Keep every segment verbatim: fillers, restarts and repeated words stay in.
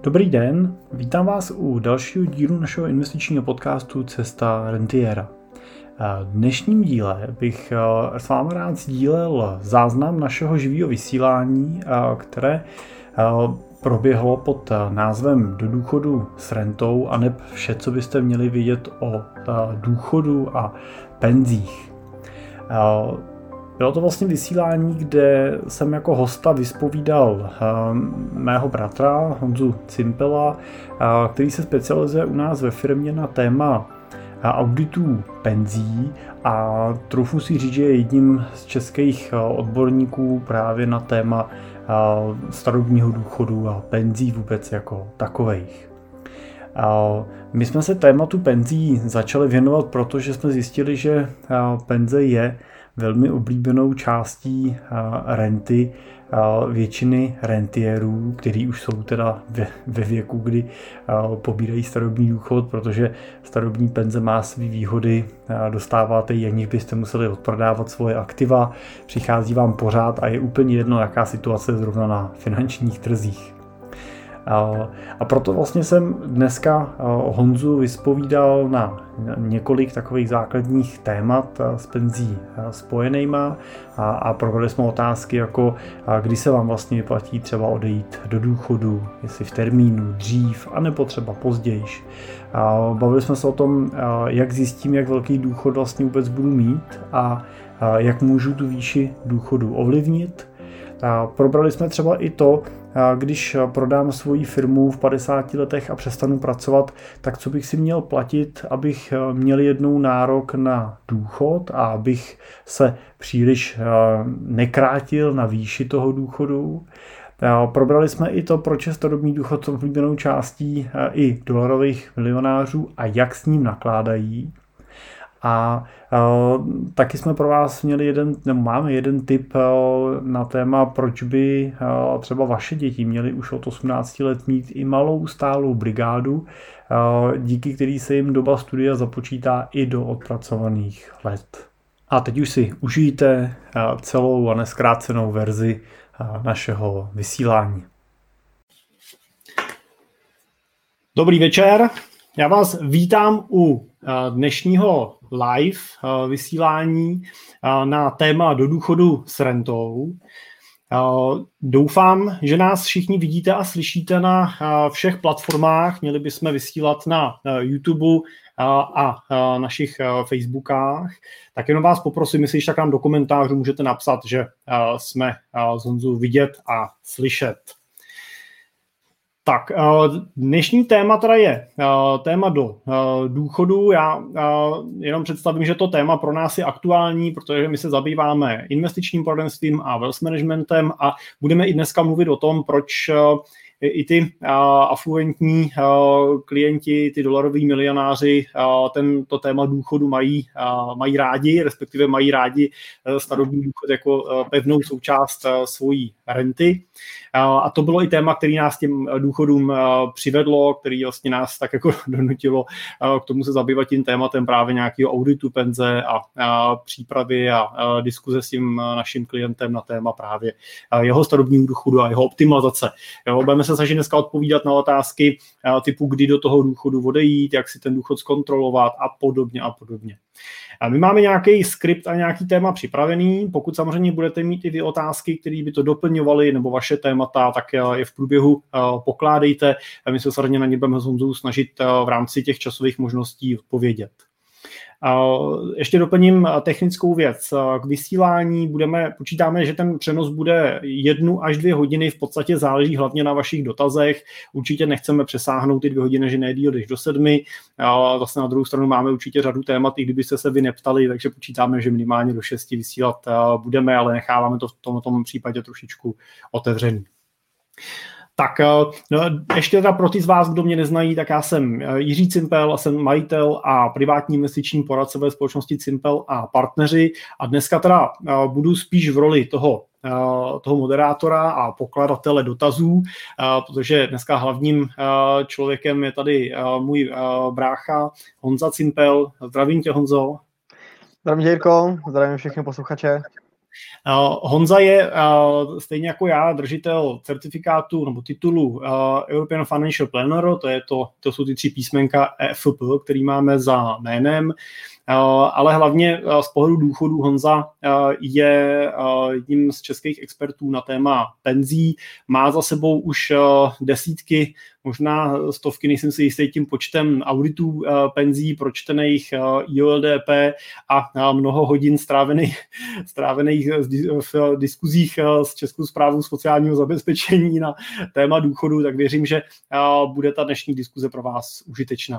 Dobrý den, vítám vás u dalšího dílu našeho investičního podcastu Cesta rentiéra. V dnešním díle bych s vámi rád sdílel záznam našeho živého vysílání, které proběhlo pod názvem Do důchodu s rentou, aneb vše, co byste měli vědět o důchodu a penzích. Bylo to vlastně vysílání, kde jsem jako hosta vyspovídal mého bratra Honzu Cimpela, který se specializuje u nás ve firmě na téma auditů penzí a troufnu si říct, že je jedním z českých odborníků právě na téma starobního důchodu a penzí vůbec jako takovejch. My jsme se tématu penzí začali věnovat, protože jsme zjistili, že penze je velmi oblíbenou částí renty většiny rentiérů, kteří už jsou teda ve, ve věku, kdy pobírají starobní důchod, protože starobní penze má své výhody, dostáváte ji, aniž byste museli odprodávat svoje aktiva, přichází vám pořád a je úplně jedno, jaká situace je zrovna na finančních trzích. A proto vlastně jsem dneska Honzu vyspovídal na několik takových základních témat s penzí spojenýma a, a probrali jsme otázky jako kdy se vám vlastně vyplatí třeba odejít do důchodu, jestli v termínu, dřív, anebo třeba pozdějiš. Bavili jsme se o tom, jak zjistím, jak velký důchod vlastně vůbec budu mít a jak můžu tu výši důchodu ovlivnit. A probrali jsme třeba i to, když prodám svoji firmu v padesáti letech a přestanu pracovat, tak co bych si měl platit, abych měl jednou nárok na důchod a abych se příliš nekrátil na výši toho důchodu. Probrali jsme i to, proč je starobní důchod oblíbenou částí i dolarových milionářů a jak s ním nakládají. A uh, taky jsme pro vás měli jeden, nebo máme jeden tip uh, na téma, proč by uh, třeba vaše děti měly už od osmnácti let mít i malou stálou brigádu, uh, díky který se jim doba studia započítá i do odpracovaných let. A teď už si užijte uh, celou a nezkrácenou verzi uh, našeho vysílání. Dobrý večer, já vás vítám u dnešního live vysílání na téma Do důchodu s rentou. Doufám, že nás všichni vidíte a slyšíte na všech platformách. Měli bychom vysílat na YouTube a našich Facebookách. Tak jenom vás poprosím, jestli tak nám do komentářů můžete napsat, že jsme z Honzu vidět a slyšet. Tak, dnešní téma teda je téma do důchodu. Já jenom představím, že to téma pro nás je aktuální, protože my se zabýváme investičním poradenstvím a wealth managementem a budeme i dneska mluvit o tom, proč i ty afluentní klienti, ty dolaroví milionáři, tento téma důchodu mají, mají rádi, respektive mají rádi starobní důchod jako pevnou součást svojí renty. A to bylo i téma, který nás těm důchodům přivedlo, který vlastně nás tak jako donutilo k tomu se zabývat tím tématem právě nějakého auditu penze a, a přípravy a, a diskuze s tím naším klientem na téma právě jeho starobního důchodu a jeho optimalizace. Jo, budeme se snažit dneska odpovídat na otázky typu, kdy do toho důchodu odejít, jak si ten důchod zkontrolovat a podobně a podobně. A my máme nějaký skript a nějaký téma připravený. Pokud samozřejmě budete mít i vy otázky, které by to doplňovaly, nebo vaše témata, tak je v průběhu pokládejte. My se samozřejmě na ně budeme s Honzou snažit v rámci těch časových možností odpovědět. Ještě doplním technickou věc. K vysílání budeme, počítáme, že ten přenos bude jednu až dvě hodiny, v podstatě záleží hlavně na vašich dotazech. Určitě nechceme přesáhnout ty dvě hodiny, že nejdýl než do sedmi. Zase na druhou stranu máme určitě řadu témat, i kdybyste se vy neptali, takže počítáme, že minimálně do šesti vysílat budeme, ale necháváme to v tom, tom případě trošičku otevřený. Tak no, ještě teda pro ty z vás, kdo mě neznají, tak já jsem Jiří Cimpel a jsem majitel a privátní investiční poradce ve společnosti Cimpel a partneři a dneska teda budu spíš v roli toho, toho moderátora a pokladatele dotazů, protože dneska hlavním člověkem je tady můj brácha Honza Cimpel. Zdravím tě, Honzo. Zdravím tě, Jirko, zdravím všechny posluchače. Uh, Honza je uh, stejně jako já držitel certifikátu nebo titulu uh, European Financial Planner, to, je to, to jsou ty tři písmenka E F P, který máme za jménem. Uh, ale hlavně uh, z pohledu důchodů Honza uh, je uh, jedním z českých expertů na téma penzí. Má za sebou už uh, desítky, možná stovky, nejsem si jistý tím počtem auditů uh, penzí, pročtených uh, I O L D P a uh, mnoho hodin strávených, strávených v diskuzích uh, s Českou správou sociálního zabezpečení na téma důchodu, tak věřím, že uh, bude ta dnešní diskuze pro vás užitečná.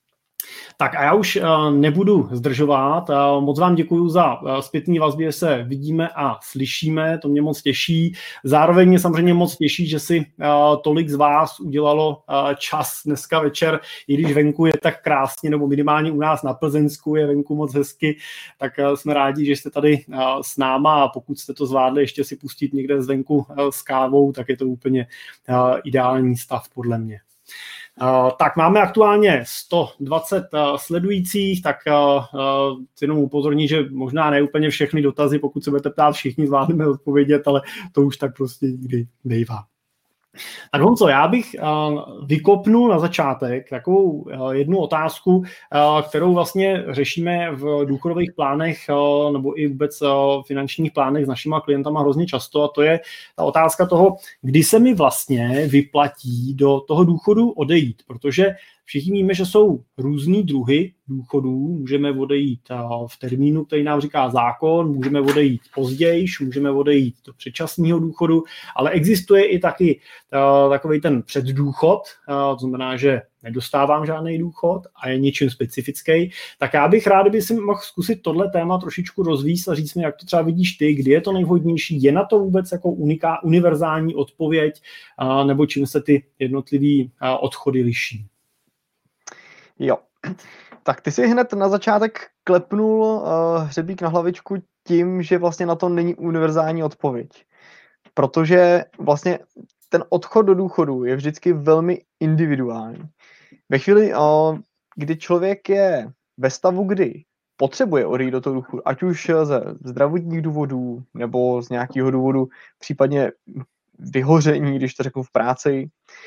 Tak a já už uh, nebudu zdržovat. Uh, moc vám děkuji za uh, zpětný vazby, že se vidíme a slyšíme, to mě moc těší. Zároveň mě samozřejmě moc těší, že si uh, tolik z vás udělalo uh, čas dneska večer, i když venku je tak krásně, nebo minimálně u nás na Plzeňsku je venku moc hezky, tak uh, jsme rádi, že jste tady uh, s náma a pokud jste to zvládli ještě si pustit někde zvenku uh, s kávou, tak je to úplně uh, ideální stav podle mě. Uh, tak máme aktuálně sto dvacet uh, sledujících, tak uh, uh, jenom upozorní, že možná ne úplně všechny dotazy, pokud se budete ptát, všichni zvládneme odpovědět, ale to už tak prostě nikdy nejvá. Tak Honzo, já bych uh, vykopnul na začátek takovou uh, jednu otázku, uh, kterou vlastně řešíme v důchodových plánech uh, nebo i vůbec uh, finančních plánech s našima klientama hrozně často, a to je ta otázka toho, kdy se mi vlastně vyplatí do toho důchodu odejít, protože všichni víme, že jsou různý druhy důchodů, můžeme odejít v termínu, který nám říká zákon, můžeme odejít později, můžeme odejít do předčasného důchodu, ale existuje i taky takový ten předdůchod, to znamená, že nedostávám žádný důchod a je něčím specifický, tak já bych rád, kdyby si mohl zkusit tohle téma trošičku rozvíjet a říct mi, jak to třeba vidíš ty, kdy je to nejvhodnější, je na to vůbec jako uniká, univerzální odpověď, nebo čím se ty jednotlivý odchody liší? Jo, tak ty si hned na začátek klepnul uh, hřebík na hlavičku tím, že vlastně na to není univerzální odpověď. Protože vlastně ten odchod do důchodu je vždycky velmi individuální. Ve chvíli, uh, kdy člověk je ve stavu, kdy potřebuje odejít do toho důchodu, ať už ze zdravotních důvodů, nebo z nějakého důvodu případně vyhoření, když to řeknu v práci,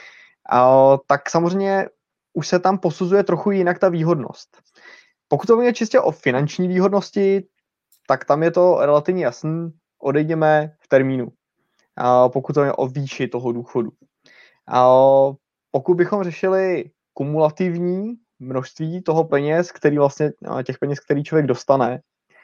uh, tak samozřejmě už se tam posuzuje trochu jinak ta výhodnost. Pokud to je čistě o finanční výhodnosti, tak tam je to relativně jasný, odejdeme v termínu. A pokud to je o výši toho důchodu. A pokud bychom řešili kumulativní množství toho peněz, který vlastně, těch peněz, který člověk dostane,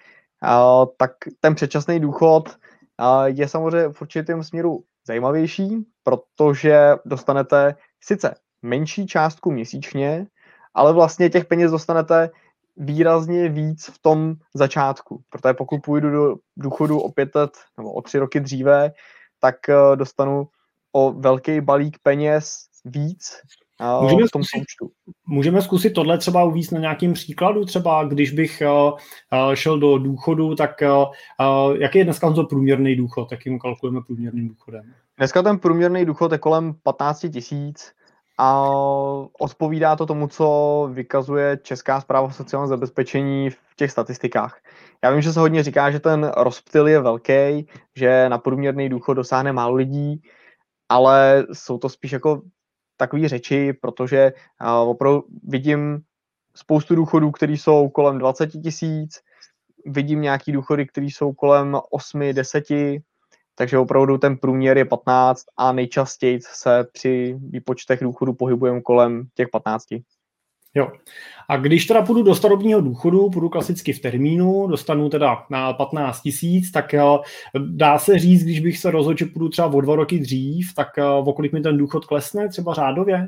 a tak ten předčasný důchod je samozřejmě v určitém směru zajímavější, protože dostanete sice menší částku měsíčně, ale vlastně těch peněz dostanete výrazně víc v tom začátku. Protože pokud půjdu do důchodu o pět let nebo o tři roky dříve, tak dostanu o velký balík peněz víc můžeme v tom zkusit, součtu. Můžeme zkusit tohle třeba uvést na nějakým příkladu, třeba když bych uh, šel do důchodu, tak uh, jaký je dneska to průměrný důchod, jakým kalkulujeme průměrným důchodem? Dneska ten průměrný důchod je kolem patnáct tisíc a odpovídá to tomu, co vykazuje Česká správa sociálního zabezpečení v těch statistikách. Já vím, že se hodně říká, že ten rozptyl je velký, že na průměrný důchod dosáhne málo lidí, ale jsou to spíš jako takové řeči, protože uh, opravdu vidím spoustu důchodů, které jsou kolem dvacet tisíc, vidím nějaký důchody, které jsou kolem osm deset, takže opravdu ten průměr je patnáct a nejčastěji se při výpočtech důchodu pohybujeme kolem těch patnácti. Jo. A když teda půjdu do starobního důchodu, půjdu klasicky v termínu, dostanu teda na patnáct tisíc, tak dá se říct, když bych se rozhodl, že půjdu třeba o dva roky dřív, tak o kolik mi ten důchod klesne, třeba řádově?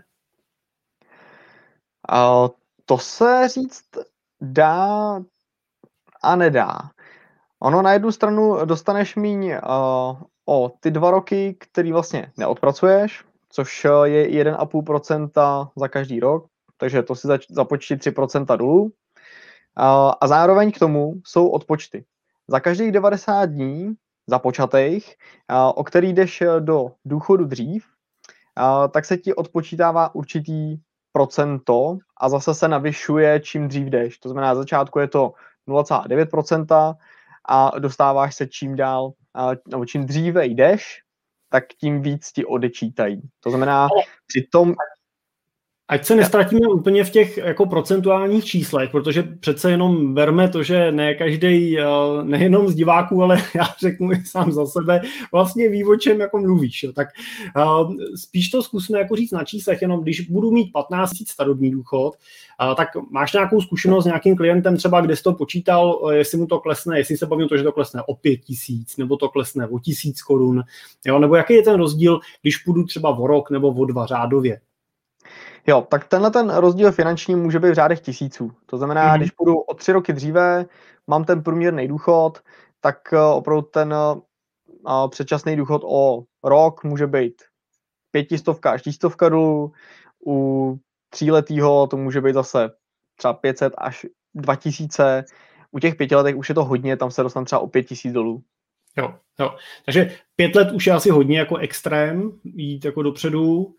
A to se říct dá a nedá. Ono na jednu stranu dostaneš míň uh, o ty dva roky, který vlastně neodpracuješ, což je jedna celá pět procenta za každý rok, takže to si zač- započti tři procenta dolů. Uh, a zároveň k tomu jsou odpočty. Za každých devadesát dní započatých, uh, o který jdeš do důchodu dřív, uh, tak se ti odpočítává určitý procento a zase se navyšuje, čím dřív jdeš. To znamená, na začátku je to nula celá devět procenta a dostáváš se čím dál, nebo čím dříve jdeš, tak tím víc ti odečítají. To znamená, při tom... Ať se nestratíme úplně v těch jako procentuálních číslech, protože přece jenom berme to, že ne každý, nejenom z diváků, ale já řeknu i sám za sebe, vlastně ví, o čem jako mluvíš. Jo. Tak spíš to zkusme jako říct na číslech, jenom když budu mít patnáct tisíc starobní důchod, tak máš nějakou zkušenost s nějakým klientem třeba, kde jsi to počítal, jestli mu to klesne, jestli se bavím to, že to klesne o pět tisíc, nebo to klesne o tisíc korun, jo, nebo jaký je ten rozdíl, když půjdu třeba o rok nebo o dva řádově. Jo, tak tenhle ten rozdíl finanční může být v řádech tisíců. To znamená, mm-hmm. když půjdu o tři roky dříve, mám ten průměrný důchod, tak opravdu ten uh, předčasný důchod o rok může být pětistovka až tisícovka dolů, u tříletýho to může být zase třeba pět set až dva tisíce, u těch pěti letech už je to hodně, tam se dostane třeba o pět tisíc dolů. Jo, jo. Takže pět let už je asi hodně jako extrém, jít jako dopředu.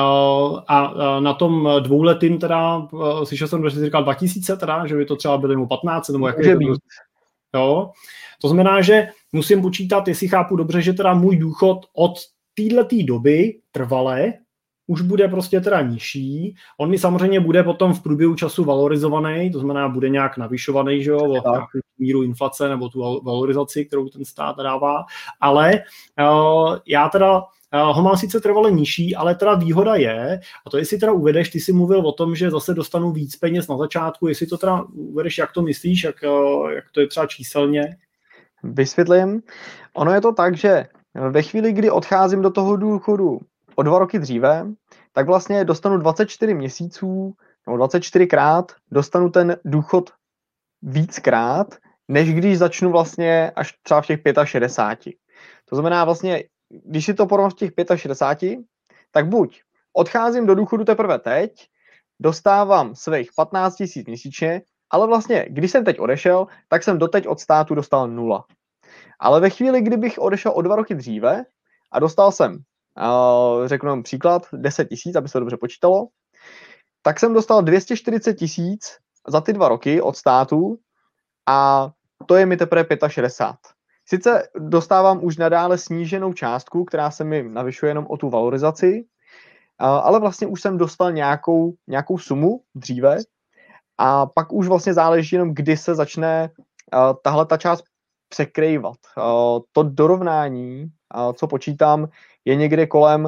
A na tom dvouletým teda, slyšel jsem, že jsi říkal dva tisíce teda, že by to třeba bylo patnáct, nebo jak je to? Jo. To znamená, že musím počítat, jestli chápu dobře, že teda můj důchod od této doby trvalé už bude prostě teda nižší. On mi samozřejmě bude potom v průběhu času valorizovaný, to znamená, bude nějak navyšovaný, že jo, o nějakou míru inflace nebo tu valorizaci, kterou ten stát dává, ale uh, já teda uh, ho mám sice trvale nižší, ale teda výhoda je, a to jestli teda uvedeš, ty jsi mluvil o tom, že zase dostanu víc peněz na začátku, jestli to teda uvedeš, jak to myslíš, jak, uh, jak to je třeba číselně? Vysvětlím. Ono je to tak, že ve chvíli, kdy odcházím do toho důchodu o dva roky dříve, tak vlastně dostanu dvacet čtyři měsíců, nebo dvacet čtyři krát dostanu ten důchod víckrát, než když začnu vlastně až třeba v těch šedesáti pěti. To znamená vlastně, když si to porovnám v těch šedesáti pěti, tak buď odcházím do důchodu teprve teď, dostávám svých patnáct tisíc měsíčně, ale vlastně, když jsem teď odešel, tak jsem doteď od státu dostal nula. Ale ve chvíli, kdybych odešel o dva roky dříve a dostal jsem, Uh, řeknu vám příklad, deset tisíc, aby se to dobře počítalo, tak jsem dostal dvě stě čtyřicet tisíc za ty dva roky od státu a to je mi teprve šedesát pět. Sice dostávám už nadále sníženou částku, která se mi navyšuje jenom o tu valorizaci, uh, ale vlastně už jsem dostal nějakou, nějakou sumu dříve a pak už vlastně záleží jenom, kdy se začne uh, tahle ta část překrývat. Uh, to dorovnání, uh, co počítám, je někde kolem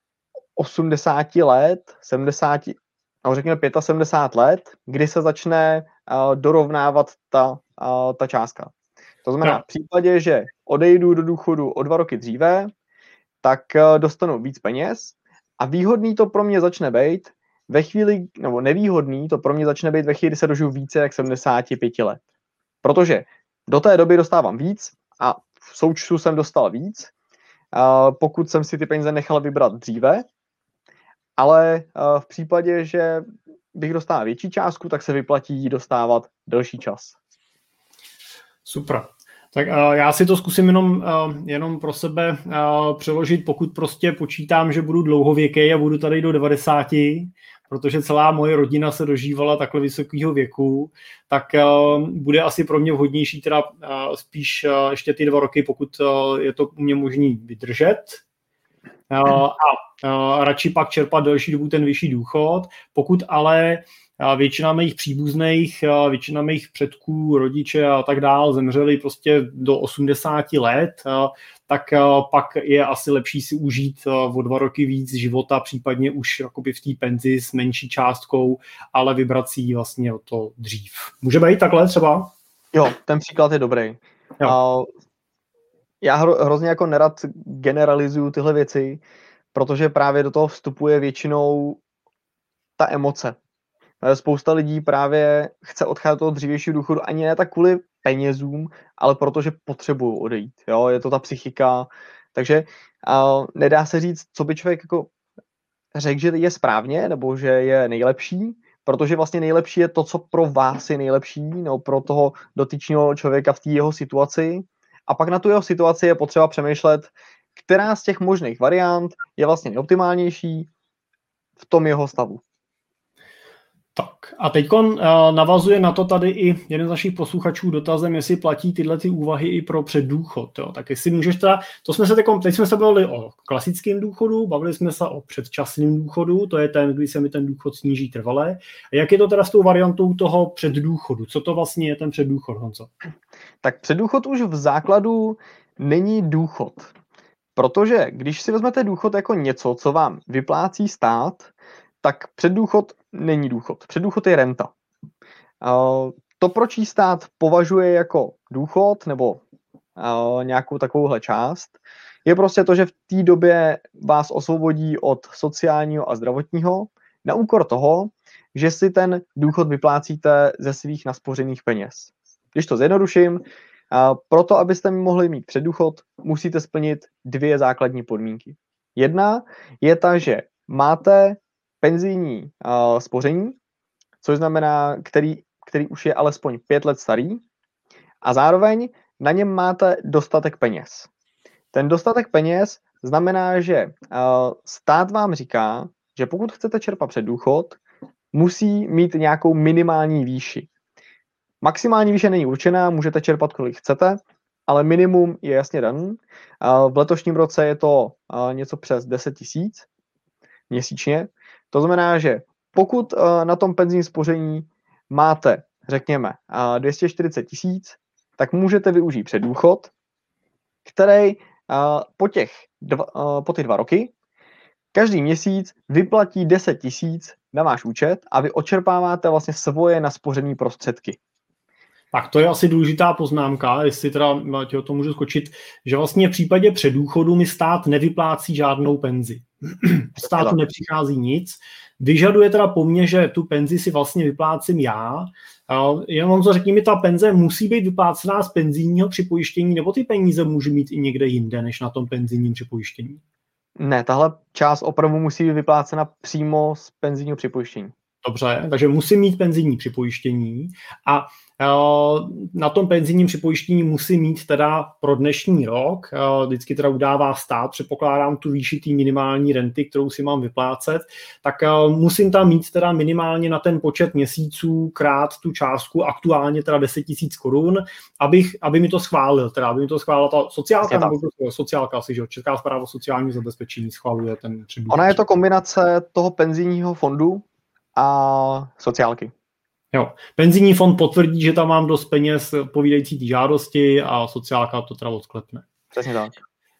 osmdesáti let, sedmdesáti, no řekněme sedmdesáti pěti let, kdy se začne uh, dorovnávat ta, uh, ta částka. To znamená, no. V případě, že odejdu do důchodu o dva roky dříve, tak uh, dostanu víc peněz a výhodný to pro mě začne být ve chvíli, nebo nevýhodný to pro mě začne být ve chvíli, kdy se dožiju více jak sedmdesáti pěti let. Protože do té doby dostávám víc a v součtu jsem dostal víc, Uh, pokud jsem si ty peníze nechal vybrat dříve, ale uh, v případě, že bych dostal větší částku, tak se vyplatí dostávat delší čas. Super. Tak uh, já si to zkusím jenom, uh, jenom pro sebe uh, přeložit, pokud prostě počítám, že budu dlouhověký a budu tady do devadesáti, protože celá moje rodina se dožívala takhle vysokého věku, tak uh, bude asi pro mě vhodnější teda uh, spíš uh, ještě ty dva roky, pokud uh, je to u mě možný vydržet uh, a uh, radši pak čerpat delší dobu ten vyšší důchod. Pokud ale uh, většina mých příbuzných, uh, většina mých předků, rodiče a tak dál zemřeli prostě do osmdesáti let, uh, tak uh, pak je asi lepší si užít uh, o dva roky víc života, případně už jakoby v té penzi s menší částkou, ale vybrat si vlastně o to dřív. Může být takhle třeba? Jo, ten příklad je dobrý. Jo. Uh, já hro, hrozně jako nerad generalizuju tyhle věci, protože právě do toho vstupuje většinou ta emoce. Spousta lidí právě chce odcházet do toho dřívějšího důchodu ani ne tak kvůli penězům, ale protože potřebují odejít. Jo? Je to ta psychika. Takže uh, nedá se říct, co by člověk jako řekl, že je správně, nebo že je nejlepší, protože vlastně nejlepší je to, co pro vás je nejlepší, nebo pro toho dotyčného člověka v té jeho situaci. A pak na tu jeho situaci je potřeba přemýšlet, která z těch možných variant je vlastně nejoptimálnější v tom jeho stavu. Tak a teď navazuje na to tady i jeden z našich posluchačů dotazem, jestli platí tyhle ty úvahy i pro předdůchod. Jo. Tak jestli můžeš teda, to jsme se teď, teď jsme se bavili o klasickém důchodu, bavili jsme se o předčasném důchodu, to je ten, kdy se mi ten důchod sníží trvale. A jak je to teda s tou variantou toho předdůchodu? Co to vlastně je ten předdůchod, Honzo? Tak předdůchod už v základu není důchod. Protože když si vezmete důchod jako něco, co vám vyplácí stát, tak předdůchod není důchod. Předdůchod je renta. To, proč ji stát považuje jako důchod nebo nějakou takovouhle část, je prostě to, že v té době vás osvobodí od sociálního a zdravotního na úkor toho, že si ten důchod vyplácíte ze svých naspořených peněz. Když to zjednoduším, proto, abyste mohli mít předdůchod, musíte splnit dvě základní podmínky. Jedna je ta, že máte penzijní uh, spoření, což znamená, který, který už je alespoň pět let starý, a zároveň na něm máte dostatek peněz. Ten dostatek peněz znamená, že uh, stát vám říká, že pokud chcete čerpat předdůchod, musí mít nějakou minimální výši. Maximální výše není určená, můžete čerpat kolik chcete, ale minimum je jasně daný. Uh, v letošním roce je to uh, něco přes deset tisíc měsíčně. To znamená, že pokud uh, na tom penzijním spoření máte, řekněme, uh, dvě stě čtyřicet tisíc, tak můžete využít předdůchod, který uh, po, těch dva, uh, po ty dva roky každý měsíc vyplatí deset tisíc na váš účet a vy odčerpáváte vlastně svoje naspořené prostředky. Tak to je asi důležitá poznámka, jestli teda tě o tom můžu skočit, že vlastně v případě předdůchodu mi stát nevyplácí žádnou penzi. Státu nepřichází nic. Vyžaduje teda po mně, že tu penzi si vlastně vyplácím já. Jenom co řekni mi, ta penze musí být vyplácená z penzijního připojištění, nebo ty peníze můžu mít i někde jinde, než na tom penzijním připojištění? Ne, tahle část opravdu musí být vyplácena přímo z penzijního připojištění. Dobře, takže musím mít penzijní připojištění a na tom penzijním připojištění musím mít teda pro dnešní rok, vždycky teda udává stát, předpokládám tu výši té minimální renty, kterou si mám vyplácet, tak musím tam mít teda minimálně na ten počet měsíců krát tu částku, aktuálně teda deset tisíc korun, abych, aby mi to schválil, teda aby mi to schválila ta sociálka, nebo sociálka asi, že Česká správa sociálního zabezpečení schvaluje ten předdůchod. Ona je to kombinace toho penzijního fondu a sociálky. Jo. Penzijní fond potvrdí, že tam mám dost peněz povídající té žádosti a sociálka to teda odklepne. Přesně tak.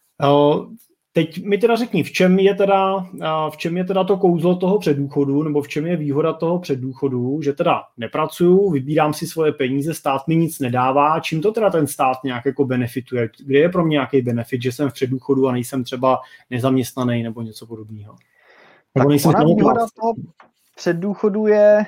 Teď mi teda řekni, v čem je teda, v čem je teda to kouzlo toho předdůchodu, nebo v čem je výhoda toho předdůchodu, že teda nepracuju, vybírám si svoje peníze, stát mi nic nedává, čím to teda ten stát nějak jako benefituje? Kde je pro mě nějaký benefit, že jsem v předdůchodu a nejsem třeba nezaměstnaný nebo něco podobného? Tak ona výhoda toho předdůchodu je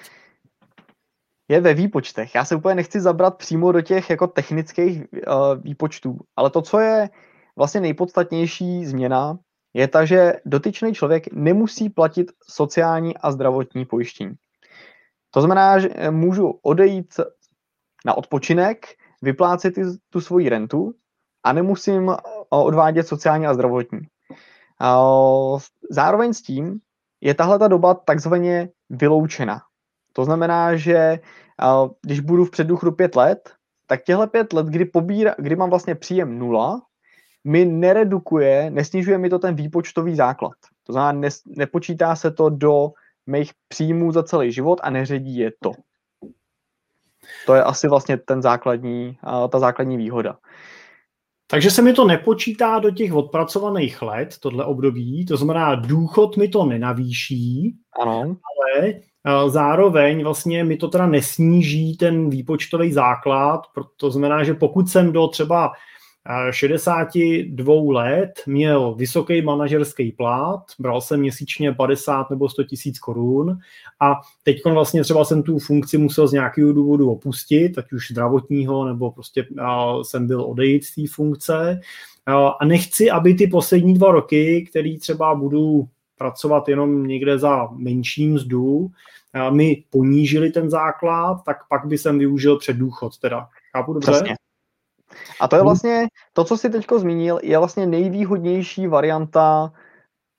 je ve výpočtech. Já se úplně nechci zabrat přímo do těch jako technických uh, výpočtů, ale to, co je vlastně nejpodstatnější změna, je ta, že dotyčný člověk nemusí platit sociální a zdravotní pojištění. To znamená, že můžu odejít na odpočinek, vyplácet tu svoji rentu a nemusím uh, odvádět sociální a zdravotní. Uh, zároveň s tím je tahle ta doba takzvaně vyloučena. To znamená, že uh, když budu v předdůchodu pět let, tak těhle pět let, kdy, pobíra, kdy mám vlastně příjem nula, mi neredukuje, nesnižuje mi to ten výpočtový základ. To znamená, ne, nepočítá se to do mých příjmů za celý život a neředí je to. To je asi vlastně ten základní, uh, ta základní výhoda. Takže se mi to nepočítá do těch odpracovaných let, tohle období, to znamená, důchod mi to nenavýší, ano. Ale zároveň vlastně mi to teda nesníží ten výpočtový základ, to znamená, že pokud jsem do třeba šedesáti dvou let měl vysoký manažerský plat, bral jsem měsíčně padesát nebo sto tisíc korun a teď vlastně třeba jsem tu funkci musel z nějakého důvodu opustit, ať už zdravotního, nebo prostě jsem byl odejít z té funkce a nechci, aby ty poslední dva roky, který třeba budu pracovat jenom někde za menší mzdu, mi ponížili ten základ, tak pak by jsem využil předdůchod. Teda. Chápu dobře? Přesně. A to je vlastně, to, co jsi teďko zmínil, je vlastně nejvýhodnější varianta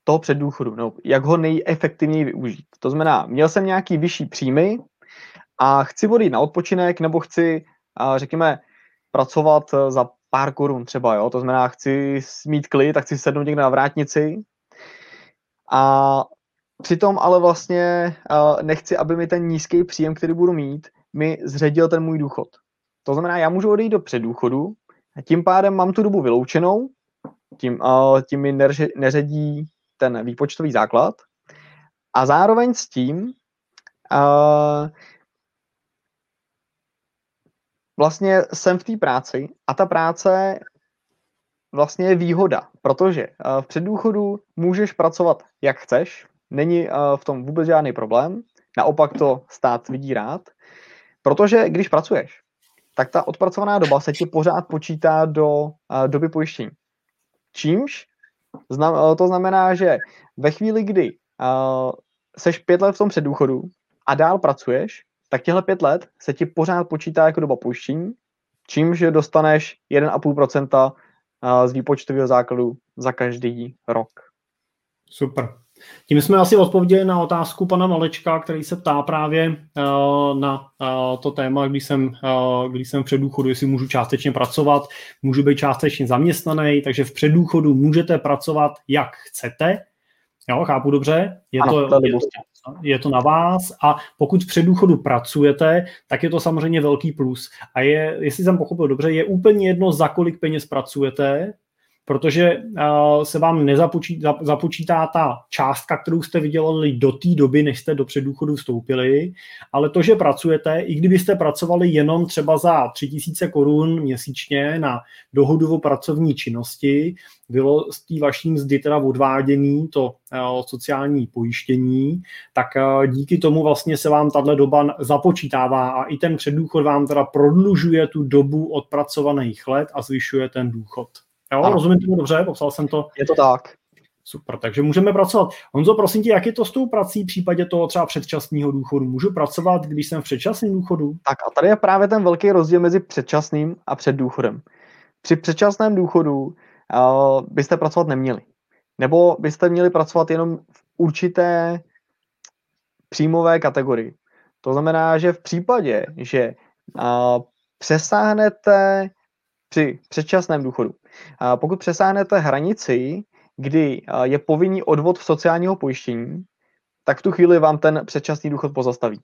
toho předdůchodu, no, jak ho nejefektivněji využít. To znamená, měl jsem nějaký vyšší příjmy a chci odjít na odpočinek, nebo chci, řekněme, pracovat za pár korun třeba, jo? To znamená, chci mít klid a chci sednout někde na vrátnici a přitom ale vlastně nechci, aby mi ten nízký příjem, který budu mít, mi zředil ten můj důchod. To znamená, já můžu odejít do předdůchodu a tím pádem mám tu dobu vyloučenou, tím, tím mi neředí ten výpočtový základ a zároveň s tím uh, vlastně jsem v té práci a ta práce vlastně je výhoda, protože uh, v předdůchodu můžeš pracovat jak chceš, není uh, v tom vůbec žádný problém, naopak to stát vidí rád, protože když pracuješ, tak ta odpracovaná doba se ti pořád počítá do uh, doby pojištění. Čímž znam, to znamená, že ve chvíli, kdy uh, seš pět let v tom předdůchodu a dál pracuješ, tak těhle pět let se ti pořád počítá jako doba pojištění, čímž dostaneš jedna celá pět procenta z výpočtového základu za každý rok. Super. Tím jsme asi odpověděli na otázku pana Malečka, který se ptá právě uh, na uh, to téma, když jsem, uh, když jsem v předdůchodu, jestli můžu částečně pracovat, můžu být částečně zaměstnaný, takže v předdůchodu můžete pracovat, jak chcete. Jo, chápu dobře? Je, ano, to, je, to, je to na vás a pokud v předdůchodu pracujete, tak je to samozřejmě velký plus. A je, jestli jsem pochopil dobře, je úplně jedno, za kolik peněz pracujete, protože uh, se vám nezapočítá započítá ta částka, kterou jste vydělali do té doby, než jste do předdůchodu vstoupili, ale to, že pracujete, i kdybyste pracovali jenom třeba za tři tisíce korun měsíčně na dohodu o pracovní činnosti, bylo z té vaší mzdy teda odváděný to uh, sociální pojištění, tak uh, díky tomu vlastně se vám tato doba započítává a i ten předdůchod vám teda prodlužuje tu dobu odpracovaných let a zvyšuje ten důchod. Jo, ano. Rozumím tomu dobře, popsal jsem to. Je to tak. Super, takže můžeme pracovat. Honzo, prosím tě, jak je to s tou prací v případě toho třeba předčasného důchodu? Můžu pracovat, když jsem v předčasném důchodu? Tak a tady je právě ten velký rozdíl mezi předčasným a předdůchodem. Při předčasném důchodu uh, byste pracovat neměli. Nebo byste měli pracovat jenom v určité příjmové kategorii. To znamená, že v případě, že uh, přesáhnete při předčasném důchodu. Pokud přesáhnete hranici, kdy je povinný odvod sociálního pojištění, tak v tu chvíli vám ten předčasný důchod pozastaví.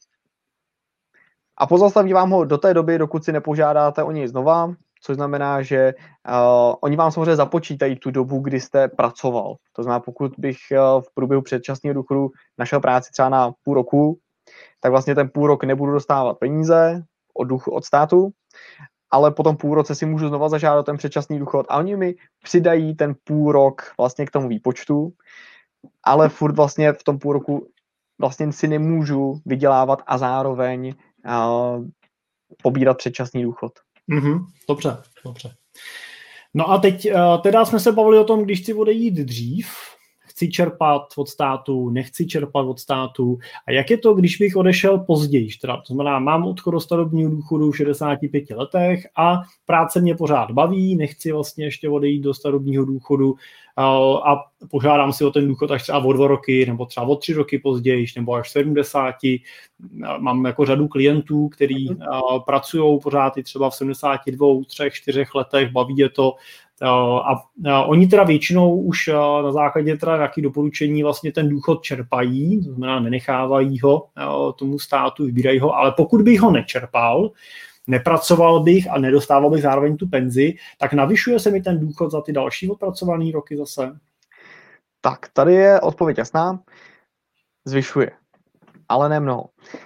A pozastaví vám ho do té doby, dokud si nepožádáte o něj znova, což znamená, že uh, oni vám samozřejmě započítají tu dobu, kdy jste pracoval. To znamená, pokud bych uh, v průběhu předčasného důchodu našel práci třeba na půl roku, tak vlastně ten půl rok nebudu dostávat peníze od, duchu, od státu, ale po tom půl roce si můžu znova zažádat ten předčasný důchod a oni mi přidají ten půl rok vlastně k tomu výpočtu, ale furt vlastně v tom půl roku vlastně si nemůžu vydělávat a zároveň uh, pobírat předčasný důchod. Mm-hmm, dobře, dobře. No a teď uh, teda jsme se bavili o tom, když chci odejít dřív, chci čerpat od státu, nechci čerpat od státu. A jak je to, když bych odešel později? Teda, to znamená, mám odchod do starobního důchodu v šedesáti pěti letech a práce mě pořád baví, nechci vlastně ještě odejít do starobního důchodu a požádám si o ten důchod až třeba o dva roky, nebo třeba o tři roky později, nebo až v sedmdesáti. Mám jako řadu klientů, kteří pracují pořád i třeba v sedmdesáti dvou, třech, čtyřech letech, baví je to. A, a oni teda většinou už na základě teda nějaký doporučení vlastně ten důchod čerpají, to znamená nenechávají ho tomu státu, vybírají ho, ale pokud bych ho nečerpal, nepracoval bych a nedostával bych zároveň tu penzi, tak navyšuje se mi ten důchod za ty další odpracované roky zase? Tak, tady je odpověď jasná. Zvyšuje, ale ne mnoho.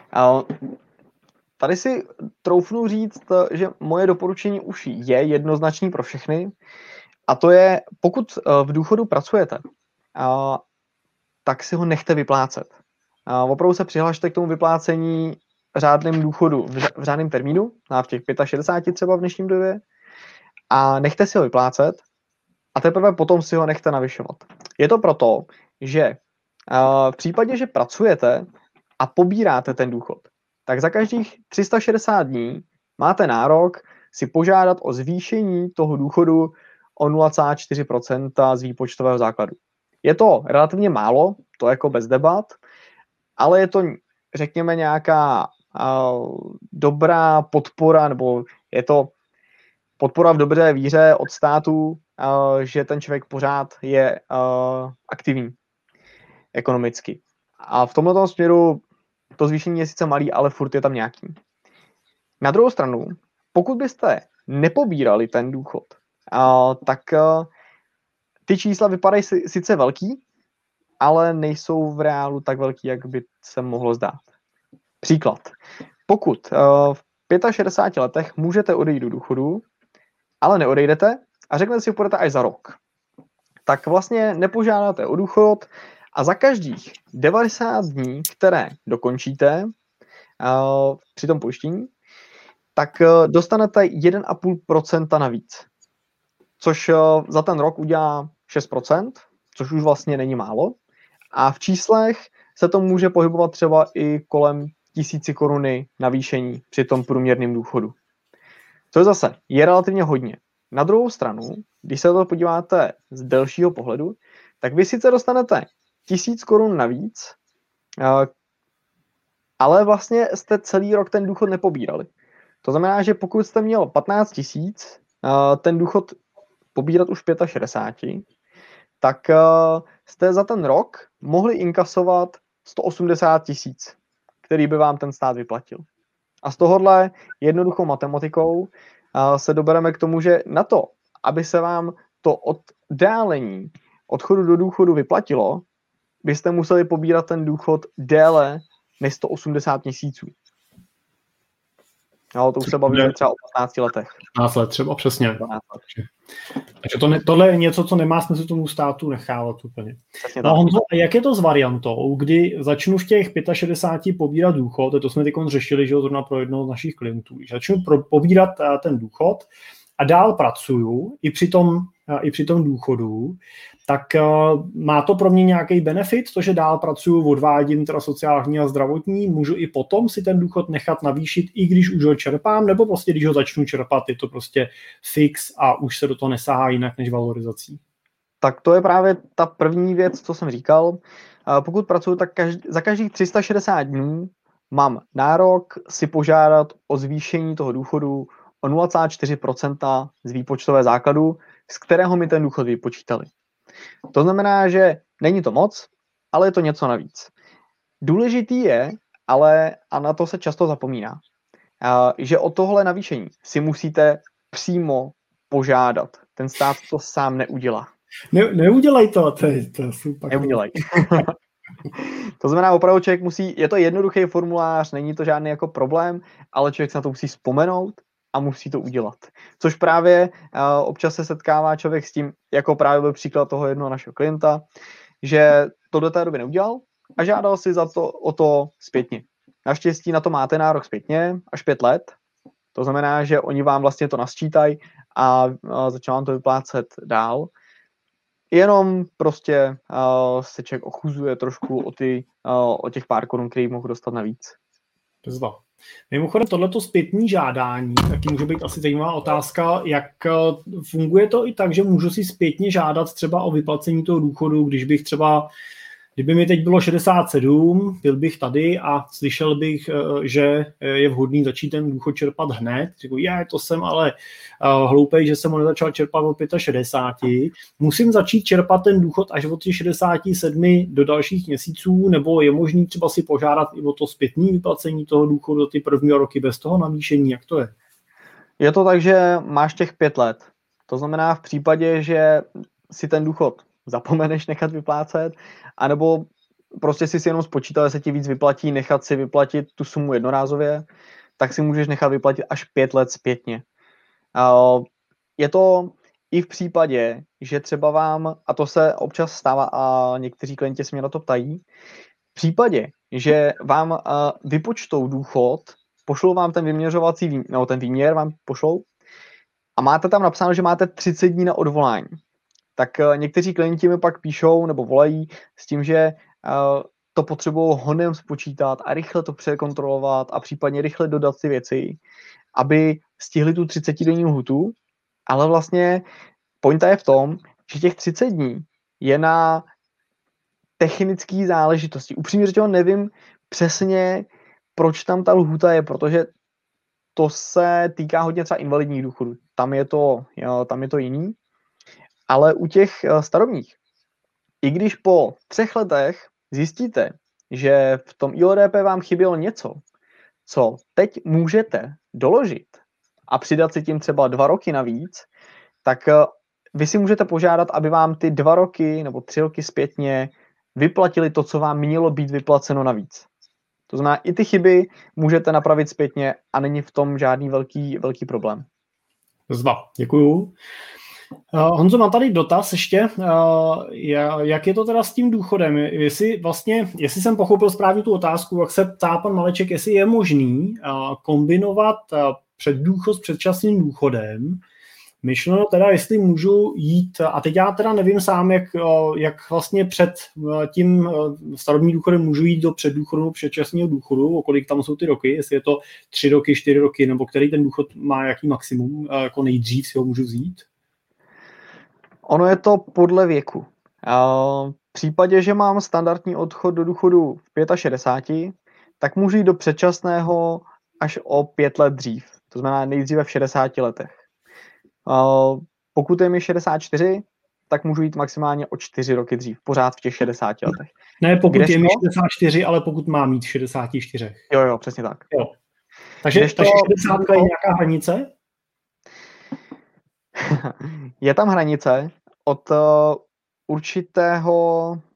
Tady si troufnu říct, že moje doporučení už je jednoznačný pro všechny, a to je, pokud v důchodu pracujete, tak si ho nechte vyplácet. Opravdu se přihlašte k tomu vyplácení řádném důchodu v řádném termínu, v těch šedesáti pěti třeba v dnešním době, a nechte si ho vyplácet a teprve potom si ho nechte navyšovat. Je to proto, že v případě, že pracujete a pobíráte ten důchod, tak za každých tři sta šedesát dní máte nárok si požádat o zvýšení toho důchodu o nula celá čtyři procenta z výpočtového základu. Je to relativně málo, to jako bez debat, ale je to, řekněme, nějaká uh, dobrá podpora, nebo je to podpora v dobré víře od státu, uh, že ten člověk pořád je uh, aktivní ekonomicky. A v tomto směru to zvýšení je sice malý, ale furt je tam nějaký. Na druhou stranu, pokud byste nepobírali ten důchod, uh, tak uh, ty čísla vypadají si, sice velký, ale nejsou v reálu tak velký, jak by se mohlo zdát. Příklad. Pokud uh, v šedesáti pěti letech můžete odejít do důchodu, ale neodejdete a řeknete si, že půjdete až za rok, tak vlastně nepožádáte o důchod a za každých devadesát dní, které dokončíte uh, při tom pojištění, tak uh, dostanete jedna celá pět procenta navíc. Což uh, za ten rok udělá šest procent, což už vlastně není málo. A v číslech se to může pohybovat třeba i kolem tisíci koruny navýšení při tom průměrném důchodu. To zase je relativně hodně. Na druhou stranu, když se to podíváte z delšího pohledu, tak vy sice dostanete tisíc korun navíc, ale vlastně jste celý rok ten důchod nepobírali. To znamená, že pokud jste měl patnáct tisíc, ten důchod pobírat už v šedesáti pěti, tak jste za ten rok mohli inkasovat sto osmdesát tisíc, který by vám ten stát vyplatil. A z tohohle jednoduchou matematikou se dobereme k tomu, že na to, aby se vám to oddálení odchodu do důchodu vyplatilo, byste museli pobírat ten důchod déle než sto osmdesát měsíců. No, to už se bavíme třeba o patnácti letech. patnáct let třeba, přesně. Takže to ne, tohle je něco, co nemá smysl tomu státu nechávat úplně. No Honzo, a jak je to s variantou, kdy začnu v těch šedesáti pěti pobírat důchod, to jsme teď řešili, že ho zrovna pro jednoho z našich klientů, když začnu pro, pobírat ten důchod a dál pracuju i při tom, i při tom důchodu, tak uh, má to pro mě nějaký benefit, to, že dál pracuju, odvádím teda sociální a zdravotní, můžu i potom si ten důchod nechat navýšit, i když už ho čerpám, nebo prostě když ho začnu čerpat, je to prostě fix a už se do toho nesahá jinak než valorizací? Tak to je právě ta první věc, co jsem říkal. Uh, pokud pracuju, tak každý, za každých tři sta šedesát dnů mám nárok si požádat o zvýšení toho důchodu o nula celá čtyři procenta z výpočtové základu, z kterého mi ten důchod vypočítali. To znamená, že není to moc, ale je to něco navíc. Důležitý je, ale, a na to se často zapomíná, že o tohle navýšení si musíte přímo požádat. Ten stát to sám neudělá. Ne, neudělej to, to je, to je super. Neudělej. To znamená, opravdu člověk musí, je to jednoduchý formulář, není to žádný jako problém, ale člověk se na to musí vzpomenout a musí to udělat. Což právě uh, občas se setkává člověk s tím, jako právě byl příklad toho jednoho našeho klienta, že to do té doby neudělal a žádal si za to, o to zpětně. Naštěstí na to máte nárok zpětně až pět let. To znamená, že oni vám vlastně to nasčítají a uh, začnou vám to vyplácet dál. Jenom prostě uh, se člověk ochuzuje trošku o, ty, uh, o těch pár korun, který mohu dostat navíc. Bezva. Mimochodem, tohleto zpětní žádání, taky může být asi zajímavá otázka, jak funguje to i tak, že můžu si zpětně žádat třeba o vyplacení toho důchodu, když bych třeba, kdyby mi teď bylo šedesát sedm, byl bych tady a slyšel bych, že je vhodný začít ten důchod čerpat hned. Říkám, je, to jsem ale hloupej, že jsem ho nezačal čerpat od šedesáti pěti. Musím začít čerpat ten důchod až od šedesáti sedmi do dalších měsíců, nebo je možný třeba si požádat i o to zpětné vyplacení toho důchodu do ty první roky bez toho navýšení, jak to je? Je to tak, že máš těch pět let. To znamená v případě, že si ten důchod zapomeneš nechat vyplácet, anebo prostě si si jenom spočítal, že se ti víc vyplatí nechat si vyplatit tu sumu jednorázově, tak si můžeš nechat vyplatit až pět let zpětně. Je to i v případě, že třeba vám, a to se občas stává a někteří klienti se mě na to ptají, v případě, že vám vypočtou důchod, pošlou vám ten vyměřovací výměr, nebo ten výměr vám pošlou a máte tam napsáno, že máte třicet dní na odvolání. Tak někteří klienti mi pak píšou nebo volají s tím, že to potřebují honem spočítat a rychle to překontrolovat a případně rychle dodat ty věci, aby stihli tu třicetidenní lhůtu, ale vlastně pointa je v tom, že těch třicet dní je na technické záležitosti. Upřímně řečeno nevím přesně, proč tam ta lhůta je, protože to se týká hodně třeba invalidních důchodů. Tam je to, jo, tam je to jiný. Ale u těch starobních, i když po třech letech zjistíte, že v tom I O D P vám chybělo něco, co teď můžete doložit a přidat si tím třeba dva roky navíc, tak vy si můžete požádat, aby vám ty dva roky nebo tři roky zpětně vyplatili to, co vám mělo být vyplaceno navíc. To znamená, i ty chyby můžete napravit zpětně a není v tom žádný velký, velký problém. Zva, děkuju. Uh, Honzo, mám tady dotaz ještě, uh, jak je to teda s tím důchodem? Jestli vlastně, jestli jsem pochopil správně tu otázku, jak se ptá pan Maleček, jestli je možný uh, kombinovat uh, předdůchod s předčasným důchodem, myšleno teda, jestli můžu jít, a teď já teda nevím sám, jak, jak vlastně před tím starobním důchodem můžu jít do předdůchodu, předčasného důchodu, o kolik tam jsou ty roky, jestli je to tři roky, čtyři roky, nebo který ten důchod má jaký maximum, jako nejdřív si ho můžu vzít? Ono je to podle věku. V případě, že mám standardní odchod do důchodu v šedesáti pěti, tak můžu jít do předčasného až o pět let dřív. To znamená nejdříve v šedesáti letech. Pokud je mi šedesát čtyři, tak můžu jít maximálně o čtyři roky dřív, pořád v těch šedesáti letech. Ne, pokud Kdežto... je mi šedesát čtyři, ale pokud mám mít v šedesáti čtyřech. Jo, jo, přesně tak. Jo. Takže, Kdežto... takže šedesát je nějaká hranice? Je tam hranice od uh, určitého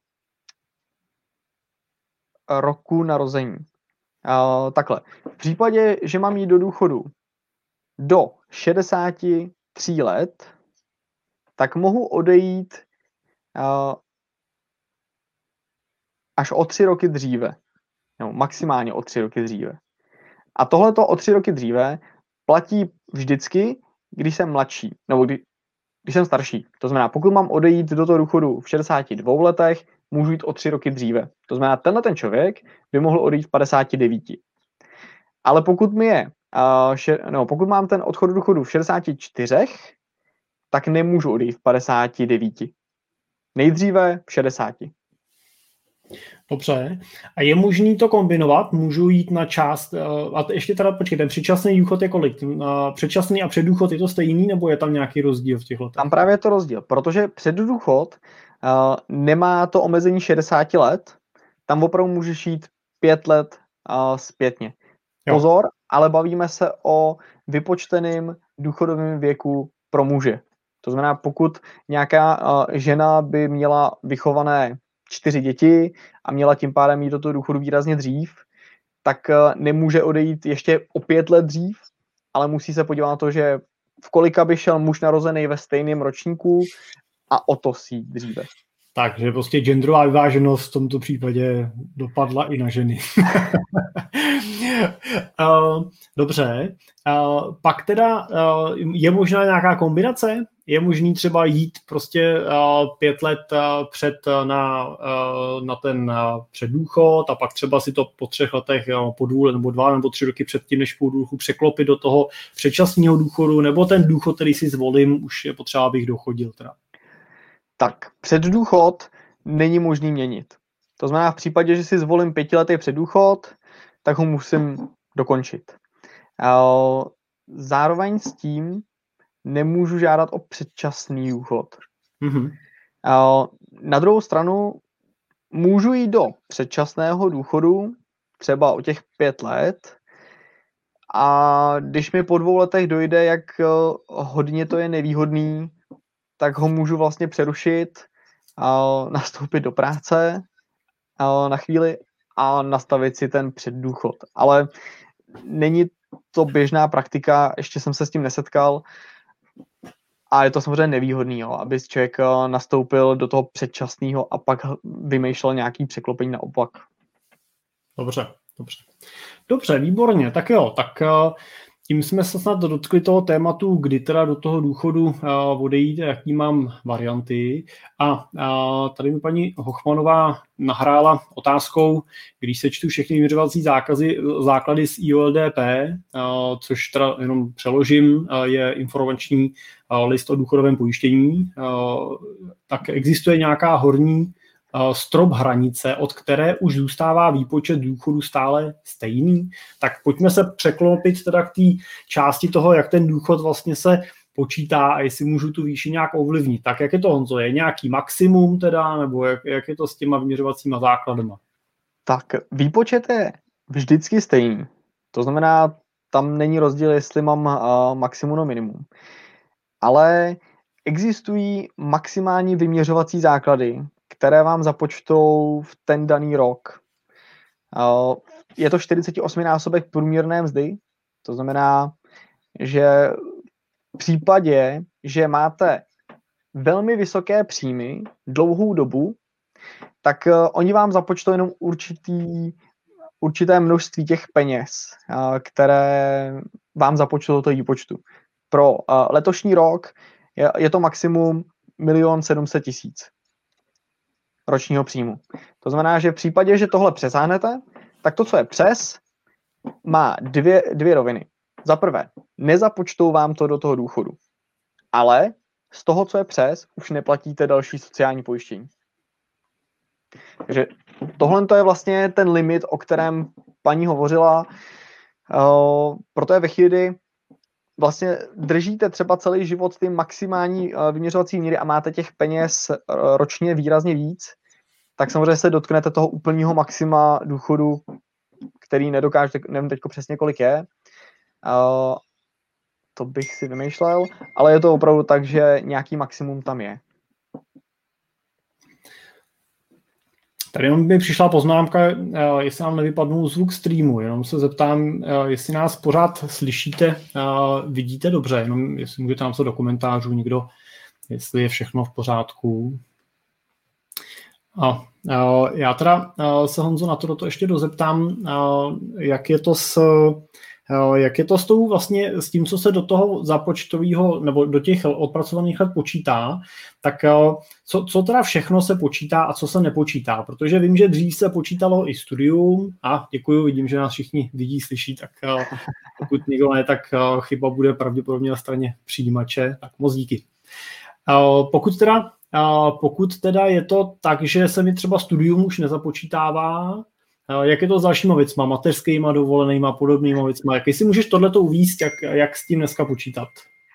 roku narození. Uh, takhle. V případě, že mám jít do důchodu do šedesáti tří let, tak mohu odejít uh, až o tři roky dříve. No, maximálně o tři roky dříve. A tohleto o tři roky dříve platí vždycky, když jsem mladší, nebo kdy, když jsem starší. To znamená, pokud mám odejít do toho důchodu v šedesáti dvou letech, můžu jít o tři roky dříve. To znamená, tenhle ten člověk by mohl odejít v padesáti devíti. Ale pokud mi je, uh, še, no, pokud mám ten odchod do důchodu v šedesáti čtyřech, tak nemůžu odejít v padesáti devíti. Nejdříve v šedesáti. Dobře. A je možný to kombinovat? Můžu jít na část, a ještě teda, počkej, ten předčasný důchod je kolik? Předčasný a předdůchod je to stejný, nebo je tam nějaký rozdíl v těch letech? Tam právě je to rozdíl, protože předdůchod uh, nemá to omezení šedesáti let, tam opravdu můžeš jít pět let uh, zpětně. Jo. Pozor, ale bavíme se o vypočteném důchodovém věku pro muže. To znamená, pokud nějaká uh, žena by měla vychované čtyři děti a měla tím pádem jít do toho důchodu výrazně dřív, tak uh, nemůže odejít ještě o pět let dřív, ale musí se podívat na to, že v kolika by šel muž narozený ve stejném ročníku a o to si dříve. Takže prostě genderová vyváženost v tomto případě dopadla i na ženy. uh, dobře. Uh, pak teda uh, je možná nějaká kombinace? Je možný třeba jít prostě uh, pět let uh, před uh, na, uh, na ten uh, předdůchod a pak třeba si to po třech letech, uh, po dvou nebo dva nebo tři roky předtím, než půjdu důchodu, překlopit do toho předčasného důchodu, nebo ten důchod, který si zvolím, už je potřeba, abych dochodil teda. Tak, předdůchod není možný měnit. To znamená, v případě, že si zvolím pětiletý předdůchod, tak ho musím dokončit. Zároveň s tím nemůžu žádat o předčasný důchod. Mm-hmm. Na druhou stranu můžu jít do předčasného důchodu třeba o těch pět let a když mi po dvou letech dojde, jak hodně to je nevýhodný, tak ho můžu vlastně přerušit, nastoupit do práce na chvíli a nastavit si ten předdůchod. Ale není to běžná praktika, ještě jsem se s tím nesetkal a je to samozřejmě nevýhodný, jo, aby člověk nastoupil do toho předčasného a pak vymýšlel nějaký překlopení naopak. Dobře, dobře. Dobře, výborně, tak jo, tak tím jsme se snad dotkli toho tématu, kdy teda do toho důchodu uh, odejít, jaký mám varianty. A uh, tady mi paní Hochmanová nahrála otázkou, když se čtu všechny vyměřovací zákazy, základy z I O L D P, uh, což teda jenom přeložím, uh, je informační uh, list o důchodovém pojištění, uh, tak existuje nějaká horní strop hranice, od které už zůstává výpočet důchodu stále stejný. Tak pojďme se překlopit teda k té části toho, jak ten důchod vlastně se počítá a jestli můžu tu výši nějak ovlivnit. Tak jak je to, Honzo? Je nějaký maximum teda, nebo jak, jak je to s těma vyměřovacíma základama? Tak výpočet je vždycky stejný. To znamená, tam není rozdíl, jestli mám uh, maximum nebo minimum. Ale existují maximální vyměřovací základy, které vám započtou v ten daný rok. Uh, je to čtyřicet osm násobek průměrné mzdy. To znamená, že v případě, že máte velmi vysoké příjmy dlouhou dobu, tak uh, oni vám započtou jenom určitý, určité množství těch peněz, uh, které vám započtou do toho výpočtu. Pro uh, letošní rok je, je to maximum milion sedm set tisíc ročního příjmu. To znamená, že v případě, že tohle přesáhnete, tak to, co je přes, má dvě, dvě roviny. Za prvé, nezapočtou vám to do toho důchodu, ale z toho, co je přes, už neplatíte další sociální pojištění. Takže tohle to je vlastně ten limit, o kterém paní hovořila. Uh, proto je ve chvíli, vlastně držíte třeba celý život ty maximální uh, vyměřovací míry a máte těch peněz uh, ročně výrazně víc, tak samozřejmě se dotknete toho úplného maxima důchodu, který nedokážete, nevím teďko přesně kolik je. Uh, to bych si vymýšlel, ale je to opravdu tak, že nějaký maximum tam je. Tady jenom mi přišla poznámka, jestli nám nevypadnul zvuk streamu, jenom se zeptám, jestli nás pořád slyšíte, vidíte dobře, jenom jestli můžete nám se do komentářů někdo, jestli je všechno v pořádku. A já teda se, Honzo, na to, do toho ještě dozeptám, jak je to s... Jak je to s tou vlastně, s tím, co se do toho započtového nebo do těch odpracovaných let počítá, tak co, co teda všechno se počítá a co se nepočítá? Protože vím, že dřív se počítalo i studium a děkuju, vidím, že nás všichni vidí, slyší, tak pokud někdo ne, tak chyba bude pravděpodobně na straně přijímače, tak moc díky. Pokud teda, pokud teda je to tak, že se mi třeba studium už nezapočítává, jak je to s dalšíma věcma, mateřskýma, dovolenýma, podobnýma věcma? Jak si můžeš tohleto uvíct, jak, jak s tím dneska počítat?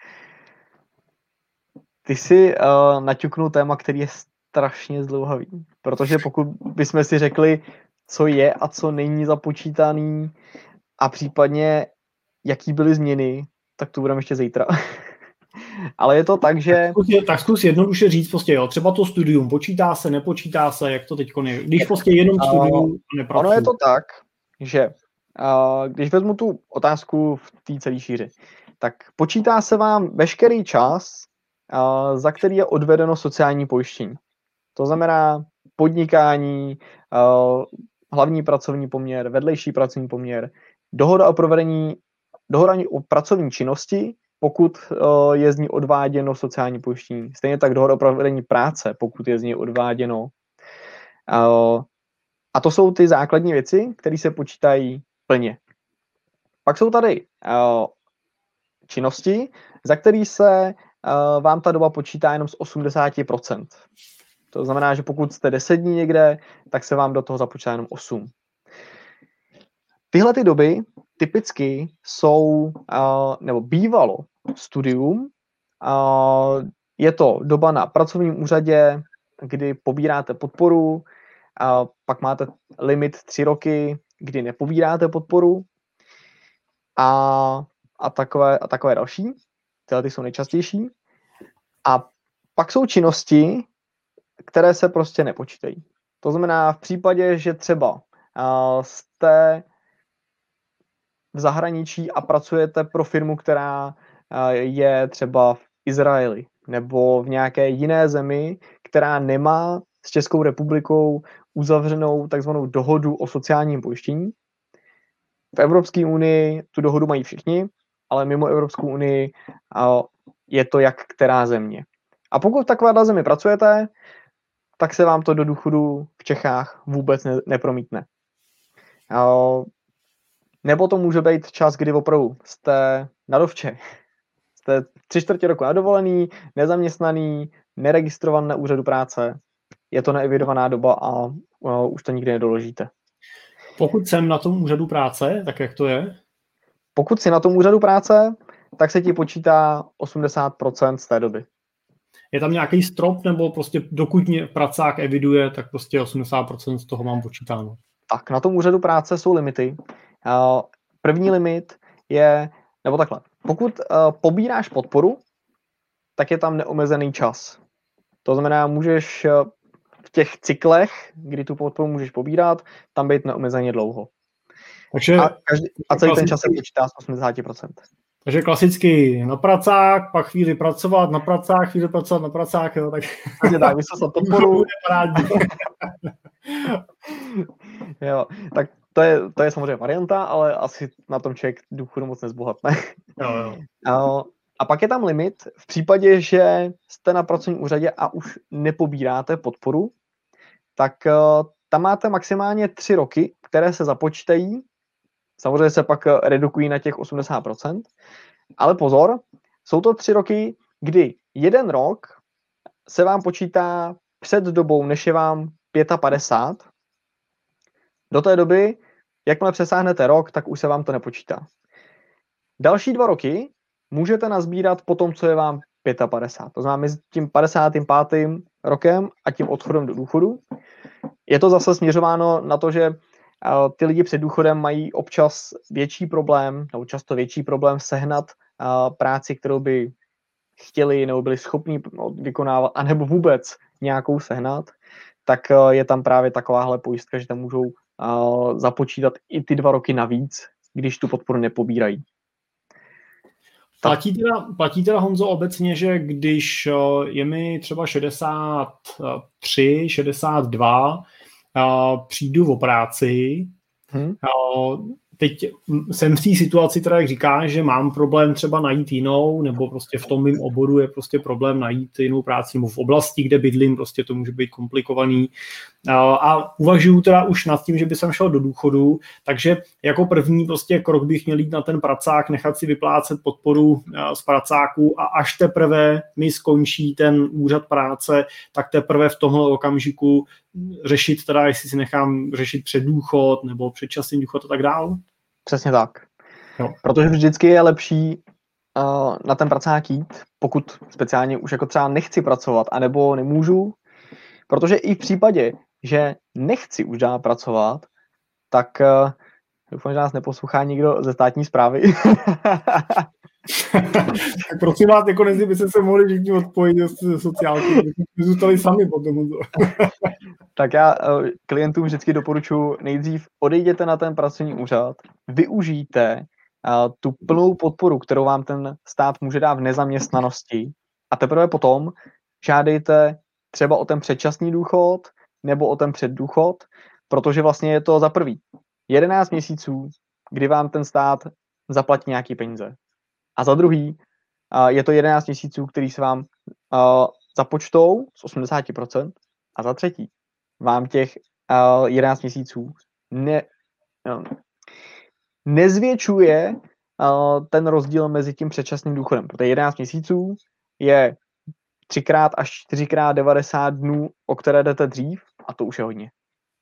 Ty jsi uh, naťuknul téma, který je strašně zdlouhavý. Protože pokud bychom si řekli, co je a co není započítaný a případně jaký byly změny, tak to budeme ještě zítra. Ale je to tak, že... Tak zkus, tak zkus jednoduše říct, prostě, jo, třeba to studium, počítá se, nepočítá se, jak to teďko ne... Když prostě jenom studium uh, nepracuji. Ono je to tak, že uh, když vezmu tu otázku v té celé šíři, tak počítá se vám veškerý čas, uh, za který je odvedeno sociální pojištění. To znamená podnikání, uh, hlavní pracovní poměr, vedlejší pracovní poměr, dohoda o provedení, dohoda o pracovní činnosti, pokud uh, je z ní odváděno sociální pojištění. Stejně tak dohoda o provedení práce, pokud je z ní odváděno. Uh, a to jsou ty základní věci, které se počítají plně. Pak jsou tady uh, činnosti, za které se uh, vám ta doba počítá jenom z osmdesát procent. To znamená, že pokud jste deset dní někde, tak se vám do toho započítá jenom osm. Tyhle ty doby typicky jsou, uh, nebo bývalo studium, uh, je to doba na pracovním úřadě, kdy pobíráte podporu, uh, pak máte limit tři roky, kdy nepobíráte podporu a, a, takové, a takové další. Tyhle ty jsou nejčastější. A pak jsou činnosti, které se prostě nepočítají. To znamená v případě, že třeba uh, jste v zahraničí a pracujete pro firmu, která je třeba v Izraeli nebo v nějaké jiné zemi, která nemá s Českou republikou uzavřenou takzvanou dohodu o sociálním pojištění. V Evropské unii tu dohodu mají všichni, ale mimo Evropskou unii je to jak která země. A pokud v takovéhle zemi pracujete, tak se vám to do důchodu v Čechách vůbec ne- nepromítne. Nebo to může být čas, kdy opravdu jste na dovče. Jste tři čtvrtě roku na dovolený, nezaměstnaný, neregistrovaný na úřadu práce. je to neevidovaná doba a uh, už to nikdy nedoložíte. Pokud jsem na tom úřadu práce, tak jak to je? Pokud jsi na tom úřadu práce, tak se ti počítá osmdesát procent z té doby. Je tam nějaký strop, nebo prostě dokud mě pracák eviduje, tak prostě osmdesát procent z toho mám počítáno? Tak, na tom úřadu práce jsou limity. První limit je, nebo takhle, pokud pobíráš podporu, tak je tam neomezený čas. To znamená, můžeš v těch cyklech, kdy tu podporu můžeš pobírat, tam být neomezeně dlouho. Takže, a, každý, a celý ten čas se počítá z osmdesát procent. Takže klasicky na pracák, pak chvíli pracovat, na pracák, chvíli pracovat na pracák, jo, tak... Takže tak, vysosat podporu. Jo, tak to je, to je samozřejmě varianta, ale asi na tom člověk důchodu moc nezbohatne. Jo, jo. A, a pak je tam limit v případě, že jste na pracovním úřadě a už nepobíráte podporu, tak uh, tam máte maximálně tři roky, které se započítají. Samozřejmě se pak redukují na těch osmdesát procent, ale pozor, jsou to tři roky, kdy jeden rok se vám počítá před dobou, než je vám padesát pět. Do té doby, jakmile přesáhnete rok, tak už se vám to nepočítá. Další dva roky můžete nazbírat po tom, co je vám padesát pět. To znamená mezi tím padesátým pátým rokem a tím odchodem do důchodu. Je to zase směřováno na to, že ty lidi před důchodem mají občas větší problém, nebo často větší problém sehnat práci, kterou by chtěli nebo byli schopni vykonávat, anebo vůbec nějakou sehnat, tak je tam právě takováhle pojistka, že tam můžou započítat i ty dva roky navíc, když tu podporu nepobírají. Platí teda, platí teda, Honzo, obecně, že když je mi třeba šedesát tři, šedesát dva, přijdu o práci, hmm. teď jsem v té situaci, teda jak říkáš, že mám problém třeba najít jinou, nebo prostě v tom mým oboru je prostě problém najít jinou práci, nebo v oblasti, kde bydlím, prostě to může být komplikovaný. A uvažuju teda už nad tím, že by jsem šel do důchodu, takže jako první prostě krok bych měl jít na ten pracák, nechat si vyplácet podporu z pracáku a až teprve mi skončí ten úřad práce, tak teprve v tomhle okamžiku řešit teda, jestli si nechám řešit předdůchod nebo předčasný důchod a tak dál. Přesně tak. Jo. Protože vždycky je lepší uh, na ten pracák jít, pokud speciálně už jako třeba nechci pracovat, anebo nemůžu, protože i v případě, že nechci už dál pracovat, tak uh, doufám, že nás neposlouchá nikdo ze státní správy. Tak prosím vás, jako nezdě by se se mohli všichni odpojit ze sociálky, by zůstali sami potom. Tak já uh, klientům vždycky doporučuji nejdřív odejděte na ten pracovní úřad, využijte uh, tu plnou podporu, kterou vám ten stát může dát v nezaměstnanosti a teprve potom žádejte třeba o ten předčasný důchod nebo o ten předdůchod, protože vlastně je to za prvý jedenáct měsíců, kdy vám ten stát zaplatí nějaký peníze. A za druhý uh, je to jedenáct měsíců, který se vám uh, započtou z osmdesát procent a za třetí vám těch uh, jedenáct měsíců ne, no, nezvětšuje uh, ten rozdíl mezi tím předčasným důchodem. Protože jedenáct měsíců je třikrát až čtyřikrát devadesát dnů, o které jdete dřív a to už je hodně.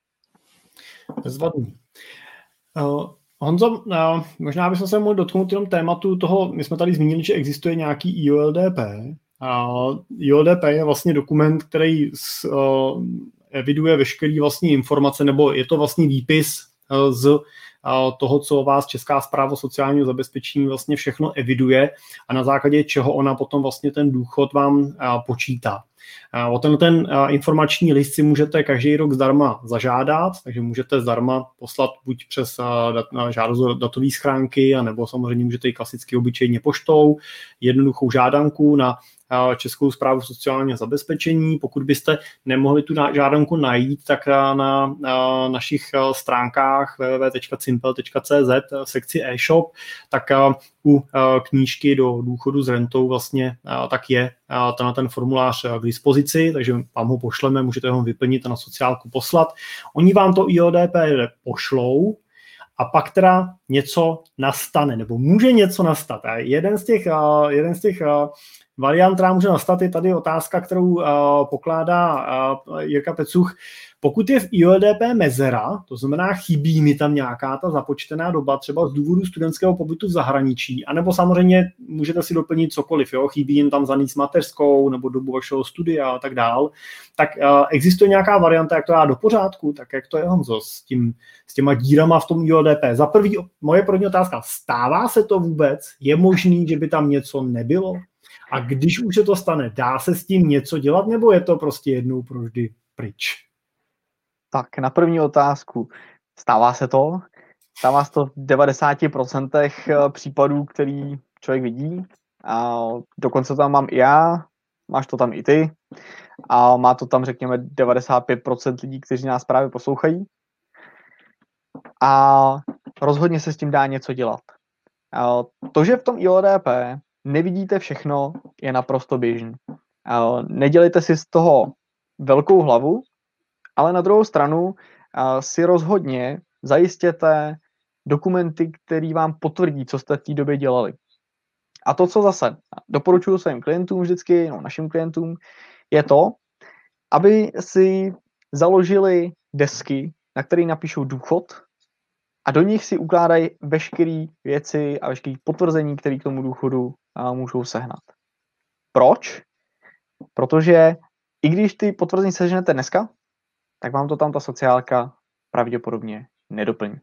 Bezvadný. Uh, Honzo, uh, možná bychom se mohli dotknout jenom tématu toho, my jsme tady zmínili, že existuje nějaký I O L D P. Uh, I O L D P je vlastně dokument, který s, uh, eviduje veškeré vlastně informace, nebo je to vlastně výpis uh, z uh, toho, co vás Česká správa sociálního zabezpečení vlastně všechno eviduje a na základě čeho ona potom vlastně ten důchod vám uh, počítá. O ten, ten informační list si můžete každý rok zdarma zažádat, takže můžete zdarma poslat buď přes žádost do datové schránky, anebo samozřejmě můžete i klasicky obyčejně poštou, jednoduchou žádanku na Českou správu sociálního zabezpečení. Pokud byste nemohli tu žádanku najít, tak na, na našich stránkách w w w tečka cimpel tečka c z v sekci e-shop, tak u knížky do důchodu s rentou vlastně tak je ten, ten formulář k dispozici, takže vám ho pošleme, můžete ho vyplnit a na sociálku poslat. Oni vám to I O D P pošlou a pak teda něco nastane, nebo může něco nastat. A jeden z těch, jeden z těch variant, která může nastat, je tady otázka, kterou uh, pokládá uh, Jirka Pecuch. Pokud je v I L D P mezera, to znamená chybí mi tam nějaká ta započtená doba, třeba z důvodu studentského pobytu v zahraničí, anebo samozřejmě můžete si doplnit cokoliv, jo? Chybí jim tam zanést mateřskou nebo dobu vašeho studia a tak dál, tak uh, existuje nějaká varianta, jak to dá do pořádku, tak jak to je, Honzo, s, tím, s těma dírama v tom I L D P. Za prvý, moje první otázka, stává se to vůbec? Je možný, že by tam něco nebylo? A když už se to stane, dá se s tím něco dělat, nebo je to prostě jednou provždy pryč? Tak, na první otázku. Stává se to? Stává se to v devadesáti procentech případů, který člověk vidí. A dokonce tam mám i já, máš to tam i ty. A má to tam, řekněme, devadesát pět procent lidí, kteří nás právě poslouchají. A rozhodně se s tím dá něco dělat. A to, že v tom I L D P nevidíte všechno, je naprosto běžný. Nedělejte si z toho velkou hlavu, ale na druhou stranu si rozhodně zajistěte dokumenty, které vám potvrdí, co jste v té době dělali. A to, co zase doporučuji svým klientům vždycky, no našim klientům, je to, aby si založili desky, na které napíšou důchod a do nich si ukládají veškeré věci a veškeré potvrzení, které k tomu důchodu můžou sehnat. Proč? Protože i když ty potvrzení seženete dneska, tak vám to tam ta sociálka pravděpodobně nedoplní.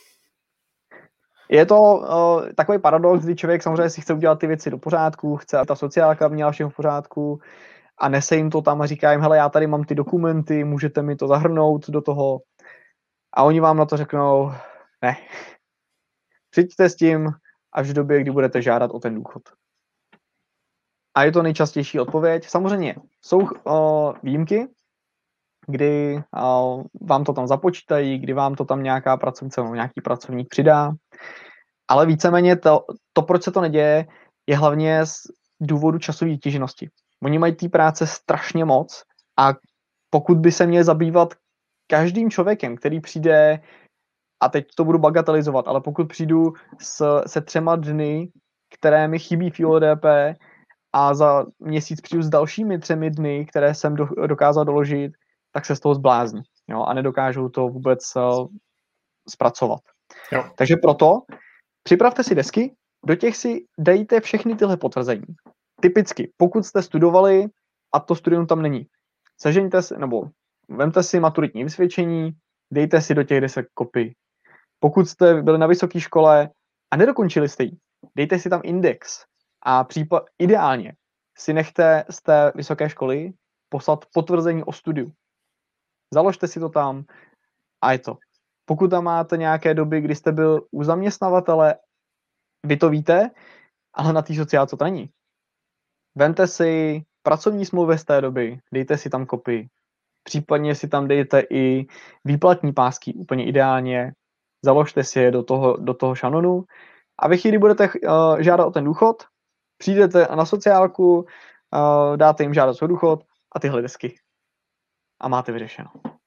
Je to uh, takový paradox, kdy člověk samozřejmě si chce udělat ty věci do pořádku, chce, aby ta sociálka měla všechno v pořádku a nese jim to tam a říká jim, hele, já tady mám ty dokumenty, můžete mi to zahrnout do toho. A oni vám na to řeknou, ne. Přijďte s tím až v době, kdy budete žádat o ten důchod. A je to nejčastější odpověď. Samozřejmě jsou uh, výjimky, kdy uh, vám to tam započítají, kdy vám to tam nějaká pracovnice nebo nějaký pracovník přidá. Ale víceméně to, to, proč se to neděje, je hlavně z důvodu časové vytíženosti. Oni mají té práce strašně moc a pokud by se měli zabývat každým člověkem, který přijde, a teď to budu bagatelizovat, ale pokud přijdu s, se třema dny, které mi chybí v I L D P a za měsíc přijdu s dalšími třemi dny, které jsem do, dokázal doložit, tak se z toho zblázní, jo, a nedokážou to vůbec uh, zpracovat. Jo. Takže proto připravte si desky, do těch si dejte všechny tyhle potvrzení. Typicky, pokud jste studovali a to studium tam není, sežeňte si, nebo vemte si maturitní vysvědčení, dejte si do těch desek kopii. Pokud jste byli na vysoké škole a nedokončili jste ji, dejte si tam index a případ, ideálně si nechte z té vysoké školy poslat potvrzení o studiu. Založte si to tam a je to. Pokud tam máte nějaké doby, kdy jste byl u zaměstnavatele, vy to víte, ale na té sociálce to není. Vemte si pracovní smlouvy z té doby, dejte si tam kopii. Případně si tam dejte i výplatní pásky, úplně ideálně. Založte si je do toho, do toho šanonu a ve chvíli budete uh, žádat o ten důchod, přijdete na sociálku, uh, dáte jim žádat o důchod a tyhle desky. A máte vyřešeno.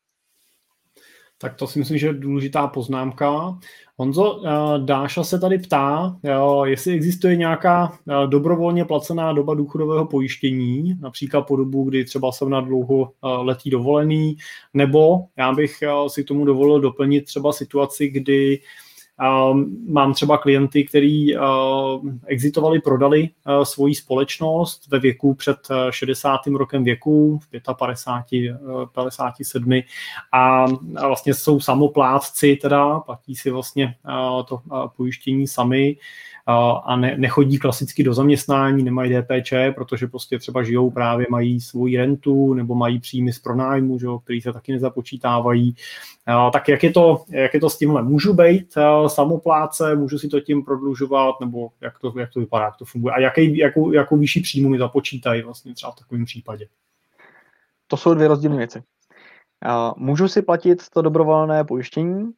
Tak to si myslím, že je důležitá poznámka. Honzo, Dáša se tady ptá, jestli existuje nějaká dobrovolně placená doba důchodového pojištění, například po dobu, kdy třeba jsem na dlouholetý dovolený, nebo já bych si k tomu dovolil doplnit třeba situaci, kdy mám třeba klienty, kteří exitovali, prodali svoji společnost ve věku před šedesátým rokem věku, v padesátý pět, padesát sedm a vlastně jsou samoplátci, teda platí si vlastně to pojištění sami a ne, nechodí klasicky do zaměstnání, nemají D P Č, protože prostě třeba žijou právě, mají svoji rentu nebo mají příjmy z pronájmu, že, který se taky nezapočítávají. Tak jak je to, jak je to s tímhle? Můžu být samopláce, můžu si to tím prodlužovat, nebo jak to, jak to vypadá, jak to funguje? A jaký, jakou, jakou výši příjmu mi započítají vlastně třeba v takovém případě? To jsou dvě rozdílné věci. Můžu si platit to dobrovolné pojištění,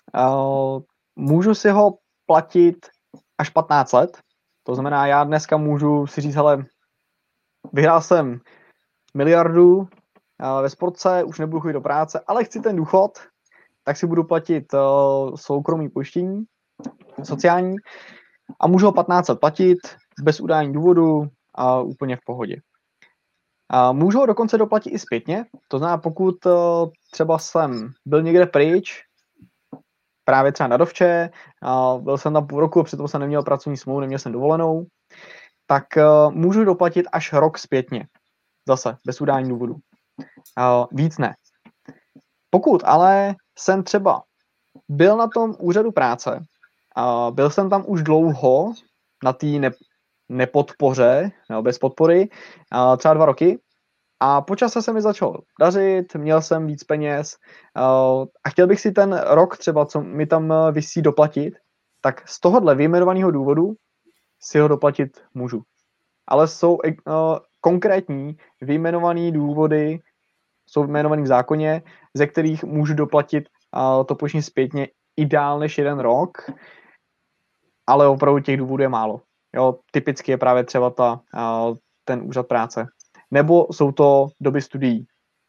můžu si ho platit až patnáct let, to znamená, já dneska můžu si říct, hele, vyhrál jsem miliardu ve sportce, už nebudu chodit do práce, ale chci ten důchod, tak si budu platit uh, soukromý pojištění, sociální, a můžu ho patnáct let platit bez udání důvodu, a úplně v pohodě. A můžu ho dokonce doplatit i zpětně, to znamená, pokud uh, třeba jsem byl někde pryč, právě třeba na dovče, uh, byl jsem tam půl roku, přitom jsem neměl pracovní smlouvu, neměl jsem dovolenou, tak uh, můžu doplatit až rok zpětně. Zase, bez udání důvodu. Uh, víc ne. Pokud ale jsem třeba byl na tom úřadu práce, uh, byl jsem tam už dlouho, na té ne- nepodpoře, nebo bez podpory, uh, třeba dva roky, a po čase se mi začalo dařit, měl jsem víc peněz uh, a chtěl bych si ten rok třeba, co mi tam visí, doplatit, tak z tohohle vyjmenovaného důvodu si ho doplatit můžu. Ale jsou uh, konkrétní vyjmenované důvody, jsou vyjmenované v zákoně, ze kterých můžu doplatit uh, to pojištění zpětně i dál než jeden rok, ale opravdu těch důvodů je málo. Jo, typicky je právě třeba ta, uh, ten úřad práce. Nebo jsou to doby studií.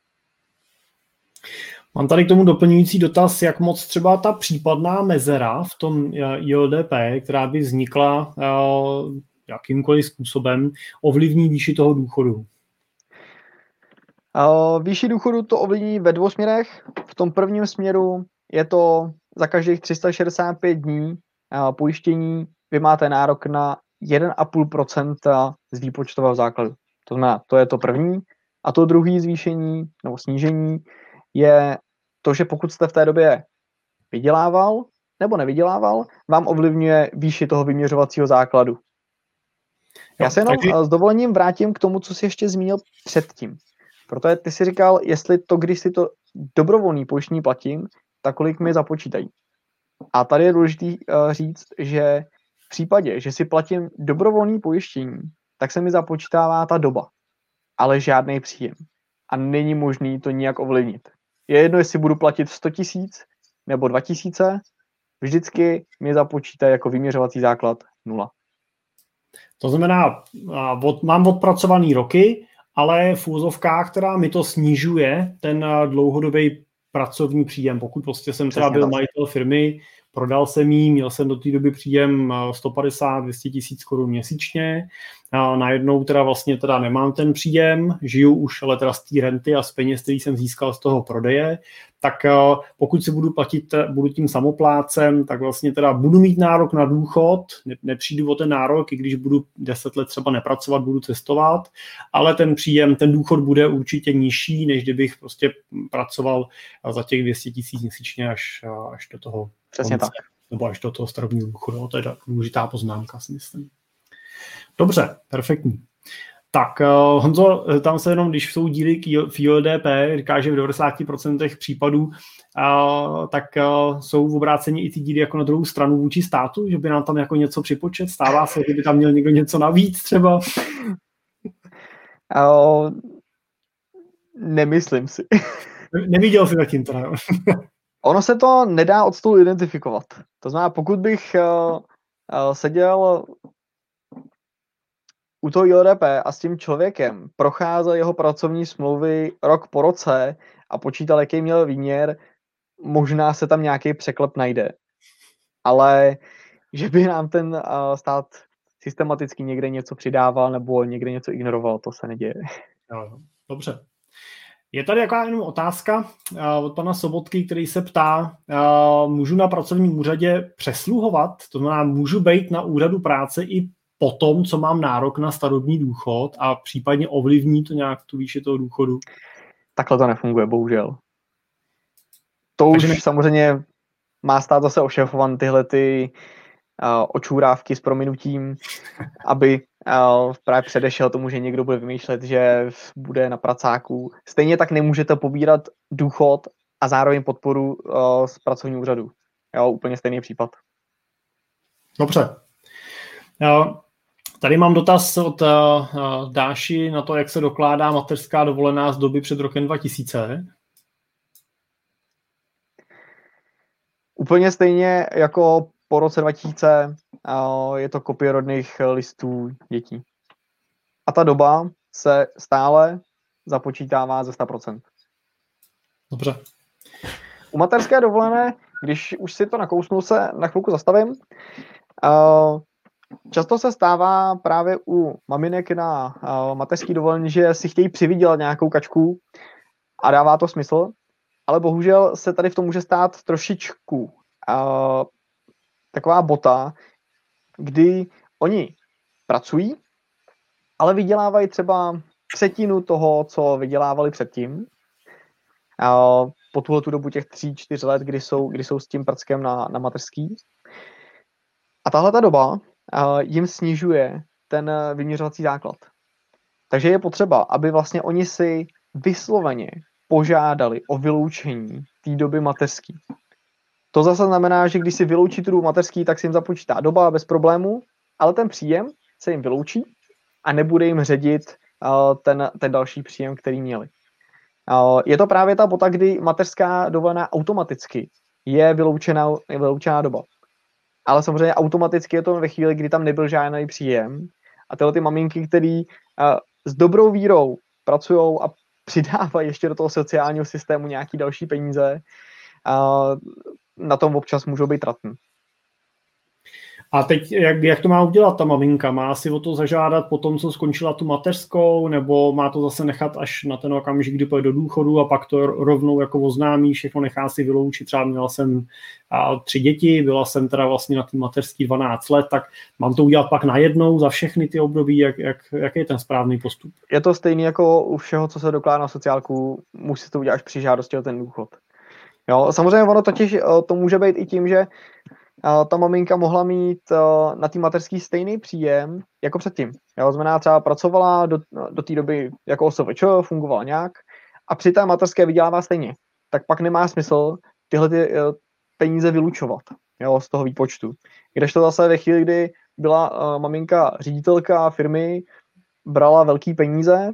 Mám tady k tomu doplňující dotaz, jak moc třeba ta případná mezera v tom I L D P, která by vznikla uh, jakýmkoliv způsobem, ovlivní výši toho důchodu? Uh, výši důchodu to ovlivní ve dvou směrech. V tom prvním směru je to za každých tři sta šedesát pět dní uh, pojištění, vy máte nárok na jedna celá pět procenta z výpočtového základu. To znamená, to je to první. A to druhé zvýšení nebo snížení je to, že pokud jste v té době vydělával nebo nevydělával, vám ovlivňuje výši toho vyměřovacího základu. Já se jenom takže s dovolením vrátím k tomu, co jsi ještě zmínil předtím. Protože ty si říkal, jestli to, když si to dobrovolný pojištění platím, tak kolik mi započítají. A tady je důležité uh, říct, že v případě, že si platím dobrovolný pojištění, tak se mi započítává ta doba, ale žádný příjem. A není možný to nijak ovlivnit. Je jedno, jestli budu platit sto tisíc nebo dva tisíce, vždycky mi započítají jako vyměřovací základ nula. To znamená, od, mám odpracovaný roky, ale v úzovkách, která mi to snižuje ten dlouhodobý pracovní příjem. Pokud prostě jsem třeba byl majitel firmy, prodal jsem jí, měl jsem do té doby příjem sto padesát až dvě stě tisíc korun měsíčně, a najednou teda vlastně teda nemám ten příjem, žiju už ale teda z té renty a z peněz, který jsem získal z toho prodeje, tak pokud si budu platit, budu tím samoplácem, tak vlastně teda budu mít nárok na důchod, ne, nepřijdu o ten nárok, i když budu deset let třeba nepracovat, budu cestovat, ale ten příjem, ten důchod bude určitě nižší, než kdybych prostě pracoval za těch dvě stě tisíc měsíčně až, až do toho Přesně konce, tak. Nebo až do toho starobního důchodu. To je důležitá poznámka, si myslím. Dobře, perfektní. Tak uh, Honzo, tam se jenom, když jsou díly v I L D P, říká, že v devadesát procent případů uh, tak uh, jsou v obrácení i ty díly jako na druhou stranu vůči státu, že by nám tam jako něco připočet. Stává se, kdyby tam měl někdo něco navíc třeba? Uh, nemyslím si. Neviděl jsi zatím teda. Ono se to nedá od stolu identifikovat. To znamená, pokud bych uh, uh, seděl u toho I L D P a s tím člověkem procházel jeho pracovní smlouvy rok po roce a počítal, jaký měl výměr, možná se tam nějaký překlep najde. Ale že by nám ten uh, stát systematicky někde něco přidával nebo někde něco ignoroval, to se neděje. Jo, dobře. Je tady jaká jenom otázka uh, od pana Sobotky, který se ptá, uh, můžu na pracovním úřadě přesluhovat? To znamená, můžu být na úřadu práce i po tom, co mám nárok na starobní důchod a případně ovlivní to nějak tu výši toho důchodu? Takhle to nefunguje, bohužel. To Takže už ne... samozřejmě má stát zase ošefovat tyhle ty uh, očůrávky s prominutím, aby uh, právě předešel tomu, že někdo bude vymýšlet, že bude na pracáku. Stejně tak nemůžete pobírat důchod a zároveň podporu uh, z pracovního úřadu. Jo, úplně stejný případ. Dobře. Jo. Tady mám dotaz od uh, Dáši na to, jak se dokládá mateřská dovolená z doby před rokem dva tisíce. Úplně stejně jako po roce dva tisíce uh, je to kopie rodných listů dětí. A ta doba se stále započítává ze sto procent. Dobře. U mateřské dovolené, když už si to nakousnu, se na chvilku zastavím, uh, často se stává právě u maminek na uh, mateřský dovolené, že si chtějí přivydělat nějakou kačku a dává to smysl, ale bohužel se tady v tom může stát trošičku uh, taková bota, kdy oni pracují, ale vydělávají třeba třetinu toho, co vydělávali předtím. Uh, po tuhle tu dobu těch tří, čtyř let, kdy jsou, kdy jsou s tím prackem na, na mateřský. A tahle ta doba uh, jim snižuje ten vyměřovací základ. Takže je potřeba, aby vlastně oni si vysloveně požádali o vyloučení té doby mateřský. To zase znamená, že když si vyloučí tu dobu mateřský, tak si jim započítá doba bez problému, ale ten příjem se jim vyloučí a nebude jim ředit uh, ten, ten další příjem, který měli. Uh, je to právě ta bota, kdy mateřská dovolená automaticky je vyloučená, je vyloučená doba. Ale samozřejmě automaticky je to ve chvíli, kdy tam nebyl žádný příjem. A tyhle ty maminky, které uh, s dobrou vírou pracují a přidávají ještě do toho sociálního systému nějaký další peníze, uh, na tom občas můžou být tratní. A teď, jak, jak to má udělat ta maminka? Má si o to zažádat po tom, co skončila tu mateřskou, nebo má to zase nechat až na ten okamžik, kdy pojde do důchodu a pak to rovnou jako oznámí, všechno nechá si vyloučit. Třeba měla jsem a, tři děti, byla jsem teda vlastně na té mateřský dvanáct let, tak mám to udělat pak najednou za všechny ty období, jak, jak, jaký je ten správný postup? Je to stejný jako u všeho, co se dokládá na sociálku, musí to udělat až při žádosti o ten důchod. Jo, samozřejmě ono totiž to může být i tím, že ta maminka mohla mít na té mateřský stejný příjem jako předtím. Jo, znamená, třeba pracovala do, do té doby jako O S V Č, fungovala nějak a při té mateřské vydělává stejně. Tak pak nemá smysl tyhle ty peníze vylučovat, jo, z toho výpočtu. Kdežto zase ve chvíli, kdy byla maminka ředitelka firmy, brala velký peníze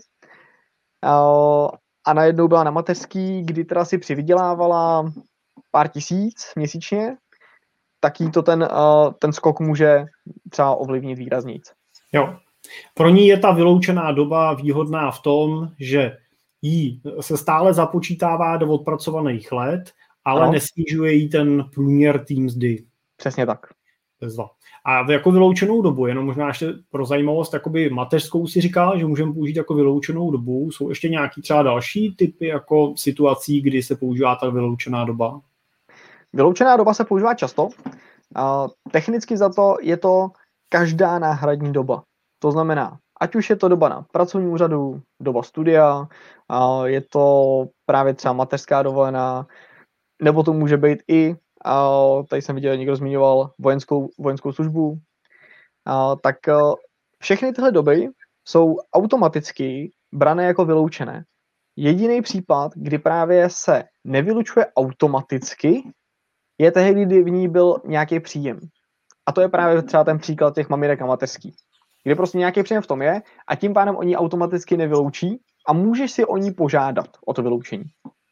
a najednou byla na mateřský, kdy teda si přivydělávala pár tisíc měsíčně, tak jí to ten, uh, ten skok může třeba ovlivnit výraznějc. Jo. Pro ní je ta vyloučená doba výhodná v tom, že jí se stále započítává do odpracovaných let, ale no. nesnižuje jí ten průměr té mzdy. Přesně tak. A jako vyloučenou dobu, jenom možná ještě pro zajímavost, jakoby mateřskou si říkal, že můžeme použít jako vyloučenou dobu. Jsou ještě nějaký třeba další typy jako situací, kdy se používá ta vyloučená doba? Vyloučená doba se používá často. Technicky za to je to každá náhradní doba. To znamená, ať už je to doba na pracovním úřadu, doba studia, je to právě třeba mateřská dovolená, nebo to může být i, tady jsem viděl, někdo zmiňoval vojenskou, vojenskou službu, tak všechny tyhle doby jsou automaticky brané jako vyloučené. Jediný případ, kdy právě se nevylučuje automaticky, je tehdy, kdy v ní byl nějaký příjem. A to je právě třeba ten příklad těch maminek a mateřských. Kdy prostě nějaký příjem v tom je a tím pádem oni automaticky nevyloučí a můžeš si o ní požádat o to vyloučení.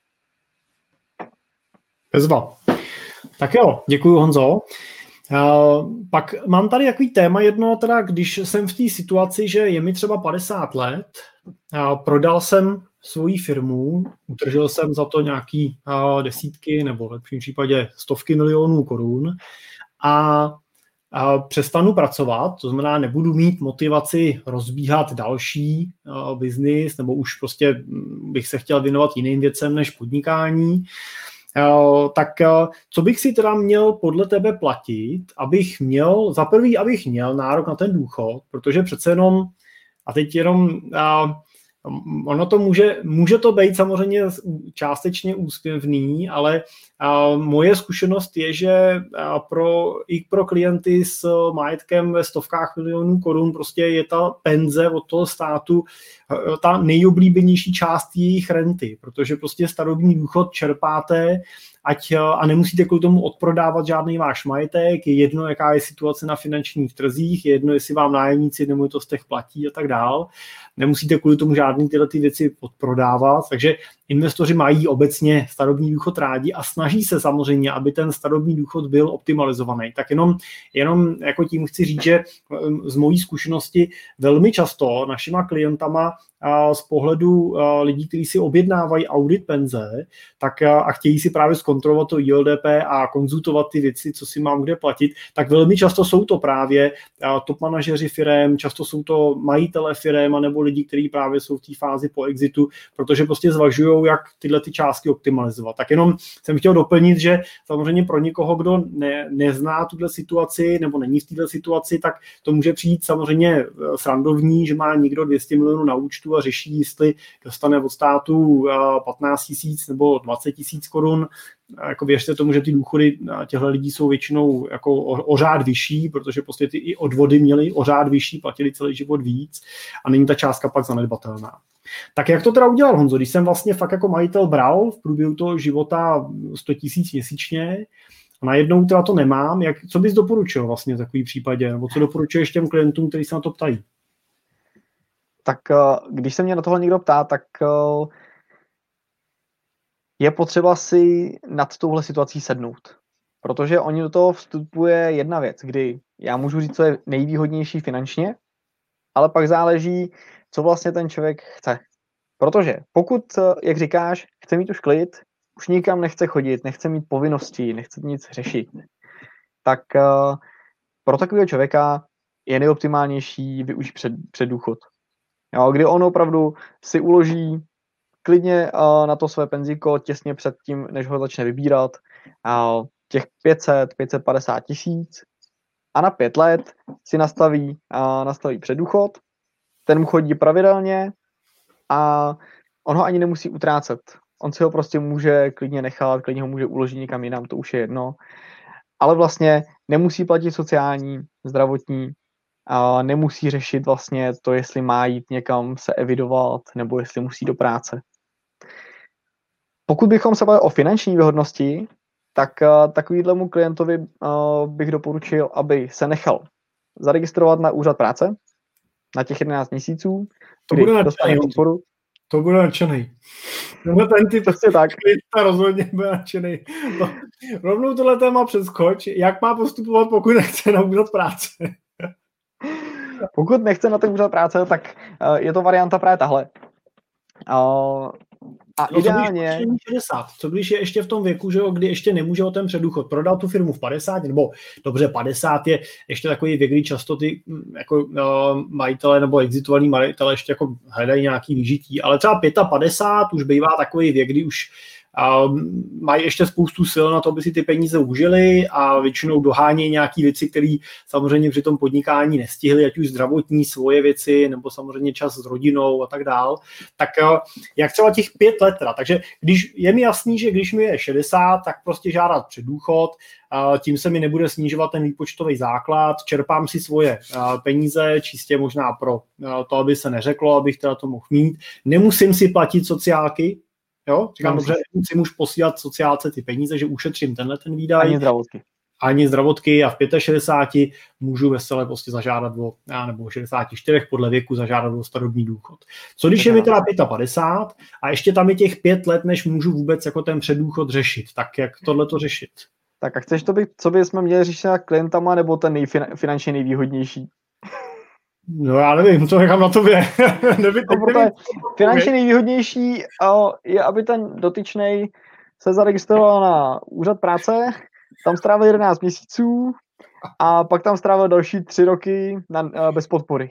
Bezva. Tak jo, děkuji, Honzo. Uh, pak mám tady takový téma jedno, teda když jsem v té situaci, že je mi třeba padesát let, uh, prodal jsem svoji firmu, utržil jsem za to nějaký uh, desítky nebo v lepším případě stovky milionů korun a uh, přestanu pracovat, to znamená nebudu mít motivaci rozbíhat další uh, biznis nebo už prostě bych se chtěl věnovat jiným věcem než podnikání. Uh, tak uh, co bych si teda měl podle tebe platit, abych měl, za prvý, abych měl nárok na ten důchod, protože přece jenom, a teď jenom, uh, ono to může, může to být samozřejmě částečně úsměvný, ale uh, moje zkušenost je, že uh, pro, i pro klienty s majetkem ve stovkách milionů korun prostě je ta penze od toho státu uh, ta nejoblíbenější část jejich renty, protože prostě starobní důchod čerpáte ať, a nemusíte kvůli tomu odprodávat žádný váš majetek, je jedno, jaká je situace na finančních trzích, je jedno, jestli vám nájemníci nemovitostech platí a tak dál. Nemusíte kvůli tomu žádný tyhle ty věci odprodávat, takže investoři mají obecně starobní důchod rádi a snaží se samozřejmě, aby ten starobní důchod byl optimalizovaný. Tak jenom, jenom jako tím chci říct, že z mojí zkušenosti velmi často našima klientama z pohledu lidí, kteří si objednávají audit penze, tak a chtějí si právě zkontrolovat to I L D P a konzultovat ty věci, co si mám kde platit, tak velmi často jsou to právě top manažeři firem, často jsou to majitele firem anebo lidi, kteří právě jsou v té fázi po exitu, protože prostě zvažují, jak tyhle ty částky optimalizovat. Tak jenom jsem chtěl doplnit, že samozřejmě pro někoho, kdo ne, nezná tuhle situaci nebo není v této situaci, tak to může přijít samozřejmě srandovní, že má někdo dvě stě milionů na účtu a řeší, jestli dostane od státu patnáct tisíc nebo dvacet tisíc korun. Jako věřte tomu, že ty důchody těchto lidí jsou většinou jako o, o řád vyšší, protože prostě ty i odvody měli o řád vyšší, platili celý život víc a není ta částka pak zanedbatelná. Tak jak to teda udělal Honzo, když jsem vlastně fakt jako majitel bral v průběhu toho života sto tisíc měsíčně a najednou teda to nemám, jak, co bys doporučil vlastně v takový případě, nebo co doporučuješ těm klientům, kteří se na to ptají? Tak když se mě na tohle někdo ptá, tak je potřeba si nad touhle situací sednout. Protože oni do toho vstupuje jedna věc, kdy já můžu říct, co je nejvýhodnější finančně, ale pak záleží, co vlastně ten člověk chce. Protože pokud, jak říkáš, chce mít už klid, už nikam nechce chodit, nechce mít povinnosti, nechce nic řešit, tak pro takového člověka je nejoptimálnější využít před, předdůchod. Jo, kdy on opravdu si uloží klidně uh, na to své penzíko těsně před tím, než ho začne vybírat, uh, těch pět set, pět set padesát tisíc a na pět let si nastaví, uh, nastaví předdůchod, ten mu chodí pravidelně a on ho ani nemusí utrácet. On si ho prostě může klidně nechat, klidně ho může uložit někam jinam, to už je jedno. Ale vlastně nemusí platit sociální, zdravotní, a nemusí řešit vlastně to, jestli má jít někam se evidovat, nebo jestli musí do práce. Pokud bychom se bavili o finanční výhodnosti, tak uh, takovýhlemu klientovi uh, bych doporučil, aby se nechal zaregistrovat na úřad práce na těch jedenáct měsíců, to kdy bude dostane podporu. To bude nadšenej. Tenhle ten typ prostě tak. To rozhodně bude nadšenej. To, rovnou tohle téma přeskoč. Jak má postupovat, pokud nechce na úřad práce? Pokud nechce na ten úřad práce, tak uh, je to varianta právě tahle. Uh, a no, ideálně... Co když, šedesát, co když je ještě v tom věku, že jo, kdy ještě nemůže o ten předůchod, prodal tu firmu v padesát, nebo dobře, padesát je ještě takový věk, kdy často ty jako, uh, majitele nebo exitovaný majitele ještě jako hledají nějaký vyžití, ale třeba padesát pět už bývá takový věk, kdy už uh, mají ještě spoustu sil na to, aby si ty peníze užili a většinou dohánějí nějaký věci, které samozřejmě při tom podnikání nestihli, ať už zdravotní svoje věci, nebo samozřejmě čas s rodinou a tak dál. Tak uh, jak třeba těch pět let teda. Takže když je mi jasný, že když mi je šedesát, tak prostě žádat předdůchod, uh, tím se mi nebude snižovat ten výpočtový základ, čerpám si svoje uh, peníze, čistě možná pro uh, to, aby se neřeklo, abych teda to mohl mít. Nemusím si platit sociálky, jo, říkám dobře, musím už posílat sociálce ty peníze, že ušetřím tenhle ten výdaj. Ani zdravotky. Ani zdravotky a v šedesáti pěti můžu veselé prostě zažádat o, nebo šedesáti čtyřech podle věku zažádat o starobní důchod. Co když je mi teda padesát pět a ještě tam je těch pět let, než můžu vůbec jako ten předdůchod řešit, tak jak tohleto řešit? Tak a chceš to být, co bychom měli řešit na klientama, nebo ten nejfin- finančně nejvýhodnější? No já nevím, to nechám na tobě. nevím, no, nevím, finančně nejvýhodnější je, aby ten dotyčnej se zaregistroval na úřad práce, tam strávil jedenáct měsíců a pak tam strávil další tři roky na, bez podpory.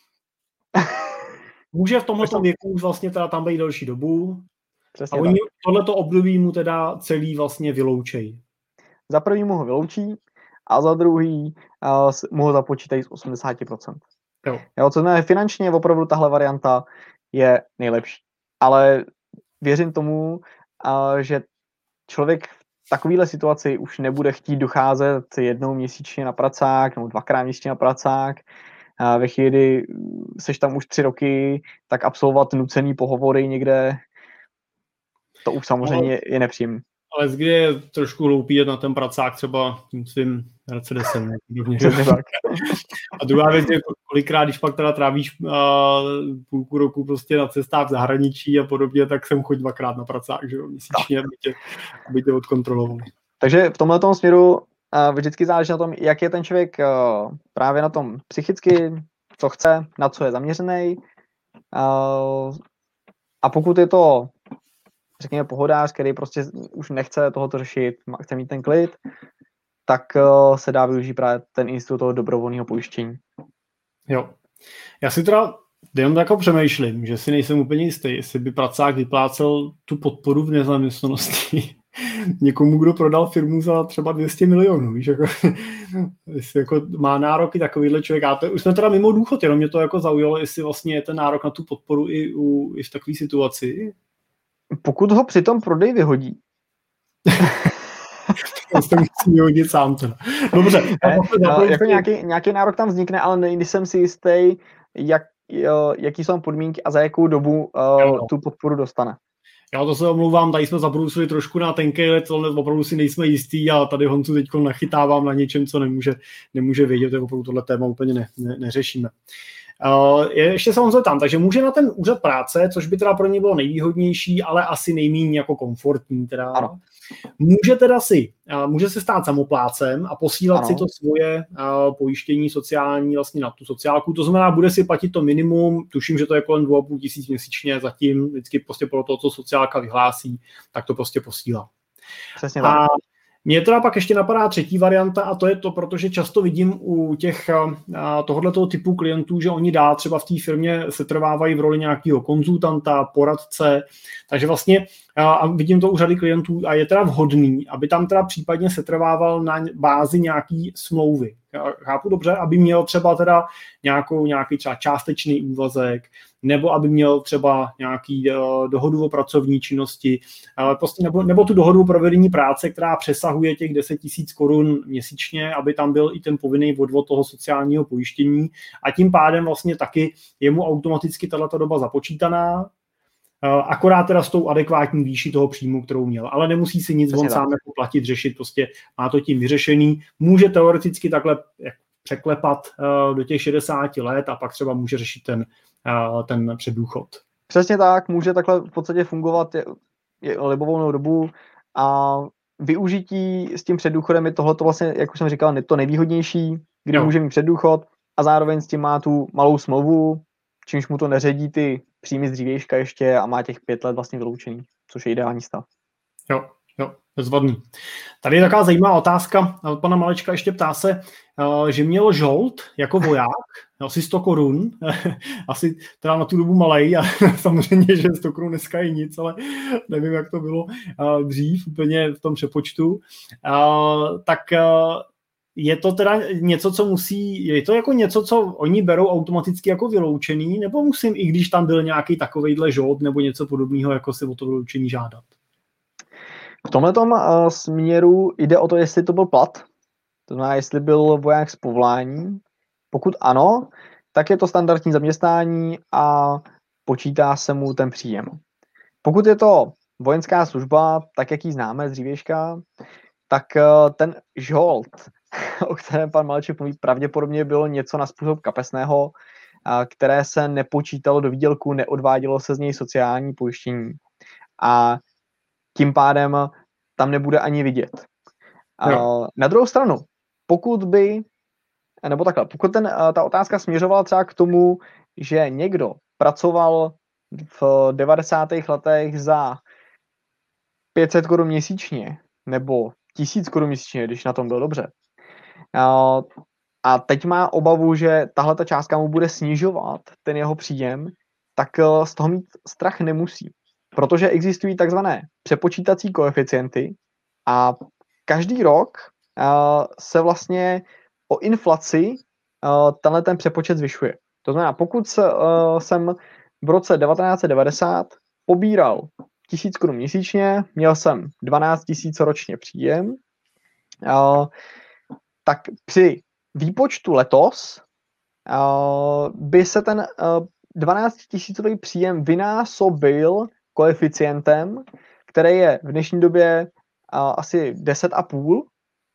Může v tomto věku už vlastně teda tam být další dobu. Přesně a oni tohleto období mu teda celý vlastně vyloučejí. Za první mu ho vyloučí a za druhý uh, mu ho započítají z osmdesát procent. Jo. Jo, co znamená, finančně opravdu tahle varianta je nejlepší. Ale věřím tomu, uh, že člověk v takovéhle situaci už nebude chtít docházet jednou měsíčně na pracák nebo dvakrát měsíčně na pracák. Uh, ve chvíli, kdy seš tam už tři roky, tak absolvovat nucený pohovory někde, to už samozřejmě ale, je nepříjemné. Ale kdy je trošku hloupý jet na ten pracák třeba tím svým Mercedesem. A druhá věc je, kolikrát, když pak teda trávíš uh, půlku roku prostě na cestách v zahraničí a podobně, tak jsem chodil dvakrát na pracák, že jo, měsíčně, aby tě, aby tě odkontrolovali. Takže v tomhle směru uh, vždycky záleží na tom, jak je ten člověk uh, právě na tom psychicky, co chce, na co je zaměřený. Uh, a pokud je to, řekněme, pohodář, který prostě už nechce tohoto řešit, chce mít ten klid, tak uh, se dá využít právě ten institut toho dobrovolného pojištění. Jo. Já si teda jenom tak přemýšlím, že si nejsem úplně jistý, jestli by pracák vyplácel tu podporu v nezaměstnanosti někomu, kdo prodal firmu za třeba dvě stě milionů, víš, jako, jestli jako má nároky takovýhle člověk. A to, už jsme teda mimo důchod, jenom mě to jako zaujalo, jestli vlastně je ten nárok na tu podporu i, u, i v takové situaci. Pokud ho při tom prodej vyhodí. Já jsem musím vyhodit sám teda. Dobře. Ne, no, jako nějaký, nějaký nárok tam vznikne, ale nejsem si jistý, jak, jaký jsou podmínky a za jakou dobu uh, tu podporu dostane. Já to se omlouvám, tady jsme zabrousili trošku na tenkej let, ale opravdu si nejsme jistý a tady Honzu teď nachytávám na něčem, co nemůže, nemůže vědět, tak opravdu tohle téma úplně ne, ne, neřešíme. Uh, ještě se vám zeptám, takže může na ten úřad práce, což by teda pro ně bylo nejvýhodnější, ale asi nejméně jako komfortní. Teda. Ano. Může teda si, uh, může se stát samoplácem a posílat ano. si to svoje uh, pojištění sociální vlastně na tu sociálku, to znamená, bude si platit to minimum, tuším, že to je kolem dva a půl tisíc měsíčně, zatím vždycky prostě podle toho, co sociálka vyhlásí, tak to prostě posílá. Přesně tak. A mně teda pak ještě napadá třetí varianta a to je to, protože často vidím u těch tohoto typu klientů, že oni dál třeba v té firmě se trvávají v roli nějakého konzultanta, poradce, takže vlastně a vidím to u řady klientů a je teda vhodný, aby tam teda případně setrvával na bázi nějaký smlouvy. Chápu dobře, aby měl třeba teda nějakou, nějaký třeba částečný úvazek, nebo aby měl třeba nějaký uh, dohodu o pracovní činnosti, uh, prostě nebo, nebo tu dohodu o provedení práce, která přesahuje těch deset tisíc korun měsíčně, aby tam byl i ten povinný odvod toho sociálního pojištění a tím pádem vlastně taky je mu automaticky tato doba započítaná, uh, akorát teda s tou adekvátní výší toho příjmu, kterou měl. Ale nemusí si nic on sám jako platit, řešit, prostě má to tím vyřešený. Může teoreticky takhle překlepat uh, do těch šedesáti let a pak třeba může řešit ten ten předdůchod. Přesně tak, může takhle v podstatě fungovat je, je libovolnou dobu a využití s tím předdůchodem je tohleto vlastně, jak už jsem říkal, to nejvýhodnější, kdy jo. může mít předdůchod a zároveň s tím má tu malou smlouvu, čímž mu to neředí ty příjmy z dřívějška ještě a má těch pět let vlastně vyloučený, což je ideální stav. Jo, jo, bezvadný. Tady je taková zajímavá otázka od pana Malečka, ještě ptá se, že měl žolt jako voják, asi sto korun, asi teda na tu dobu malej a samozřejmě, že sto korun dneska je nic, ale nevím, jak to bylo dřív úplně v tom přepočtu, tak je to teda něco, co musí, je to jako něco, co oni berou automaticky jako vyloučený, nebo musím, i když tam byl nějaký takovejhle žolt nebo něco podobného, jako si o to vyloučení žádat? V tomhletom uh, směru jde o to, jestli to byl plat, to znamená, jestli byl voják z povolání. Pokud ano, tak je to standardní zaměstnání a počítá se mu ten příjem. Pokud je to vojenská služba, tak jak ji známe z dřívějška, tak uh, ten žolt, o kterém pan Maleček mluví, pravděpodobně bylo něco na způsob kapesného, uh, které se nepočítalo do výdělku, neodvádělo se z něj sociální pojištění. A tím pádem tam nebude ani vidět. No. Na druhou stranu, pokud by, nebo takhle, pokud ten, ta otázka směřovala třeba k tomu, že někdo pracoval v devadesátých letech za pět set korun měsíčně, nebo tisíc korun měsíčně, když na tom byl dobře, a teď má obavu, že tahle ta částka mu bude snižovat ten jeho příjem, tak z toho mít strach nemusí. Protože existují takzvané přepočítací koeficienty a každý rok uh, se vlastně o inflaci uh, tenhle ten přepočet zvyšuje. To znamená, pokud se, uh, jsem v roce devatenáct set devadesát pobíral tisíc korun měsíčně, měl jsem dvanáct tisíc ročně příjem, uh, tak při výpočtu letos uh, by se ten uh, dvanáctitisícový příjem vynásobil koeficientem, který je v dnešní době a, asi deset a půl.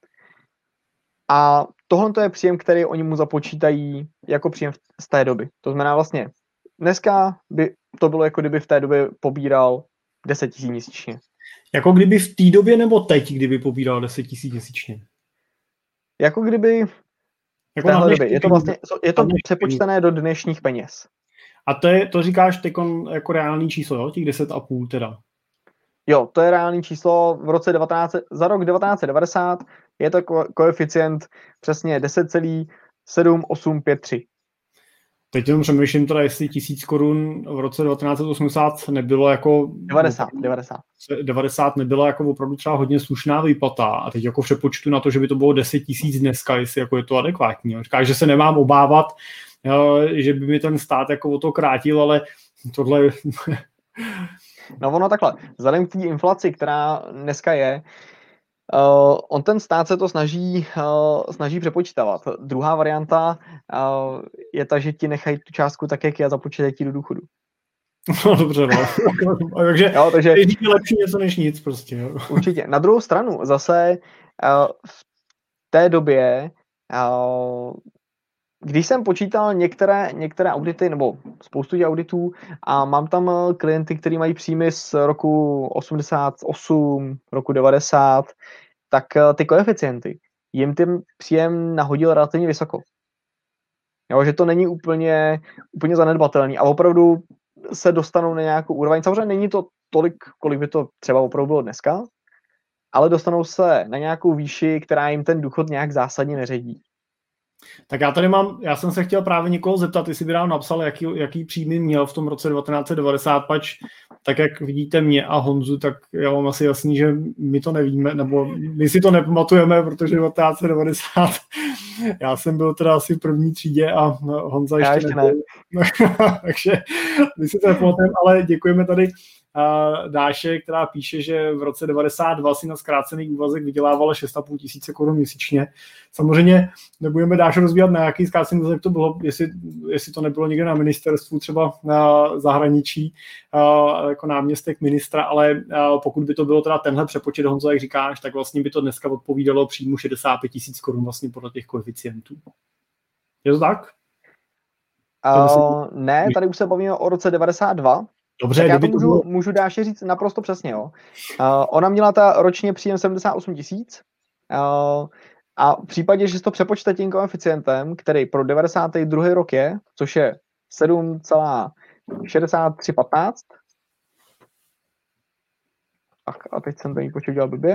A tohle to je příjem, který oni mu započítají jako příjem z té doby. To znamená vlastně, dneska by to bylo jako kdyby v té době pobíral deset tisíc měsíčně. Jako kdyby v té době nebo teď, kdyby pobíral deset tisíc měsíčně? Jako kdyby jako v téhle době. Je to vlastně je to přepočtené do dnešních peněz. A to, je, to říkáš teď jako reálný číslo, jo? Těch deset a půl teda. Jo, to je reálný číslo v roce devatenáct za rok devatenáct set devadesát je to ko- koeficient přesně deset celá sedm osm pět tři. Teď jenom přemýšlím teda, jestli tisíc korun v roce devatenáct set osmdesát nebylo jako... devadesát, devadesát. devadesát nebyla jako opravdu třeba hodně slušná výplata a teď jako v přepočtu na to, že by to bylo deset tisíc dneska, jestli jako je to adekvátní. Říkáš, že se nemám obávat, že by mi ten stát jako o to krátil, ale tohle... No ono takhle, vzhledem k té inflaci, která dneska je, uh, on ten stát se to snaží, uh, snaží přepočítávat. Druhá varianta uh, je ta, že ti nechají tu částku tak, jak je, a započítají ti do důchodu. No dobře, no. takže, jo, takže je lepší něco než nic prostě. Jo. Určitě. Na druhou stranu, zase uh, v té době, uh, když jsem počítal některé, některé audity, nebo spoustu těch auditů, a mám tam klienty, kteří mají příjmy z roku osmdesát osm, roku devadesát, tak ty koeficienty jim ten příjem nahodil relativně vysoko. Jo, že to není úplně, úplně zanedbatelný a opravdu se dostanou na nějakou úroveň. Samozřejmě není to tolik, kolik by to třeba opravdu bylo dneska, ale dostanou se na nějakou výši, která jim ten důchod nějak zásadně neředí. Tak já tady mám, já jsem se chtěl právě někoho zeptat, jestli by nám napsal, jaký, jaký příjmy měl v tom roce devatenáct set devadesát, pač tak jak vidíte mě a Honzu, tak já mám asi jasný, že my to nevíme, nebo my si to nepamatujeme, protože devatenáct set devadesát, já jsem byl teda asi v první třídě a Honza ještě, ještě nebyl. Ne. Takže my si to nepamatujeme, ale děkujeme tady Uh, Dáše, která píše, že v roce devadesát dva si na zkrácený úvazek vydělávala šest a půl tisíce korun měsíčně. Samozřejmě nebudeme Dáše rozvíjet, na jaký zkrácený úvazek to bylo, jestli, jestli to nebylo někde na ministerstvu, třeba na zahraničí, uh, jako náměstek ministra, ale uh, pokud by to bylo teda tenhle přepočet, Honzo, jak říkáš, tak vlastně by to dneska odpovídalo příjmu šedesát pět tisíc korun vlastně podle těch koeficientů. Je to tak? Uh, ne, tady už se bavíme o roce devadesát dva. Dobře, tak já to to můžu, bylo... můžu Dáše říct naprosto přesně. Jo. Uh, ona měla ta ročně příjem sedmdesát osm tisíc uh, a v případě, že to přepočte tím koeficientem, který pro devadesátý druhý rok je, což je sedm celá šedesát tři patnáct. Tak a teď jsem ten výpočet dělal blbě.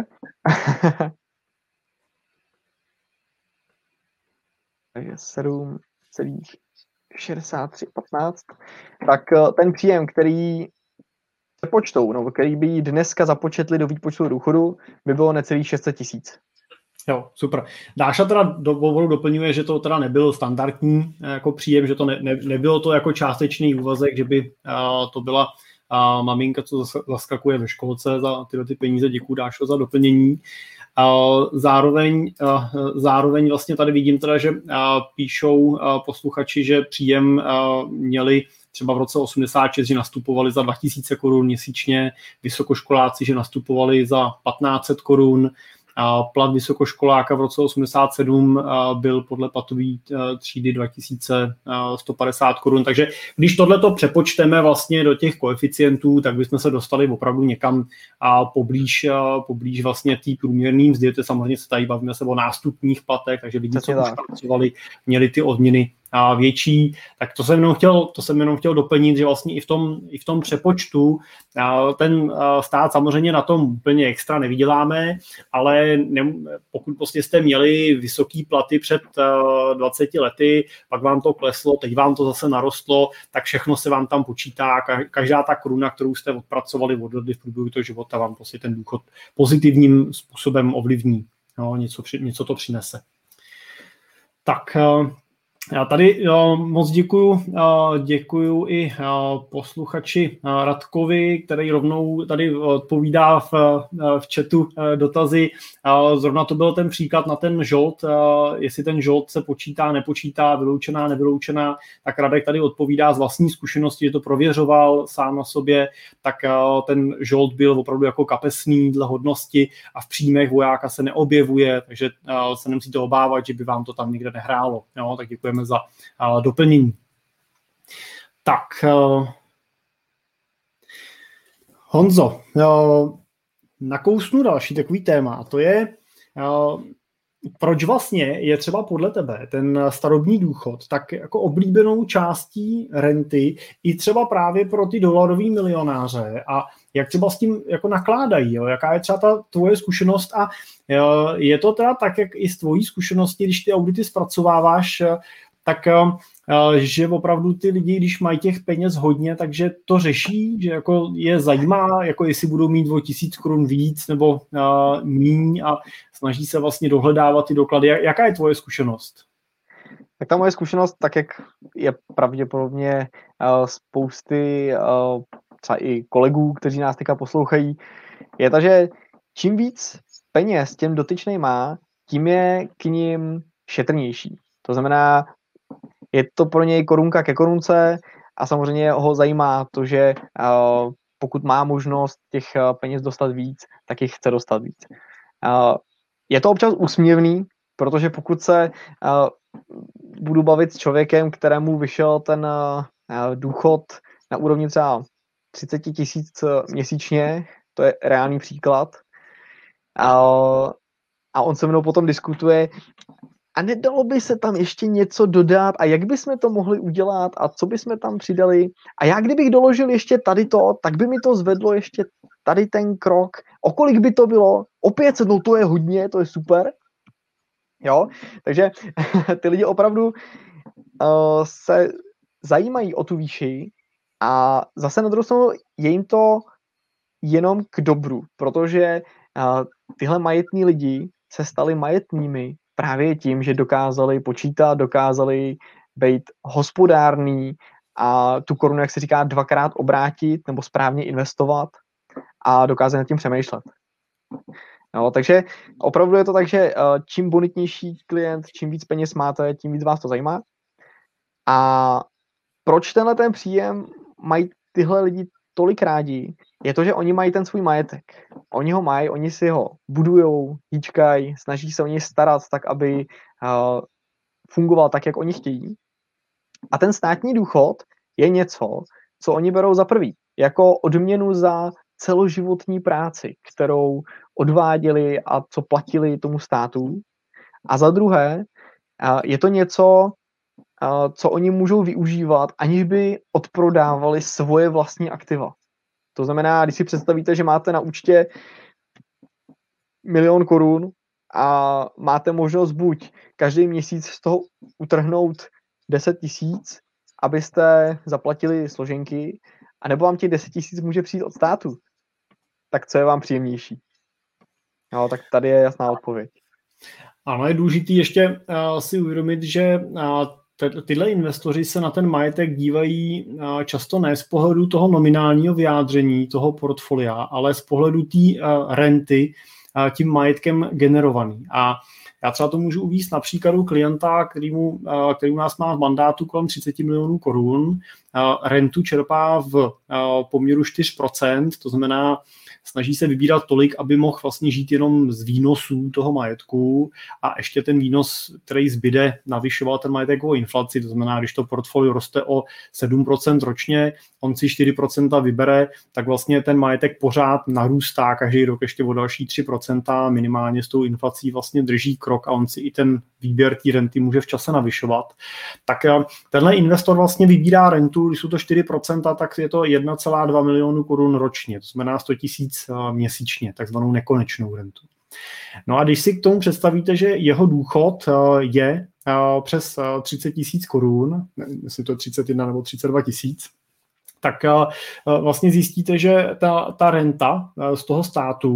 Takže sedm celá šedesát tři patnáct, tak ten příjem, který se počtou, no, který by jí dneska započetli do výpočtu důchodu, by bylo necelých šest set tisíc. Jo, super. Dáša teda do povodu doplňuje, že to teda nebyl standardní jako příjem, že to ne, ne, nebylo to jako částečný úvazek, že by uh, to byla uh, maminka, co zaskakuje ve školce za tyhle ty peníze. Děkuju, Dášo, za doplnění. Uh, zároveň, uh, zároveň vlastně tady vidím teda, že uh, píšou uh, posluchači, že příjem uh, měli třeba v roce osmdesát šest, že nastupovali za dva tisíce korun měsíčně, vysokoškoláci, že nastupovali za patnáct set korun, a plat vysokoškoláka v roce osmdesát sedm byl podle platové třídy dva tisíce sto padesát korun. Takže když tohleto přepočteme vlastně do těch koeficientů, tak bychom se dostali opravdu někam a poblíž, poblíž vlastně té průměrné mzdy. To samozřejmě se tady bavíme se o nástupních platech, takže lidi, co už pracovali, měli ty odměny a větší, tak to jsem jenom chtěl, to jsem jenom chtěl doplnit, že vlastně i v tom, i v tom přepočtu ten stát samozřejmě na tom úplně extra nevyděláme, ale ne, pokud prostě jste měli vysoký platy před dvaceti lety, pak vám to kleslo, teď vám to zase narostlo, tak všechno se vám tam počítá, každá ta koruna, kterou jste odpracovali, odvedli v průběhu toho života, vám prostě ten důchod pozitivním způsobem ovlivní. No, něco, něco to přinese. Tak Já tady jo, moc děkuju, děkuju i posluchači Radkovi, který rovnou tady odpovídá v, v chatu dotazy. Zrovna to byl ten příklad na ten žolt, jestli ten žolt se počítá, nepočítá, vyloučená, nevyloučená, tak Radek tady odpovídá z vlastní zkušenosti, že to prověřoval sám na sobě, tak ten žolt byl opravdu jako kapesný dle hodnosti a v příjmech vojáka se neobjevuje, takže se nemusíte obávat, že by vám to tam někde nehrálo. Jo, tak děkujeme za uh, doplnění. Tak, uh, Honzo, uh, nakousnu další takový téma, a to je, uh, proč vlastně je třeba podle tebe ten starobní důchod tak jako oblíbenou částí renty i třeba právě pro ty dolarový milionáře a jak třeba s tím jako nakládají, jo? Jaká je třeba ta tvoje zkušenost a jo, je to teda tak, jak i z tvojí zkušenosti, když ty audity zpracováváš, tak že opravdu ty lidi, když mají těch peněz hodně, takže to řeší, že jako je zajímá, jako jestli budou mít o tisíc korun víc nebo uh, míň a snaží se vlastně dohledávat ty doklady. Jaká je tvoje zkušenost? Tak ta moje zkušenost, tak jak je pravděpodobně uh, spousty uh, třeba i kolegů, kteří nás teďka poslouchají, je ta, že čím víc peněz těm dotyčnej má, tím je k ním šetrnější. To znamená, je to pro něj korunka ke korunce a samozřejmě ho zajímá to, že uh, pokud má možnost těch uh, peněz dostat víc, tak jich chce dostat víc. Uh, je to občas úsměvný, protože pokud se uh, budu bavit s člověkem, kterému vyšel ten uh, důchod na úrovni třeba třicet tisíc měsíčně, to je reálný příklad, uh, a on se mnou potom diskutuje, a nedalo by se tam ještě něco dodat a jak bychom to mohli udělat a co bychom tam přidali a já kdybych doložil ještě tady to, tak by mi to zvedlo ještě tady ten krok. O kolik by to bylo? O pět set, no to je hodně, to je super. Jo, takže ty lidi opravdu uh, se zajímají o tu výši a zase na druhou stranu je jim to jenom k dobru, protože uh, tyhle majetní lidi se stali majetnými právě tím, že dokázali počítat, dokázali být hospodární a tu korunu, jak se říká, dvakrát obrátit nebo správně investovat a dokázali nad tím přemýšlet. No, takže opravdu je to tak, že čím bonitnější klient, čím víc peněz máte, tím víc vás to zajímá. A proč tenhle ten příjem mají tyhle lidi tolik rádi, je to, že oni mají ten svůj majetek. Oni ho mají, oni si ho budujou, hýčkají, snaží se o něj starat tak, aby uh, fungoval tak, jak oni chtějí. A ten státní důchod je něco, co oni berou za prvý, jako odměnu za celoživotní práci, kterou odváděli a co platili tomu státu. A za druhé, uh, je to něco, uh, co oni můžou využívat, aniž by odprodávali svoje vlastní aktiva. To znamená, když si představíte, že máte na účtě milion korun a máte možnost buď každý měsíc z toho utrhnout deset tisíc, abyste zaplatili složenky, anebo vám těch deset tisíc může přijít od státu, tak co je vám příjemnější? No, tak tady je jasná odpověď. Ano, je důležitý ještě uh, si uvědomit, že uh, tyhle investoři se na ten majetek dívají často ne z pohledu toho nominálního vyjádření toho portfolia, ale z pohledu té renty tím majetkem generovaný. A já třeba to můžu uvést na příkladu klienta, kterýmu, který u nás má v mandátu kolem třicet milionů korun. Rentu čerpá v poměru čtyři procenta, to znamená, snaží se vybírat tolik, aby mohl vlastně žít jenom z výnosů toho majetku a ještě ten výnos, který zbyde, navyšoval ten majetek o inflaci, to znamená, když to portfolio roste o sedm procent ročně, on si čtyři procenta vybere, tak vlastně ten majetek pořád narůstá každý rok ještě o další tři procenta, minimálně s tou inflací vlastně drží krok a on si i ten výběr té renty může v čase navyšovat. Tak tenhle investor vlastně vybírá rentu, když jsou to čtyři procenta, tak je to jedna celá dva milionu korun ročně, to znamená sto tisíc měsíčně, takzvanou nekonečnou rentu. No a když si k tomu představíte, že jeho důchod je přes třicet tisíc korun, jestli to je třicet jedna nebo třicet dva tisíc, tak vlastně zjistíte, že ta, ta renta z toho státu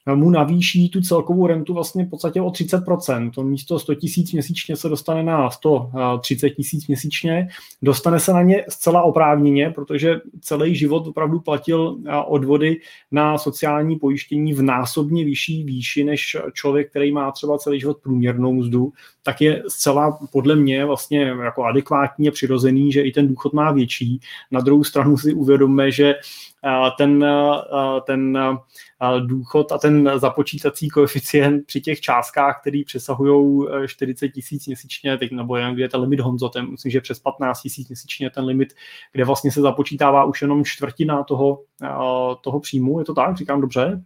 mu navýší tu celkovou rentu vlastně v podstatě o třicet procent. To místo sto tisíc měsíčně se dostane na sto třicet tisíc měsíčně. Dostane se na ně zcela oprávněně, protože celý život opravdu platil odvody na sociální pojištění v násobně vyšší výši než člověk, který má třeba celý život průměrnou mzdu, tak je zcela podle mě vlastně jako adekvátně přirozený, že i ten důchod má větší. Na druhou stranu si uvědomme, že ten, ten důchod a ten započítací koeficient při těch částkách, který přesahují čtyřicet tisíc měsíčně, teď, nebo jen kde je ten limit, Honzo, ten, myslím, že přes patnáct tisíc měsíčně ten limit, kde vlastně se započítává už jenom čtvrtina toho, toho příjmu, je to tak? Říkám dobře?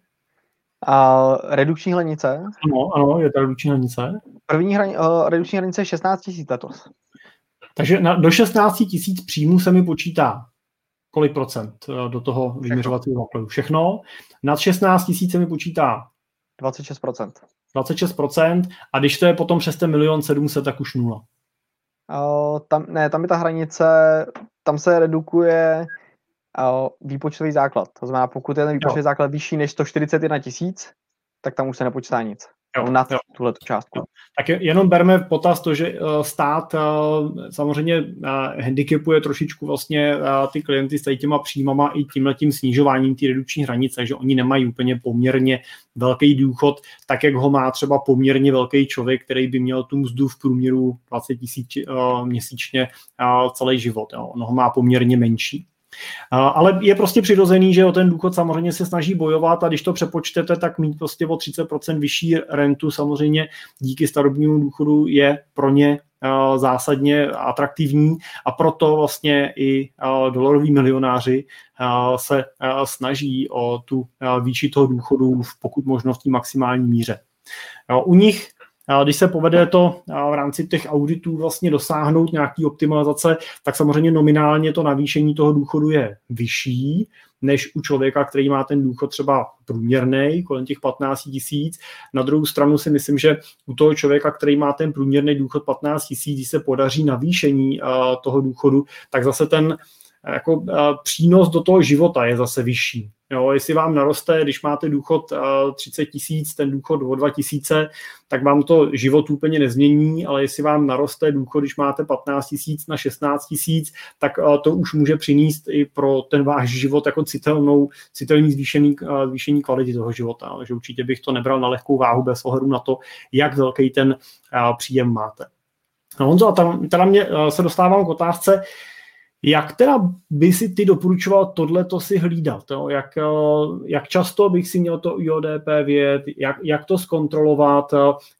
A redukční hranice? Ano, ano, je to redukční hranice. První hran, uh, redukční hranice je šestnáct tisíc letos. Takže na, do šestnáct tisíc příjmů se mi počítá kolik procent do toho vyměřovacího základu? Všechno. Nad šestnáct tisíc se mi počítá dvacet šest procent. dvacet šest procent a když to je potom přes ten milion sedm set, tak už nula. Uh, tam, ne, tam je ta hranice, tam se redukuje uh, výpočtový základ. To znamená, pokud je ten výpočtový jo. základ vyšší než sto čtyřicet jedna tisíc, tak tam už se nepočítá nic. Jo, nad tuhle částku. Jo. Tak jenom berme v potaz to, že stát samozřejmě handicapuje trošičku vlastně ty klienty s těma příjmama i tímhletím snižováním té redukční hranice, takže oni nemají úplně poměrně velký důchod, tak jak ho má třeba poměrně velký člověk, který by měl tu mzdu v průměru dvacet tisíc měsíčně celý život. Jo. On ho má poměrně menší. Ale je prostě přirozený, že o ten důchod samozřejmě se snaží bojovat a když to přepočtete, tak mít prostě o třicet procent vyšší rentu samozřejmě díky starobnímu důchodu je pro ně zásadně atraktivní a proto vlastně i doloroví milionáři se snaží o tu výši toho důchodu v pokud možno v té maximální míře. U nich když se povede to v rámci těch auditů vlastně dosáhnout nějaký optimalizace, tak samozřejmě nominálně to navýšení toho důchodu je vyšší než u člověka, který má ten důchod třeba průměrný, kolem těch patnáct tisíc. Na druhou stranu si myslím, že u toho člověka, který má ten průměrný důchod patnáct tisíc, když se podaří navýšení toho důchodu, tak zase ten jako přínos do toho života je zase vyšší. Jo, jestli vám naroste, když máte důchod třicet tisíc, ten důchod o dva tisíce, tak vám to život úplně nezmění, ale jestli vám naroste důchod, když máte patnáct tisíc na šestnáct tisíc, tak to už může přinést i pro ten váš život jako citelnou, citelný zvýšený, zvýšení kvality toho života. Takže určitě bych to nebral na lehkou váhu bez ohledu na to, jak velký ten příjem máte. No, Honzo, a tam, teda mě se dostávám k otázce, jak teda by si ty doporučoval tohleto si hlídat? Jo? Jak, jak často bych si měl to I O D P vědět, jak, jak to zkontrolovat,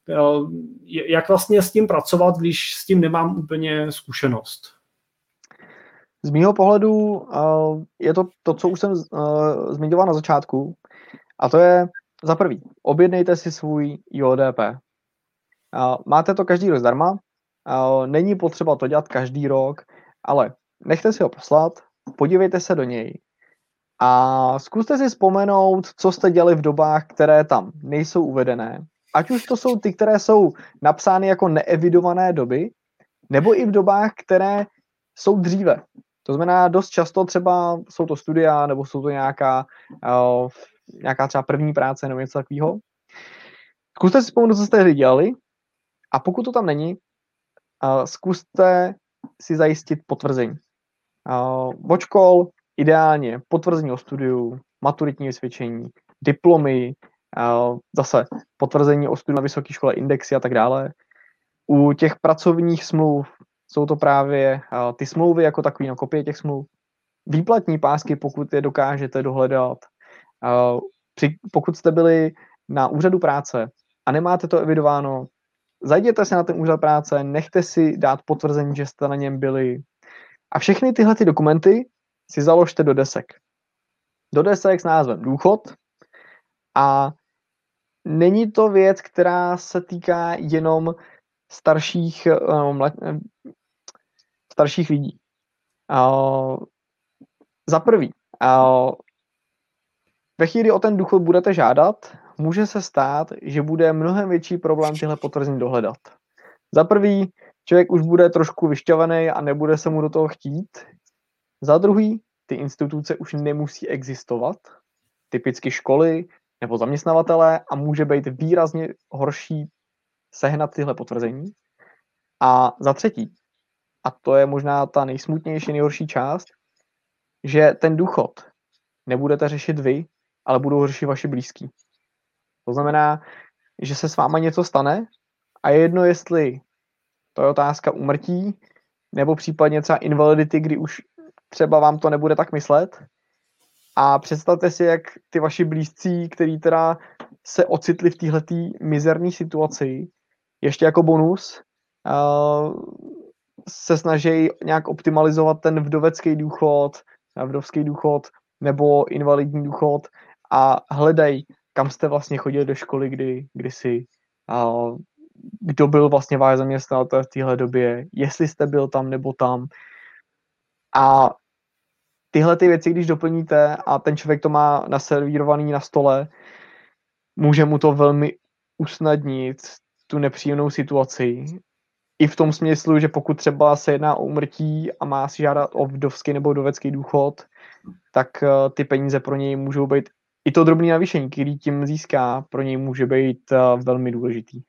jak vlastně s tím pracovat, když s tím nemám úplně zkušenost? Z mýho pohledu je to to, co už jsem zmiňoval na začátku, a to je za prvý, objednejte si svůj I O D P. Máte to každý rok zdarma, není potřeba to dělat každý rok, ale nechte si ho poslat, podívejte se do něj a zkuste si vzpomenout, co jste dělali v dobách, které tam nejsou uvedené. Ať už to jsou ty, které jsou napsány jako neevidované doby, nebo i v dobách, které jsou dříve. To znamená, dost často třeba jsou to studia, nebo jsou to nějaká, uh, nějaká třeba první práce, nebo něco takového. Zkuste si vzpomenout, co jste dělali a pokud to tam není, uh, zkuste si zajistit potvrzení. Uh, od škol ideálně potvrzení o studiu, maturitní vysvědčení, diplomy, uh, zase potvrzení o studiu na vysoké škole, indexy a tak dále. U těch pracovních smluv jsou to právě uh, ty smlouvy jako takový, no, kopie těch smluv. Výplatní pásky, pokud je dokážete dohledat. Uh, při, pokud jste byli na úřadu práce a nemáte to evidováno, zajděte se na ten úřad práce, nechte si dát potvrzení, že jste na něm byli. A všechny tyhle ty dokumenty si založte do desek. Do desek s názvem důchod. A není to věc, která se týká jenom starších, uh, mlad, uh, starších lidí. Uh, za prvý, uh, ve chvíli o ten důchod budete žádat, může se stát, že bude mnohem větší problém tyhle potvrzení dohledat. Za prvý, člověk už bude trošku vyšťavený a nebude se mu do toho chtít. Za druhý, ty instituce už nemusí existovat. Typicky školy, nebo zaměstnavatele a může být výrazně horší sehnat tyhle potvrzení. A za třetí, a to je možná ta nejsmutnější, nejhorší část, že ten důchod nebudete řešit vy, ale budou ho řešit vaši blízký. To znamená, že se s váma něco stane a je jedno, jestli to je otázka úmrtí, nebo případně třeba invalidity, kdy už třeba vám to nebude tak myslet. A představte si, jak ty vaši blízcí, kteří teda se ocitli v téhleté mizerné situaci, ještě jako bonus, uh, se snaží nějak optimalizovat ten vdovecký důchod, vdovský důchod nebo invalidní důchod a hledají, kam jste vlastně chodili do školy, kdy, kdysi, uh, kdo byl vlastně váš zaměstnatel v téhle době, jestli jste byl tam nebo tam. A tyhle ty věci, když doplníte a ten člověk to má naservírovaný na stole, může mu to velmi usnadnit tu nepříjemnou situaci. I v tom smyslu, že pokud třeba se jedná o úmrtí a má si žádat o vdovský nebo vdovecký důchod, tak uh, ty peníze pro něj můžou být, i to drobné navýšení, který tím získá, pro něj může být uh, velmi důležitý.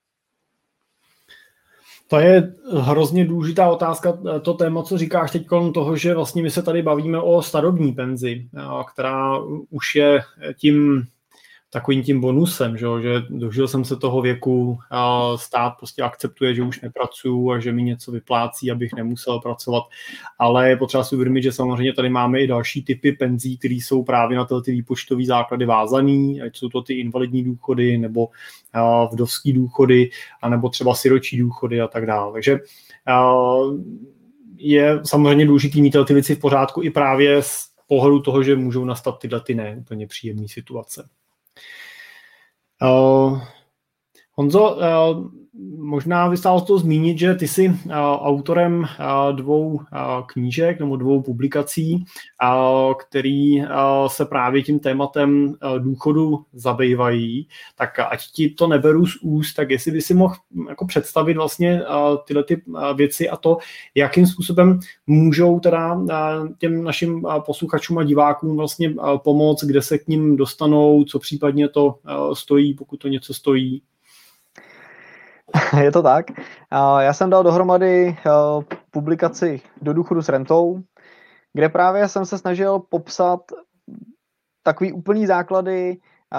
To je hrozně důležitá otázka, to téma, co říkáš teď kolem toho, že vlastně my se tady bavíme o starobní penzi, která už je tím takovým tím bonusem, že, že dožil jsem se toho věku a stát prostě akceptuje, že už nepracuju a že mi něco vyplácí, abych nemusel pracovat, ale je potřeba si uvědomit, že samozřejmě tady máme i další typy penzí, které jsou právě na ty výpočtové základy vázaný, ať jsou to ty invalidní důchody nebo vdovský důchody, anebo třeba siročí důchody a tak dále. Takže je samozřejmě důležitý mít ty věci v pořádku i právě z pohledu toho, že můžou nastat tyhle ty ne úplně příjemné situace. Uh, Honzo, uh, možná by stálo to zmínit, že ty jsi uh, autorem uh, dvou uh, knížek nebo dvou publikací, uh, který uh, se právě tím tématem uh, důchodu zabývají, tak ať ti to neberu z úst, tak jestli by si mohl jako představit vlastně uh, tyhle ty uh, věci a to, jakým způsobem můžou teda uh, těm našim uh, posluchačům a divákům vlastně uh, pomoct, kde se k ním dostanou, co případně to uh, stojí, pokud to něco stojí. Je to tak. Já jsem dal dohromady publikaci Do důchodu s rentou, kde právě jsem se snažil popsat takový úplný základy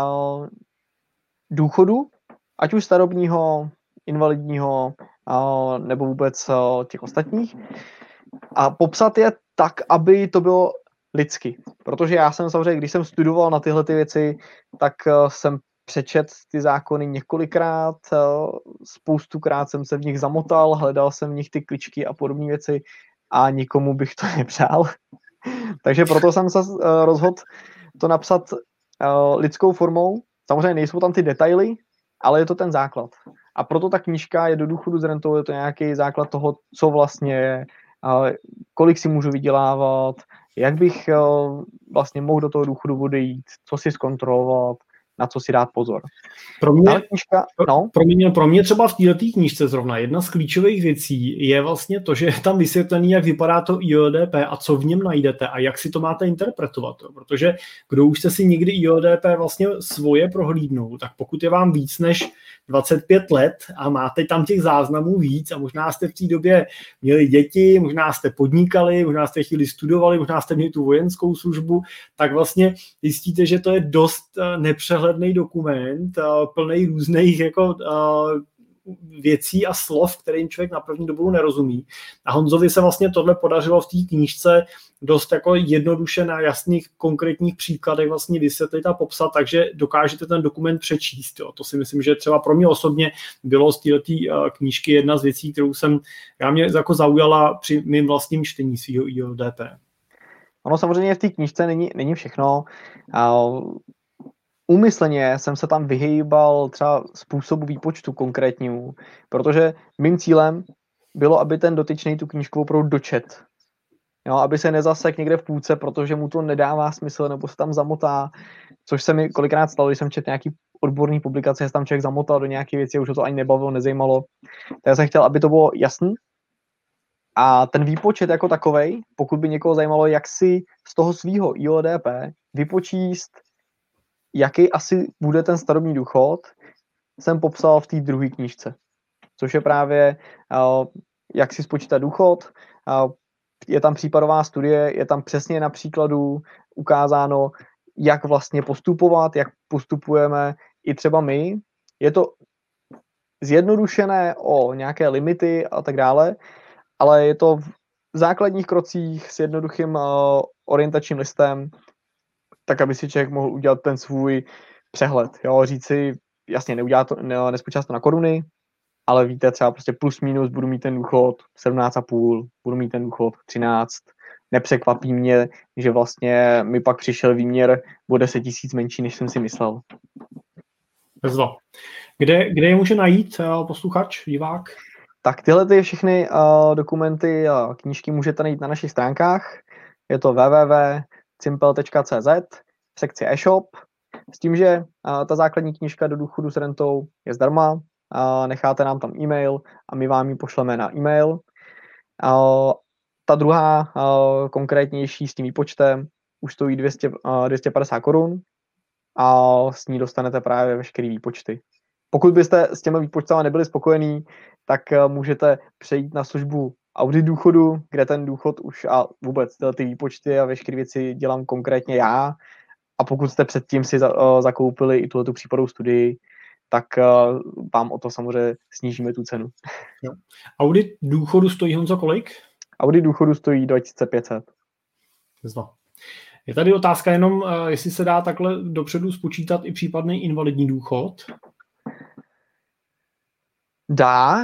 důchodu, ať už starobního, invalidního nebo vůbec těch ostatních. A popsat je tak, aby to bylo lidsky. Protože já jsem samozřejmě, když jsem studoval na tyhle ty věci, tak jsem přečet ty zákony několikrát, spoustukrát jsem se v nich zamotal, hledal jsem v nich ty kličky a podobné věci a nikomu bych to nepřál. Takže proto jsem se rozhodl to napsat lidskou formou. Samozřejmě nejsou tam ty detaily, ale je to ten základ. A proto ta knížka je Do důchodu s rentou, je to nějaký základ toho, co vlastně je, kolik si můžu vydělávat, jak bych vlastně mohl do toho důchodu odejít, co si zkontrolovat, na co si dát pozor. Pro mě, knížka, no? pro, mě, pro mě třeba v této knížce zrovna jedna z klíčových věcí je vlastně to, že je tam vysvětlený, jak vypadá to I O D P a co v něm najdete a jak si to máte interpretovat. Jo. Protože kdo už jste si někdy I O D P vlastně svoje prohlídnul, tak pokud je vám víc než dvacet pět let a máte tam těch záznamů víc a možná jste v té době měli děti, možná jste podnikali, možná jste chvíli studovali, možná jste měli tu vojenskou službu, tak vlastně zjistíte, že to je dost nepřehledný dokument, plný různých jako věcí a slov, kterým člověk na první dobu nerozumí. A Honzovi se vlastně tohle podařilo v té knížce dost jako jednoduše na jasných konkrétních příkladech vlastně vysvětlit a popsat, takže dokážete ten dokument přečíst. Jo. To si myslím, že třeba pro mě osobně bylo z této knížky jedna z věcí, kterou jsem, já mě jako zaujala při mým vlastním čtení svého I O D P. Ono samozřejmě v té knížce není, není všechno. Úmyslně jsem se tam vyhýbal třeba způsobu výpočtu konkrétnímu, protože mým cílem bylo, aby ten dotyčný tu knížku opravdu dočet. Jo, aby se nezasek někde v půlce, protože mu to nedává smysl, nebo se tam zamotá, což se mi kolikrát stalo, když jsem četl nějaký odborný publikace, se tam člověk zamotal do nějaké věci, už ho to ani nebavilo, nezajímalo. Tak jsem chtěl, aby to bylo jasný. A ten výpočet jako takovej, pokud by někoho zajímalo, jak si z toho svýho I O D P vypočíst, jaký asi bude ten starobní důchod, jsem popsal v té druhé knížce, což je právě, jak si spočítat důchod. Je tam případová studie, je tam přesně na příkladu ukázáno, jak vlastně postupovat, jak postupujeme i třeba my. Je to zjednodušené o nějaké limity a tak dále, ale je to v základních krocích s jednoduchým uh, orientačním listem, tak aby si člověk mohl udělat ten svůj přehled. Jo? Říct si, jasně, neudělá to, ne, nespočítá to na koruny, ale víte, třeba prostě plus minus budu mít ten důchod sedmnáct a půl, budu mít ten důchod třináct. Nepřekvapí mě, že vlastně mi pak přišel výměr o deset tisíc menší, než jsem si myslel. Bezva. Kde, kde je může najít posluchač, divák? Tak tyhle ty všechny uh, dokumenty a knížky můžete najít na našich stránkách. Je to w w w tečka cimpel tečka c z v sekci e-shop. S tím, že uh, ta základní knížka Do důchodu s rentou je zdarma. Uh, necháte nám tam e-mail a my vám ji pošleme na e-mail. Uh, ta druhá, uh, konkrétnější s tím výpočtem, už stojí dvě stě, uh, dvě stě padesát korun a s ní dostanete právě veškeré výpočty. Pokud byste s těmi výpočtama nebyli spokojení, tak uh, můžete přejít na službu Audit důchodu, kde ten důchod už a vůbec ty výpočty a veškeré věci dělám konkrétně já. A pokud jste předtím si za, uh, zakoupili i tuhletu případovou studii, tak uh, vám o to samozřejmě snížíme tu cenu. Jo. Audit důchodu stojí, Honzo, kolik? Audit důchodu stojí dva tisíce pět set. Je tady otázka jenom, jestli se dá takhle dopředu spočítat i případný invalidní důchod? Dá.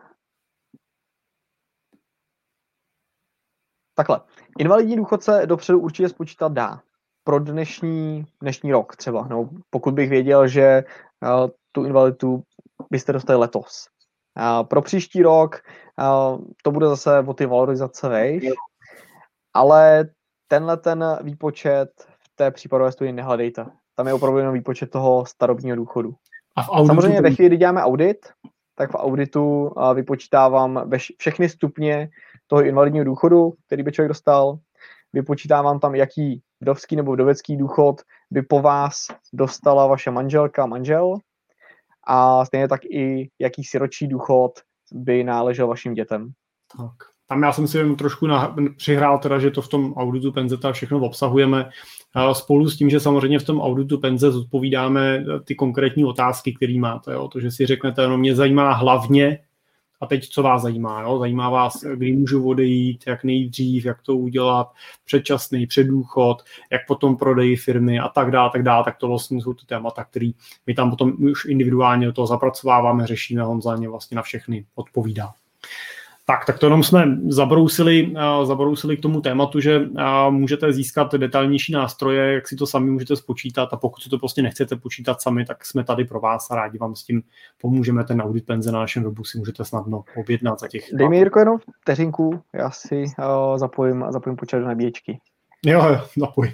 Takhle. Invalidní důchod se dopředu určitě spočítat dá. Pro dnešní, dnešní rok třeba. No, pokud bych věděl, že uh, tu invaliditu byste dostali letos. Uh, pro příští rok uh, to bude zase o ty valorizace, vejš. Ale tenhle ten výpočet v té případové studii nehledejte. Tam je opravdu jenom výpočet toho starobního důchodu. A v auditu samozřejmě ve chvíli, kdy děláme audit, tak v auditu uh, vypočítávám veš- všechny stupně toho invalidního důchodu, který by člověk dostal. Vypočítávám tam, jaký vdovský nebo vdovecký důchod by po vás dostala vaše manželka, manžel. A stejně tak i jaký siročí důchod by náležel vašim dětem. Tak. Tam já jsem si jen trošku na, přihrál teda, že to v tom auditu penzeta všechno obsahujeme. Spolu s tím, že samozřejmě v tom auditu penze zodpovídáme ty konkrétní otázky, které máte. Jo. To, že si řeknete, no mě zajímá hlavně, a teď co vás zajímá? Jo? Zajímá vás, kdy můžu odejít, jak nejdřív, jak to udělat, předčasný předdůchod, jak potom prodejí firmy a tak dále, tak dále. Tak to vlastně jsou ty témata, které my tam potom už individuálně do toho zapracováváme, řešíme, Honza ně vlastně na všechny odpovídá. Tak, tak to jenom jsme zabrousili, uh, zabrousili k tomu tématu, že uh, můžete získat detailnější nástroje, jak si to sami můžete spočítat a pokud si to prostě nechcete počítat sami, tak jsme tady pro vás a rádi vám s tím pomůžeme. Ten audit penze na našem webu si můžete snadno objednat za těch... Dej mi, Jirko, jenom vteřinku, já si uh, zapojím, zapojím počítač do nabíječky. Jo, jo, zapoj.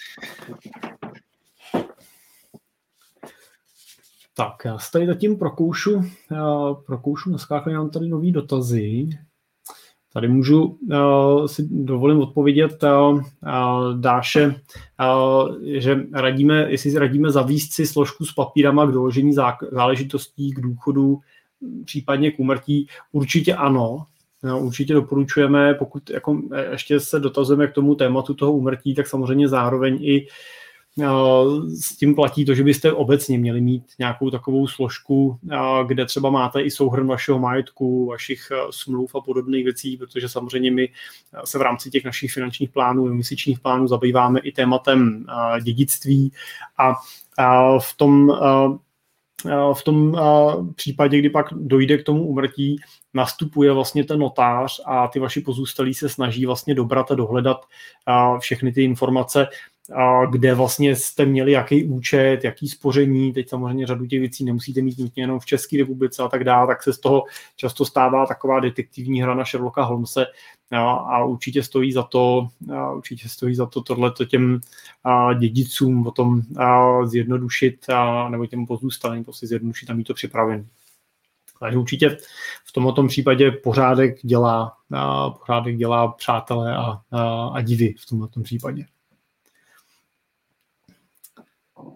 Tak, já se tady zatím prokoušu, prokoušu naskákat, mám tady nový dotazy. Tady můžu uh, si dovolím odpovědět uh, Dáše, uh, že radíme, jestli radíme zavést si složku s papírama k doložení záležitostí k důchodu, případně k úmrtí. Určitě ano. No, určitě doporučujeme, pokud jako ještě se dotazujeme k tomu tématu toho úmrtí, tak samozřejmě zároveň i s tím platí to, že byste obecně měli mít nějakou takovou složku, kde třeba máte i souhrn vašeho majetku, vašich smluv a podobných věcí, protože samozřejmě my se v rámci těch našich finančních plánů, měsíčních plánů zabýváme i tématem dědictví a v tom, v tom případě, kdy pak dojde k tomu úmrtí, nastupuje vlastně ten notář a ty vaši pozůstalí se snaží vlastně dobrat a dohledat všechny ty informace, kde vlastně jste měli jaký účet, jaký spoření, teď samozřejmě řadu těch věcí nemusíte mít nutně jenom v České republice a tak dále, tak se z toho často stává taková detektivní hra na Sherlocka Holmese a určitě stojí za to, určitě stojí za to tohleto těm dědicům potom zjednodušit nebo těm pozůstalým prostě zjednodušit a mít to připravený. Takže určitě v tomto případě pořádek dělá, pořádek dělá přátelé a, a, a divy v tomto případě.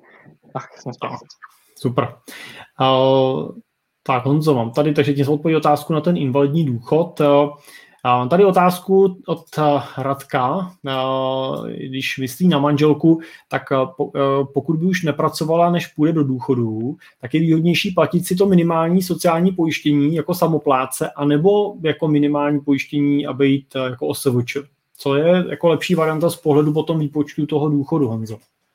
Tak, jsme zpátky. Super. Uh, tak, Honzo, mám tady, takže ti jsem odpověděl otázku na ten invalidní důchod. Uh, tady otázku od uh, Radka. Uh, když myslí na manželku, tak uh, po, uh, pokud by už nepracovala, než půjde do důchodu, tak je výhodnější platit si to minimální sociální pojištění jako samoplátce, anebo jako minimální pojištění a být uh, jako O S V Č. Co je jako lepší varianta z pohledu potom výpočtu toho důchodu, Honzo?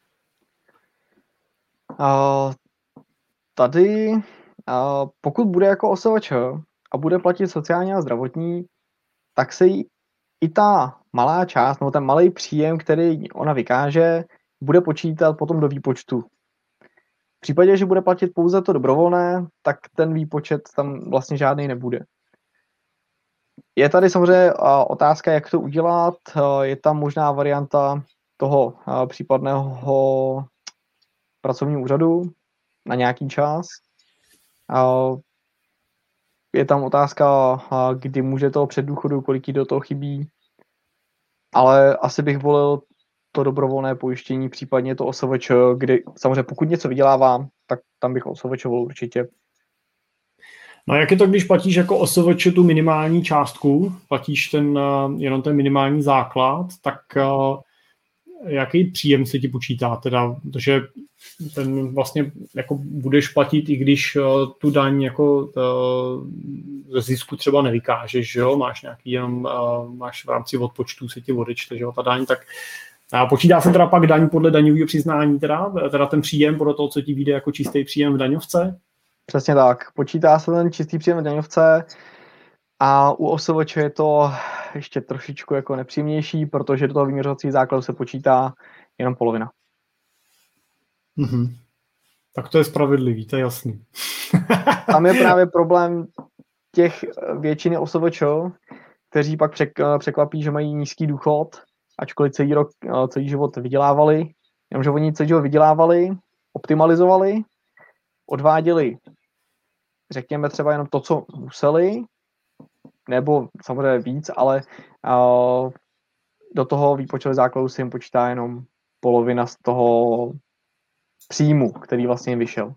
Uh, tady, uh, pokud bude jako O S V Č a bude platit sociální a zdravotní, tak se jí i ta malá část, nebo ten malý příjem, který ona vykáže, bude počítat potom do výpočtu. V případě, že bude platit pouze to dobrovolné, tak ten výpočet tam vlastně žádný nebude. Je tady samozřejmě otázka, jak to udělat. Je tam možná varianta toho případného pracovního úřadu na nějaký čas. Je tam otázka, kdy může toho předdůchodu, kolik jí do toho chybí. Ale asi bych volil to dobrovolné pojištění, případně to O S V Č, kdy samozřejmě pokud něco vydělávám, tak tam bych O S V Č volil určitě. No jak je to, když platíš jako O S V Č tu minimální částku, platíš ten, jenom ten minimální základ, tak uh, jaký příjem se ti počítá? Teda, protože ten vlastně jako budeš platit, i když uh, tu daň jako uh, ze zisku třeba nevykážeš, že jo? Máš nějaký jenom, uh, máš v rámci odpočtu se ti odečte, že jo, ta daň, tak a počítá se teda pak daň podle daňového přiznání, teda, teda ten příjem podle toho, co ti vyjde jako čistý příjem v daňovce? Přesně tak. Počítá se ten čistý příjem v daňovce a u O S V Č je to ještě trošičku jako nepříjemnější, protože do toho vyměřovacího základu se počítá jenom polovina. Mm-hmm. Tak to je spravedlivý, to je jasný. Tam je právě problém těch většiny O S V Č, kteří pak překvapí, že mají nízký důchod, ačkoliv celý rok, celý život vydělávali, jenomže oni celý život vydělávali, optimalizovali, odváděli, řekněme třeba jenom to, co museli, nebo samozřejmě víc, ale uh, do toho výpočtového základu se jim počítá jenom polovina z toho příjmu, který vlastně jim vyšel.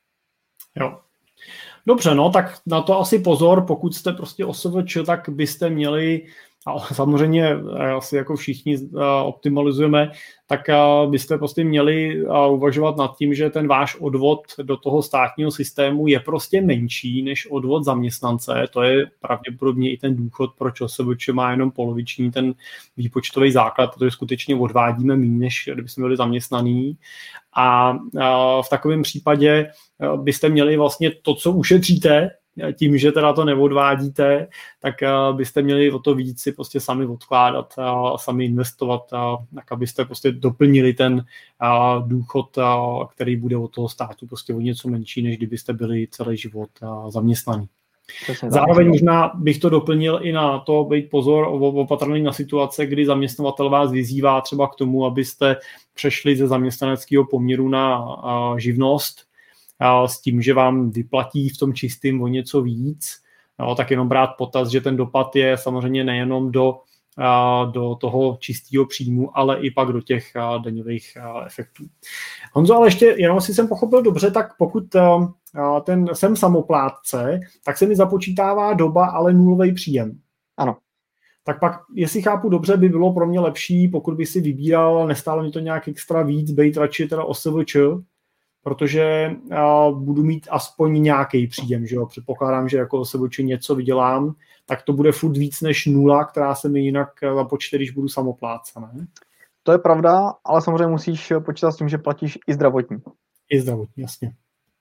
Jo. Dobře, no, tak na to asi pozor, pokud jste prostě O S V Č, tak byste měli, a samozřejmě asi jako všichni optimalizujeme, tak byste prostě měli uvažovat nad tím, že ten váš odvod do toho státního systému je prostě menší než odvod zaměstnance. To je pravděpodobně i ten důchod, proč O S V Č má jenom poloviční ten výpočtový základ, protože skutečně odvádíme méně, než kdybychom byli zaměstnaný. A v takovém případě byste měli vlastně to, co ušetříte, tím, že teda to neodvádíte, tak byste měli o to víc si prostě sami odkládat a sami investovat, a, tak abyste prostě doplnili ten a, důchod, a, který bude od toho státu prostě o něco menší, než kdybyste byli celý život a, zaměstnaný. Zároveň možná bych to doplnil i na to, být pozor, opatrný na situace, kdy zaměstnavatel vás vyzývá třeba k tomu, abyste přešli ze zaměstnaneckého poměru na a, živnost, s tím, že vám vyplatí v tom čistým o něco víc, no, tak jenom brát potaz, že ten dopad je samozřejmě nejenom do, do toho čistého příjmu, ale i pak do těch daňových efektů. Honzo, ale ještě, jenom si jsem pochopil dobře, tak pokud ten jsem samoplátce, tak se mi započítává doba, ale nulový příjem. Ano. Tak pak, jestli chápu dobře, by bylo pro mě lepší, pokud by si vybíral, nestálo mi to nějak extra víc, bejt radši teda O S V Č, protože uh, budu mít aspoň nějaký příjem, že jo? Předpokládám, že jako se vůči něco vydělám, tak to bude furt víc než nula, která se mi jinak započte, když budu samoplátce, ne? To je pravda, ale samozřejmě musíš počítat s tím, že platíš i zdravotní. I zdravotní, jasně.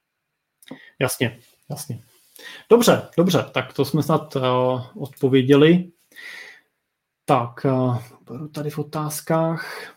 Jasně, jasně. Dobře, dobře, tak to jsme snad uh, odpověděli. Tak, uh, budu tady v otázkách.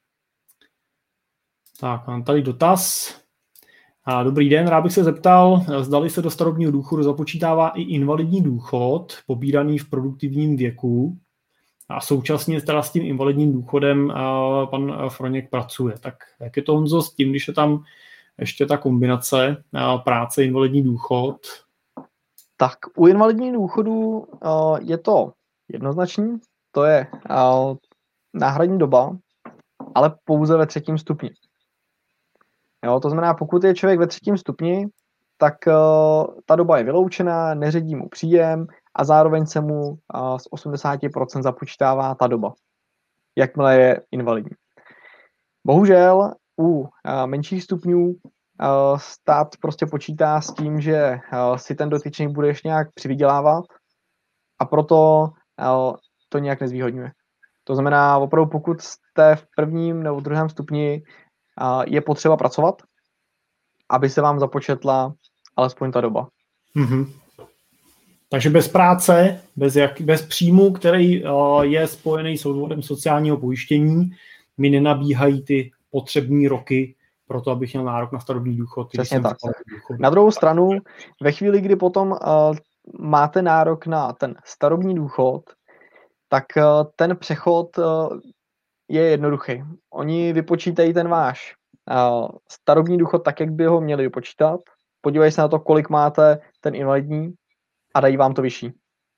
Tak, mám tady dotaz. A dobrý den, rád bych se zeptal, zdali se do starobního důchodu započítává i invalidní důchod, pobíraný v produktivním věku, a současně teda s tím invalidním důchodem pan Froněk pracuje. Tak jak je to, Honzo, s tím, když je tam ještě ta kombinace práce invalidní důchod? Tak u invalidních důchodů je to jednoznačný, to je náhradní doba, ale pouze ve třetím stupni. Jo, to znamená, pokud je člověk ve třetím stupni, tak uh, ta doba je vyloučená, neředí mu příjem a zároveň se mu uh, z osmdesát procent započítává ta doba, jakmile je invalidní. Bohužel u uh, menších stupňů uh, stát prostě počítá s tím, že uh, si ten dotyčný bude ještě nějak přivydělávat a proto uh, to nějak nezvýhodňuje. To znamená, opravdu pokud jste v prvním nebo druhém stupni, uh, je potřeba pracovat, aby se vám započetla alespoň ta doba. Mm-hmm. Takže bez práce, bez, jak, bez příjmu, který uh, je spojený s odvodem sociálního pojištění, mi nenabíhají ty potřební roky pro to, abych měl nárok na starobní důchod. Přesně tak. Na druhou stranu, ve chvíli, kdy potom uh, máte nárok na ten starobní důchod, tak uh, ten přechod uh, je jednoduchý. Oni vypočítají ten váš uh, starobní důchod tak, jak by ho měli vypočítat. Podívej se na to, kolik máte ten invalidní a dají vám to vyšší.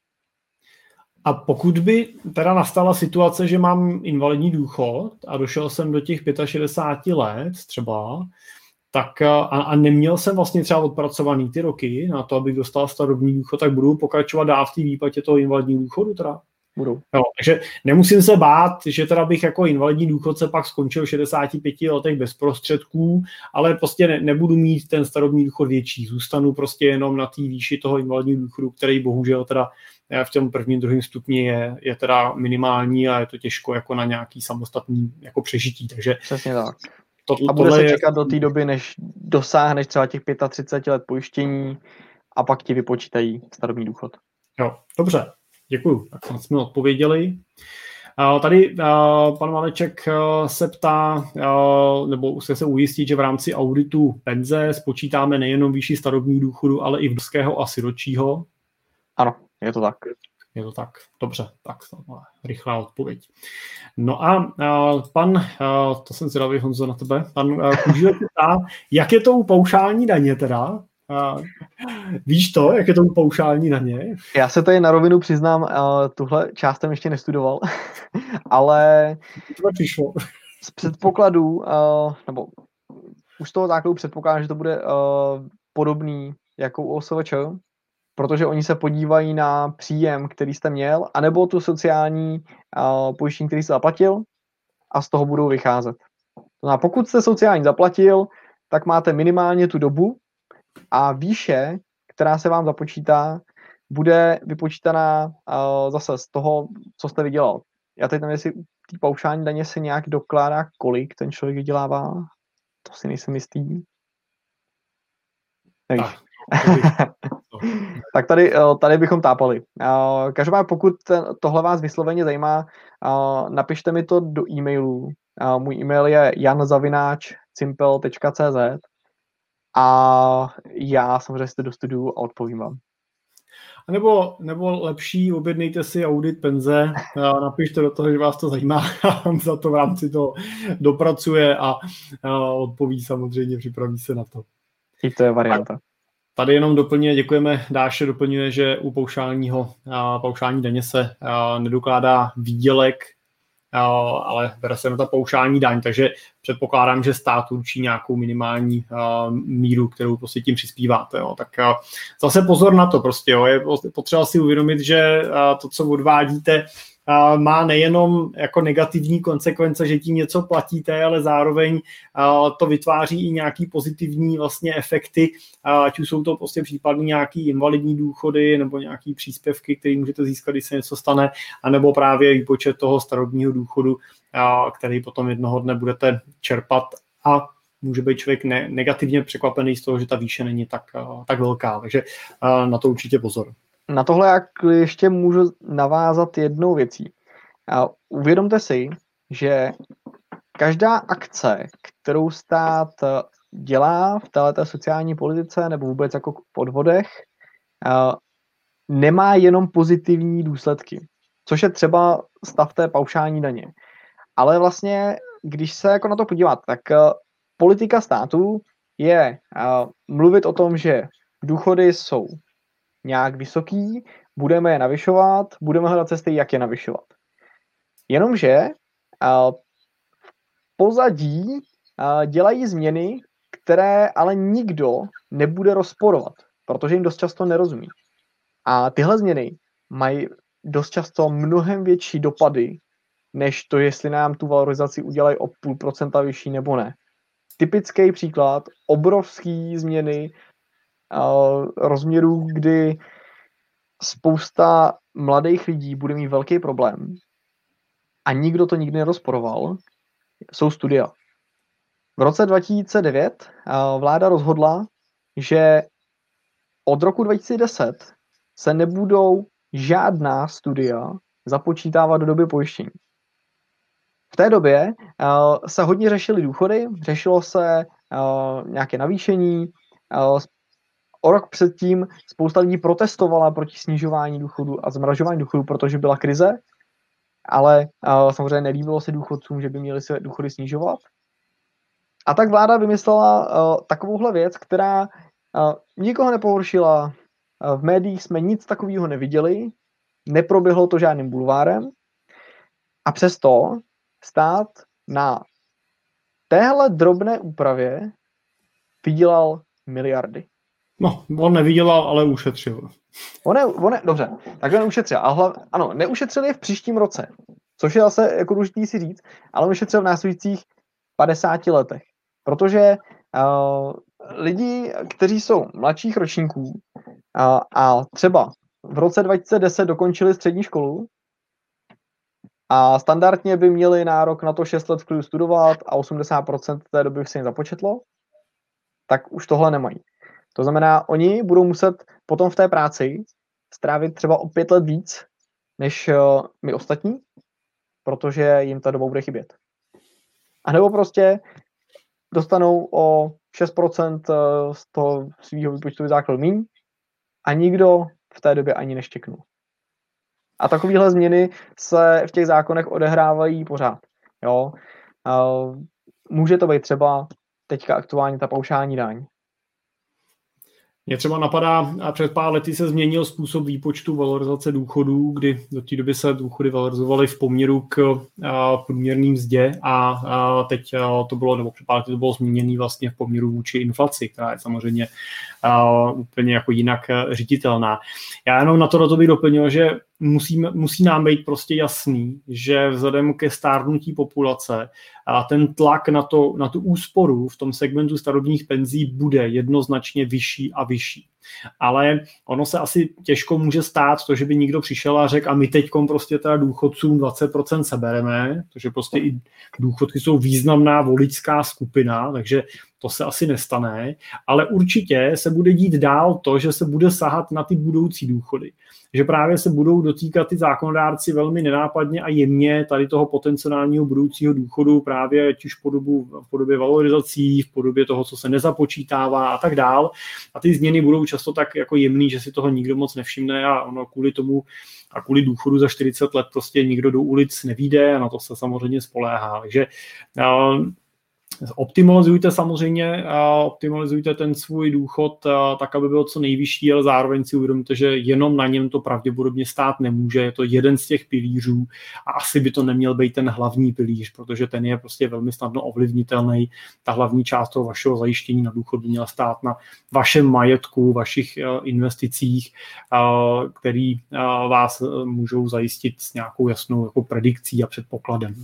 A pokud by teda nastala situace, že mám invalidní důchod a došel jsem do těch šedesáti pěti let třeba, tak a, a neměl jsem vlastně třeba odpracovaný ty roky na to, abych dostal starobní důchod, tak budu pokračovat dál v té výplatě toho invalidního důchodu teda? Budu. Jo, takže nemusím se bát, že teda bych jako invalidní důchodce pak skončil v šedesáti pěti letech bez prostředků, ale prostě ne, nebudu mít ten starobní důchod větší. Zůstanu prostě jenom na té výši toho invalidního důchodu, který bohužel teda v tom prvním, druhém stupni je, je teda minimální a je to těžko jako na nějaký samostatný jako přežití. Takže přesně tak. To, a bude se čekat je... do té doby, než dosáhneš třeba těch třicet pět let pojištění a pak ti vypočítají starobní důchod. Jo, dobře. Děkuju, tak jsme odpověděli. Tady pan Maleček se ptá, nebo se se ujistit, že v rámci auditu penze spočítáme nejenom výši starobního důchodu, ale i vdovského a sirotčího. Ano, je to tak. Je to tak, dobře, tak rychlá odpověď. No a, a pan, a, to jsem zvědavý, Honzo, na tebe, pan Kůžilek ptá, jak je to u paušální daně teda? A, víš to, jak je to u paušální daně? Já se tady na rovinu přiznám, uh, tuhle část jsem ještě nestudoval, ale to přišlo. Z předpokladů, uh, nebo už z toho základu předpokládám, že to bude uh, podobný jako u O S V Č, protože oni se podívají na příjem, který jste měl, anebo tu sociální uh, pojištění, který jste zaplatil, a z toho budou vycházet. No a pokud jste sociální zaplatil, tak máte minimálně tu dobu a výše, která se vám započítá, bude vypočítaná uh, zase z toho, co jste vydělal. Já teď nevím, jestli té paušální daně se nějak dokládá, kolik ten člověk vydělává. To si nejsem jistý. Nevíš. Tak tady, tady bychom tápali. Každopádně, pokud tohle vás vysloveně zajímá, napište mi to do e-mailu. Můj e-mail je jan zavináč cimpel tečka cé zet a já samozřejmě si to dostuduju a odpovím vám. A nebo, nebo lepší, objednejte si audit penze, napište do toho, že vás to zajímá, a za to v rámci toho dopracuje a, a odpoví samozřejmě, připraví se na to. I to je varianta. Tady jenom doplňuje, děkujeme, Dáše doplňuje, že u paušálního, a, paušální daně se a, nedokládá výdělek, a, ale bere se na ta paušální daň, takže předpokládám, že stát určí nějakou minimální a, míru, kterou prostě tím přispíváte. Jo. Tak a, zase pozor na to prostě, jo. Je potřeba si uvědomit, že a, to, co odvádíte, a, má nejenom jako negativní konsekvence, že tím něco platíte, ale zároveň a, to vytváří i nějaký pozitivní vlastně efekty, a, ať už jsou to prostě případně nějaký invalidní důchody nebo nějaký příspěvky, které můžete získat, když se něco stane, anebo právě výpočet toho starobního důchodu, a, který potom jednoho dne budete čerpat a může být člověk ne- negativně překvapený z toho, že ta výše není tak, a, tak velká, takže a, na to určitě pozor. Na tohle jak ještě můžu navázat jednou věcí. Uvědomte si, že každá akce, kterou stát dělá v této sociální politice nebo vůbec jako v podvodech, nemá jenom pozitivní důsledky, což je třeba stav té paušální daně. Ale vlastně, když se jako na to podívat, tak politika státu je mluvit o tom, že důchody jsou nějak vysoký, budeme je navyšovat, budeme hledat cesty, jak je navyšovat. Jenomže uh, v pozadí uh, dělají změny, které ale nikdo nebude rozporovat, protože jim dost často nerozumí. A tyhle změny mají dost často mnohem větší dopady, než to, jestli nám tu valorizaci udělají o půl procenta vyšší nebo ne. Typický příklad, obrovský změny uh, rozměrů, kdy spousta mladých lidí bude mít velký problém a nikdo to nikdy nerozporoval, jsou studia. V roce dva tisíce devět uh, vláda rozhodla, že od roku dva tisíce deset se nebudou žádná studia započítávat do doby pojištění. V té době uh, se hodně řešily důchody, řešilo se uh, nějaké navýšení. Uh, o rok předtím spousta lidí protestovala proti snižování důchodu a zmražování důchodu, protože byla krize, ale uh, samozřejmě nelíbilo se důchodcům, že by měli se důchody snižovat. A tak vláda vymyslela uh, takovouhle věc, která uh, nikoho nepohoršila. Uh, v médiích jsme nic takového neviděli, neproběhlo to žádným bulvárem a přesto stát na téhle drobné úpravě vydělal miliardy. No, on nevydělal, ale ušetřil. On je, on je, dobře, takže neušetřil. A hlav, ano, neušetřil je v příštím roce, což je zase jako důležitý si říct, ale on ušetřil v následujících padesáti letech. Protože uh, lidi, kteří jsou mladších ročníků uh, a třeba v roce dva tisíce deset dokončili střední školu a standardně by měli nárok na to šest let v klidu studovat a osmdesát procent té doby se jim započetlo, tak už tohle nemají. To znamená, oni budou muset potom v té práci strávit třeba o pět let víc, než uh, my ostatní, protože jim ta doba bude chybět. A nebo prostě dostanou o šest procent z toho svého výpočtového základu míň a nikdo v té době ani neštěknul. A takovéhle změny se v těch zákonech odehrávají pořád. Jo? Uh, může to být třeba teďka aktuálně ta paušální daň. Mě třeba napadá, a před pár lety se změnil způsob výpočtu valorizace důchodů, kdy do té doby se důchody valorizovaly v poměru k průměrné mzdě a, a teď a, to bylo, nebo před pár lety to bylo změněné vlastně v poměru vůči inflaci, která je samozřejmě a, úplně jako jinak říditelná. Já jenom na to do toho bych doplnil, že musí, musí nám být prostě jasný, že vzhledem ke stárnutí populace a ten tlak na, to, na tu úsporu v tom segmentu starobních penzí bude jednoznačně vyšší a vyšší. Ale ono se asi těžko může stát to, že by někdo přišel a řekl a my teďkom prostě teda důchodcům dvacet procent sebereme, protože prostě i důchodky jsou významná voličská skupina, takže to se asi nestane, ale určitě se bude dít dál to, že se bude sahat na ty budoucí důchody. Že právě se budou dotýkat ty zákonodárci velmi nenápadně a jemně tady toho potenciálního budoucího důchodu právě ať už v, podobu, v podobě valorizací, v podobě toho, co se nezapočítává a tak dál. A ty změny budou často tak jako jemný, že si toho nikdo moc nevšimne a ono kvůli tomu a kvůli důchodu za čtyřicet let prostě nikdo do ulic nevyjde a na to se samozřejmě spoléhá. Takže uh, optimalizujte samozřejmě, optimalizujte ten svůj důchod tak, aby byl co nejvyšší, ale zároveň si uvědomte, že jenom na něm to pravděpodobně stát nemůže. Je to jeden z těch pilířů a asi by to neměl být ten hlavní pilíř, protože ten je prostě velmi snadno ovlivnitelný. Ta hlavní část toho vašeho zajištění na důchod by měla stát na vašem majetku, vašich investicích, který vás můžou zajistit s nějakou jasnou jako predikcí a předpokladem.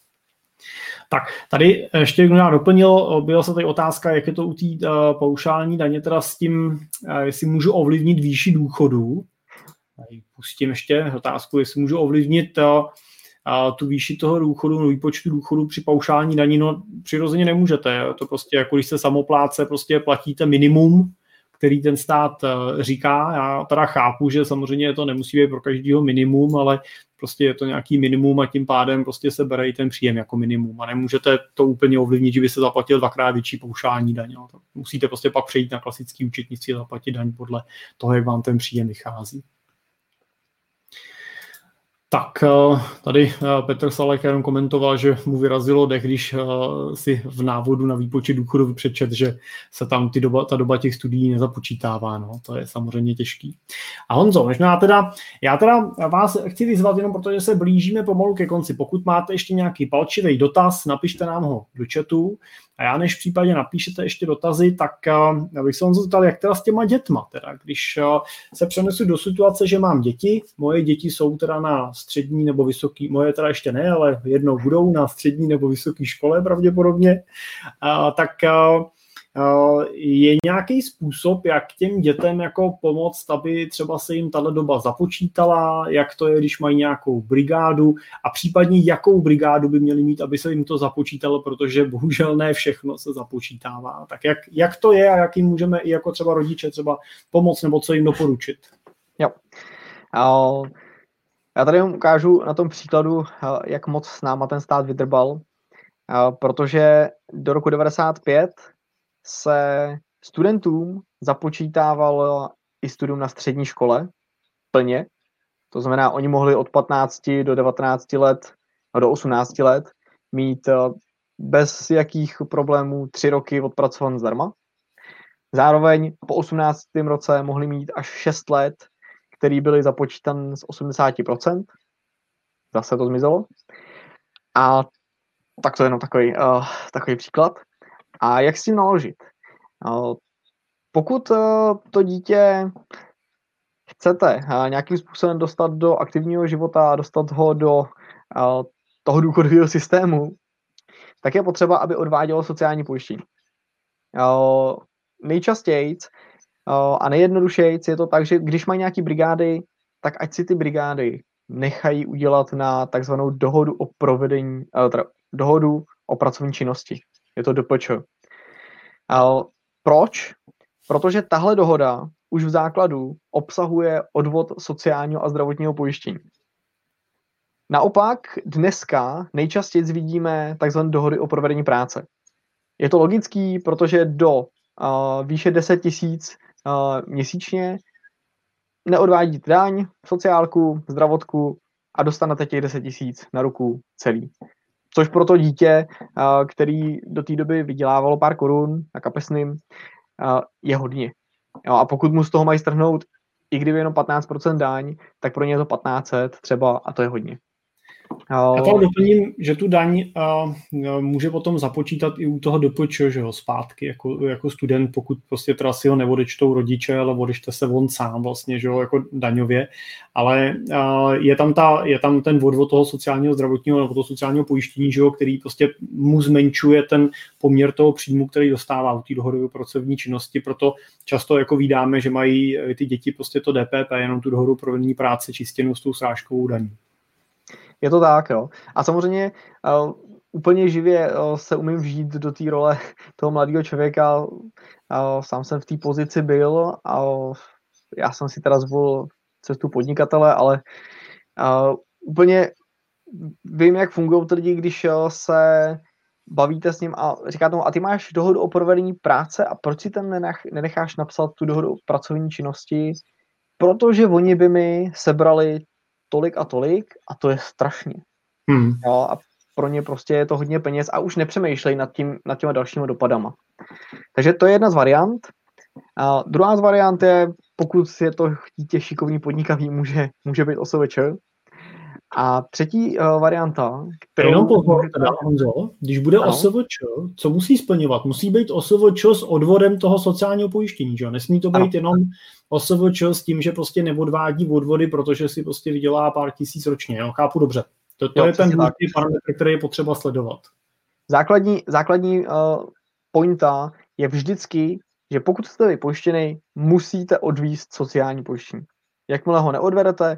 Tak, tady ještě někdo doplnil, byla se tady otázka, jak je to u té uh, paušální daně, teda s tím, uh, jestli můžu ovlivnit výši důchodu. Tady pustím ještě otázku, jestli můžu ovlivnit uh, uh, tu výši toho důchodu, výpočtu důchodu při paušální daní. No, přirozeně nemůžete. To prostě, jako když se samopláce, prostě platíte minimum, který ten stát uh, říká. Já teda chápu, že samozřejmě to nemusí být pro každého minimum, ale prostě je to nějaký minimum a tím pádem prostě se bere i ten příjem jako minimum a nemůžete to úplně ovlivnit, že by se zaplatil dvakrát větší paušální daň. Jo. Musíte prostě pak přejít na klasický účetnictví a zaplatit daň podle toho, jak vám ten příjem vychází. Tak tady Petr Salek jenom komentoval, že mu vyrazilo dech, když si v návodu na výpočet důchodu přečet, že se tam ty doba, ta doba těch studií nezapočítává. No, to je samozřejmě těžký. A Honzo, možná teda, já teda vás chci vyzvat jenom protože se blížíme pomalu ke konci. Pokud máte ještě nějaký palčivý dotaz, napište nám ho do chatu. A já než v případě napíšete ještě dotazy, tak uh, bych se Honzo zeptal, jak teda s těma dětma. Teda, když uh, se přenesu do situace, že mám děti, moje děti jsou teda na střední nebo vysoký, moje teda ještě ne, ale jednou budou na střední nebo vysoké škole pravděpodobně, uh, tak uh, uh, je nějaký způsob, jak těm dětem jako pomoct, aby třeba se jim tato doba započítala, jak to je, když mají nějakou brigádu a případně jakou brigádu by měli mít, aby se jim to započítalo, protože bohužel ne všechno se započítává. Tak jak, jak to je a jak jim můžeme i jako třeba rodiče třeba pomoct nebo co jim doporučit? Jo. Uh, já tady vám ukážu na tom příkladu, uh, jak moc s náma ten stát vydrbal, uh, protože do roku devadesát pět se studentům započítával i studium na střední škole plně. To znamená, oni mohli od patnácti do devatenácti let, no do osmnácti let mít bez jakých problémů tři roky odpracované zdarma. Zároveň po osmnáctém roce mohli mít až šest let, který byly započítané z osmdesát procent. Zase to zmizelo. A tak to je jenom takový, uh, takový příklad. A jak s tím naložit? Pokud to dítě chcete nějakým způsobem dostat do aktivního života, dostat ho do toho důchodového systému, tak je potřeba, aby odvádělo sociální pojištění. Nejčastěji a nejjednodušeji je to tak, že když mají nějaké brigády, tak ať si ty brigády nechají udělat na takzvanou dohodu o provedení, teda dohodu o pracovní činnosti. Je to D P Č. Proč? Protože tahle dohoda už v základu obsahuje odvod sociálního a zdravotního pojištění. Naopak dneska nejčastěji vidíme takzvané dohody o provedení práce. Je to logický, protože do uh, výše deset tisíc uh, měsíčně neodvádíte daň, sociálku, zdravotku a dostanete těch deset tisíc na ruku celý. Což pro to dítě, uh, který do té doby vydělávalo pár korun na kapesným, uh, je hodně. Jo, a pokud mu z toho mají strhnout, i kdyby jenom patnáct procent daň, tak pro ně je to patnáct set třeba a to je hodně. Já to doplním, že tu daň uh, může potom započítat i u toho D P Č, že jo, zpátky jako, jako student, pokud prostě teda si ho neodečtou rodiče, ale odečte se on sám vlastně, že jo, jako daňově, ale uh, je, tam ta, je tam ten odvod toho sociálního zdravotního nebo toho sociálního pojištění, že jo, který prostě mu zmenšuje ten poměr toho příjmu, který dostává u té dohodové pracovní činnosti, proto často jako vídáme, že mají ty děti prostě to D P P, jenom tu dohodu provedení práce čistěnou s tou srážkovou daní. Je to tak, jo. A samozřejmě uh, úplně živě uh, se umím vžít do té role toho mladého člověka. Uh, sám jsem v té pozici byl a uh, já jsem si teda zvolil cestu podnikatele, ale uh, úplně vím, jak fungují ty lidi, když uh, se bavíte s ním a říkáte mu, a ty máš dohodu o provedení práce a proč si tam nenech, nenecháš napsat tu dohodu o pracovní činnosti? Protože oni by mi sebrali tolik a tolik a to je strašně. Hmm. Jo, a pro ně prostě je to hodně peněz a už nepřemýšlej nad, tím, nad těma dalšíma dopadama. Takže to je jedna z variant. A druhá z variant je, pokud je to dítě šikovný podnikavý, může, může být O S V Č. A třetí uh, varianta, kterou... Jenom pozor, teda, Honzo, když bude ano. O S V Č, co musí splňovat? Musí být O S V Č s odvodem toho sociálního pojištění, že? Nesmí to být ano. jenom O S V Č s tím, že prostě neodvádí odvody, protože si prostě vydělá pár tisíc ročně. Jo? Chápu dobře. To, to jo, je ten důležitý parametr, který je potřeba sledovat. Základní, základní uh, pointa je vždycky, že pokud jste vy pojištěný, musíte odvízt sociální pojištění. Jakmile ho neodvedete,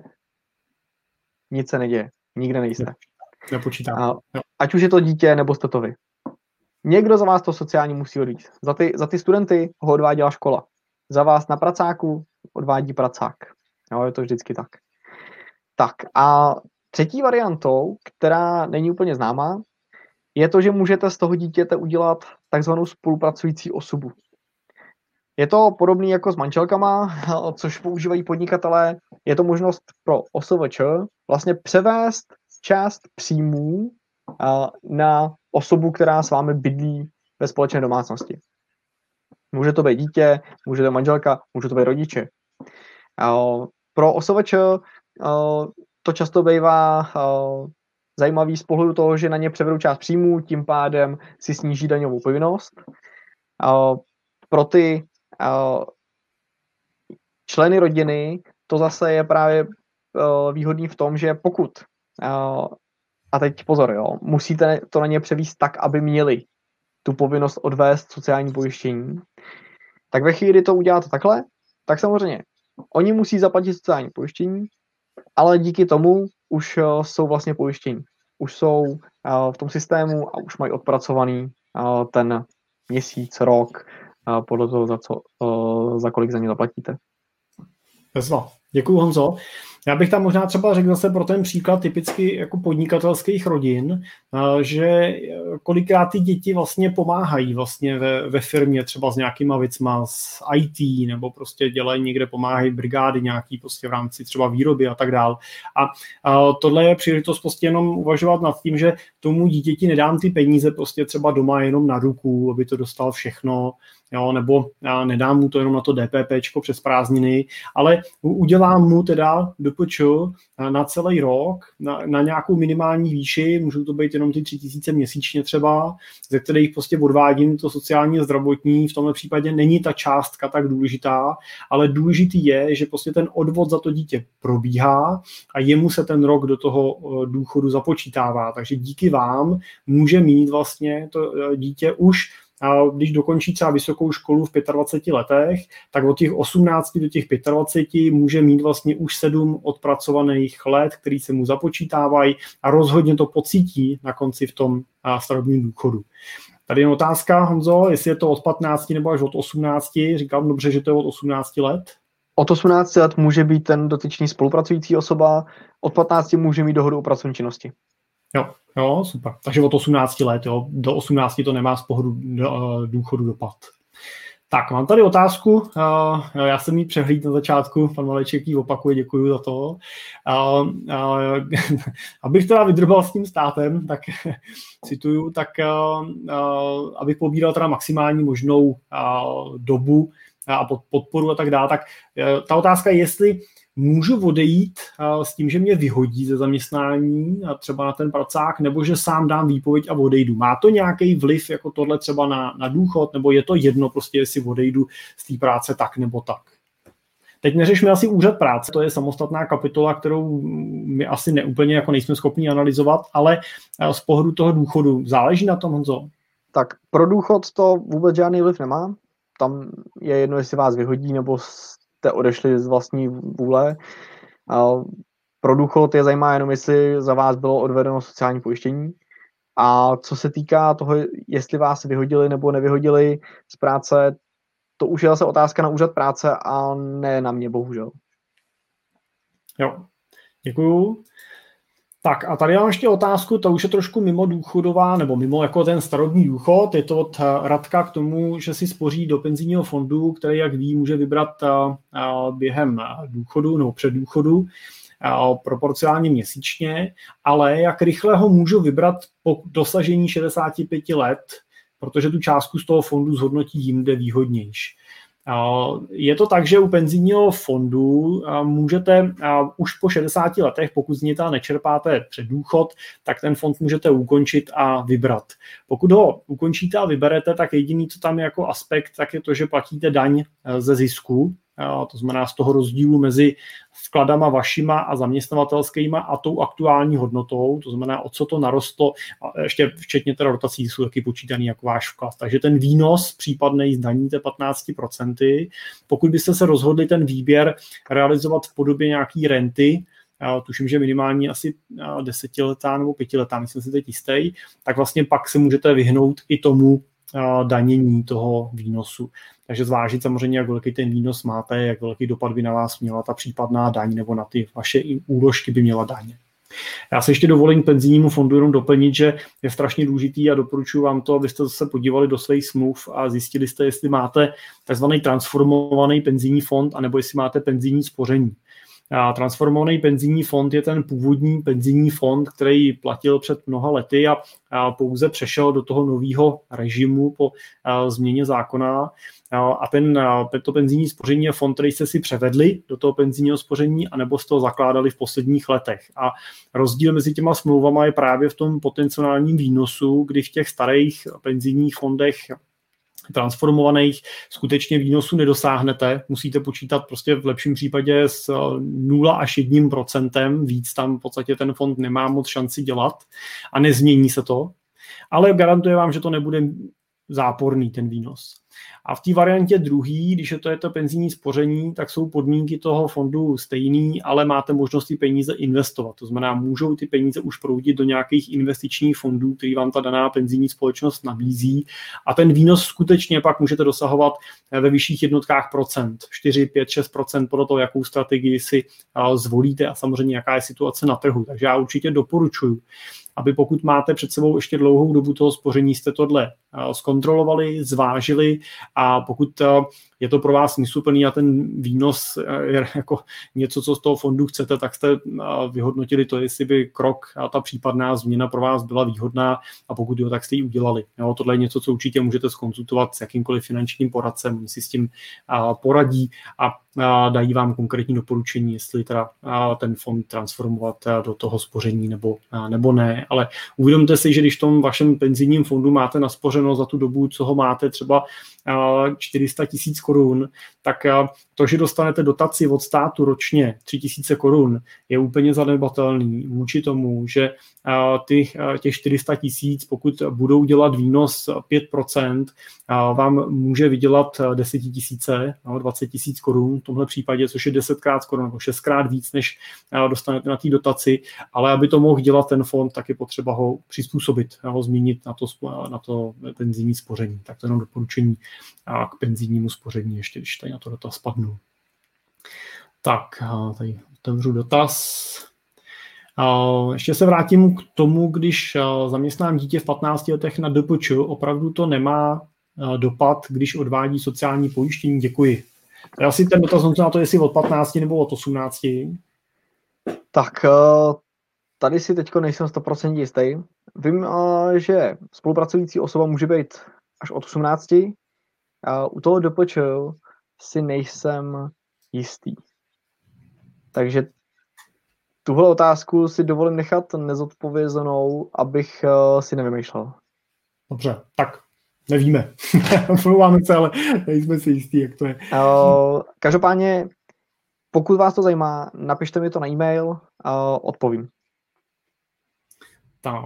nic se neděje. Nikde nejste. Nepočítám. Ať už je to dítě, nebo jste to vy. Někdo za vás to sociální musí odvíct. Za ty, za ty studenty ho odváděla škola. Za vás na pracáku odvádí pracák. Jo, je to vždycky tak. Tak a třetí variantou, která není úplně známá, je to, že můžete z toho dítěte udělat takzvanou spolupracující osobu. Je to podobný jako s manželkama, což používají podnikatelé je to možnost pro O S V Č vlastně převést část příjmů na osobu, která s vámi bydlí ve společné domácnosti. Může to být dítě, může to být manželka, může to být rodiče. Pro O S V Č to často bývá zajímavý z pohledu toho, že na ně převedou část příjmů, tím pádem si sníží daňovou povinnost. Pro ty členy rodiny to zase je právě výhodný v tom, že pokud, a teď pozor, jo, musíte to na ně převést tak, aby měli tu povinnost odvést sociální pojištění, tak ve chvíli, kdy to uděláte takhle, tak samozřejmě oni musí zaplatit sociální pojištění, ale díky tomu už jsou vlastně pojištění. Už jsou v tom systému a už mají odpracovaný ten měsíc, rok, podle toho, za, co, za kolik za ně zaplatíte. Jasno. Děkuju, Honzo. Já bych tam možná třeba řekl zase pro ten příklad typicky jako podnikatelských rodin, že kolikrát ty děti vlastně pomáhají vlastně ve, ve firmě třeba s nějakýma věcma, s í té, nebo prostě dělají někde, pomáhají brigády nějaký prostě v rámci třeba výroby a tak dál. A, a tohle je příležitost prostě jenom uvažovat nad tím, že tomu dítěti nedám ty peníze prostě třeba doma jenom na ruku, aby to dostal všechno, jo, nebo já nedám mu to jenom na to DPPčko přes prázdniny, ale udělám mu teda D P Č na celý rok, na, na nějakou minimální výši, můžou to být jenom ty tři tisíce měsíčně třeba, ze kterých prostě odvádím to sociální a zdravotní, v tomhle případě není ta částka tak důležitá, ale důležitý je, že prostě ten odvod za to dítě probíhá a jemu se ten rok do toho důchodu započítává, takže díky vám může mít vlastně to dítě už, a když dokončí třeba vysokou školu v dvaceti pěti letech, tak od těch osmnácti do těch dvaceti pěti může mít vlastně už sedm odpracovaných let, který se mu započítávají a rozhodně to pocítí na konci v tom starobním důchodu. Tady je otázka, Honzo, jestli je to od patnácti nebo až od osmnácti. Říkám dobře, že to je od osmnácti let? Od osmnácti let může být ten dotyčný spolupracující osoba, od patnácti může mít dohodu o pracovní činnosti. Jo, jo, super. Takže od osmnácti let, jo. Do osmnácti to nemá z pohledu důchodu dopad. Tak, mám tady otázku. Já jsem jí přehlídl na začátku, pan Maleček ji opakuje, děkuji za to. Abych teda vydrbal s tím státem, tak cituju, tak abych pobíral teda maximální možnou dobu a podporu a tak dále, tak ta otázka je, jestli můžu odejít s tím, že mě vyhodí ze zaměstnání a třeba na ten pracák, nebo že sám dám výpověď a odejdu. Má to nějaký vliv jako tohle třeba na, na důchod, nebo je to jedno prostě, jestli odejdu z té práce tak nebo tak? Teď neřešme asi úřad práce, to je samostatná kapitola, kterou my asi neúplně jako nejsme schopni analyzovat, ale z pohledu toho důchodu záleží na tom, Honzo? Tak pro důchod to vůbec žádný vliv nemá. Tam je jedno, jestli vás vyhodí, nebo jste odešli z vlastní vůle. Pro důchod je zajímá jenom, jestli za vás bylo odvedeno sociální pojištění. A co se týká toho, jestli vás vyhodili nebo nevyhodili z práce, to už je zase otázka na úřad práce a ne na mě, bohužel. Jo, děkuju. Tak a tady mám ještě otázku, to už je trošku mimo důchodová, nebo mimo jako ten starobní důchod. Je to od Radka k tomu, že si spoří do penzijního fondu, který, jak ví, může vybrat během důchodu nebo před důchodu proporcionálně měsíčně, ale jak rychle ho můžu vybrat po dosažení šedesáti pěti let, protože tu částku z toho fondu zhodnotí jinde výhodnější. Je to tak, že u penzijního fondu můžete už po šedesáti letech, pokud z něj nečerpáte před důchod, tak ten fond můžete ukončit a vybrat. Pokud ho ukončíte a vyberete, tak jediný, co tam je jako aspekt, tak je to, že platíte daň ze zisku, to znamená z toho rozdílu mezi vkladama vašima a zaměstnavatelskýma a tou aktuální hodnotou, to znamená, o co to narostlo, a ještě včetně teda rotací jsou taky počítaný jako váš vklad. Takže ten výnos případnej zdaníte patnáct procent. Pokud byste se rozhodli ten výběr realizovat v podobě nějaký renty, tuším, že minimálně asi desetiletá nebo pětiletá, myslím si teď jistý, tak vlastně pak se můžete vyhnout i tomu danění toho výnosu. Takže zvážit samozřejmě, jak velký ten výnos máte, jak velký dopad by na vás měla ta případná daň nebo na ty vaše úložky by měla daň. Já se ještě dovolím penzijnímu fondu jenom doplnit, že je strašně důležitý a doporučuji vám to, abyste se podívali do svých smluv a zjistili jste, jestli máte tzv. Transformovaný penzijní fond, anebo jestli máte penzijní spoření. transformovaný penzijní fond je ten původní penzijní fond, který platil před mnoha lety a pouze přešel do toho nového režimu po změně zákona. A ten, to penzijní spoření je fond, který jste si převedli do toho penzijního spoření, anebo jste ho zakládali v posledních letech. A rozdíl mezi těma smlouvama je právě v tom potenciálním výnosu, kdy v těch starých penzijních fondech transformovaných skutečně výnosu nedosáhnete. Musíte počítat prostě v lepším případě s nula až jedním procentem, víc tam v podstatě ten fond nemá moc šanci dělat a nezmění se to, ale garantuje vám, že to nebude záporný ten výnos. A v té variantě druhý, když je to, je to penzijní spoření, tak jsou podmínky toho fondu stejný, ale máte možnost ty peníze investovat. To znamená, můžou ty peníze už proudit do nějakých investičních fondů, který vám ta daná penzijní společnost nabízí. A ten výnos skutečně pak můžete dosahovat ve vyšších jednotkách procent. čtyři, pět, šest procent podle toho, jakou strategii si zvolíte a samozřejmě jaká je situace na trhu. Takže já určitě doporučuji, aby pokud máte před sebou ještě dlouhou dobu toho spoření, jste tohle zkontrolovali, zvážili a pokud je to pro vás smysluplný a ten výnos je jako něco, co z toho fondu chcete, tak jste vyhodnotili to, jestli by krok a ta případná změna pro vás byla výhodná a pokud jo, tak jste ji udělali. Jo, tohle je něco, co určitě můžete zkonzultovat s jakýmkoliv finančním poradcem, oni si s tím poradí a dají vám konkrétní doporučení, jestli teda ten fond transformovat do toho spoření nebo, nebo ne. Ale uvědomte si, že když v tom vašem penzijním fondu máte naspořeno za tu dobu, co ho máte, třeba čtyři sta tisíc korun, tak to, že dostanete dotaci od státu ročně tři tisíce korun, je úplně zanedbatelný vůči tomu, že ty, těch čtyři sta tisíc, pokud budou dělat výnos pět procent, vám může vydělat deset tisíce, dvacet tisíc korun v tomhle případě, což je desetkrát skoro nebo šestkrát víc, než dostanete na té dotaci, ale aby to mohl dělat ten fond, tak je potřeba ho přizpůsobit, ho změnit na to, na to penzijní spoření. Tak to je jenom doporučení k penzijnímu spoření, ještě když tady na to dotaz spadnu. Tak, tady otevřu dotaz. Ještě se vrátím k tomu, když zaměstnám dítě v patnácti letech na D P Č, opravdu to nemá dopad, když odvádí sociální pojištění? Děkuji. Já si ten dotaz na to, jestli od patnácti nebo od osmnácti. Tak tady si teďko nejsem sto procent jistý. Vím, že spolupracující osoba může být až od osmnácti. U toho D P Č si nejsem jistý. Takže tuhle otázku si dovolím nechat nezodpovězenou, abych si nevymýšlel. Dobře, tak nevíme. Mluváme se, ale nejsme si jistí, jak to je. Každopádně, pokud vás to zajímá, napište mi to na e-mail, odpovím. Tak.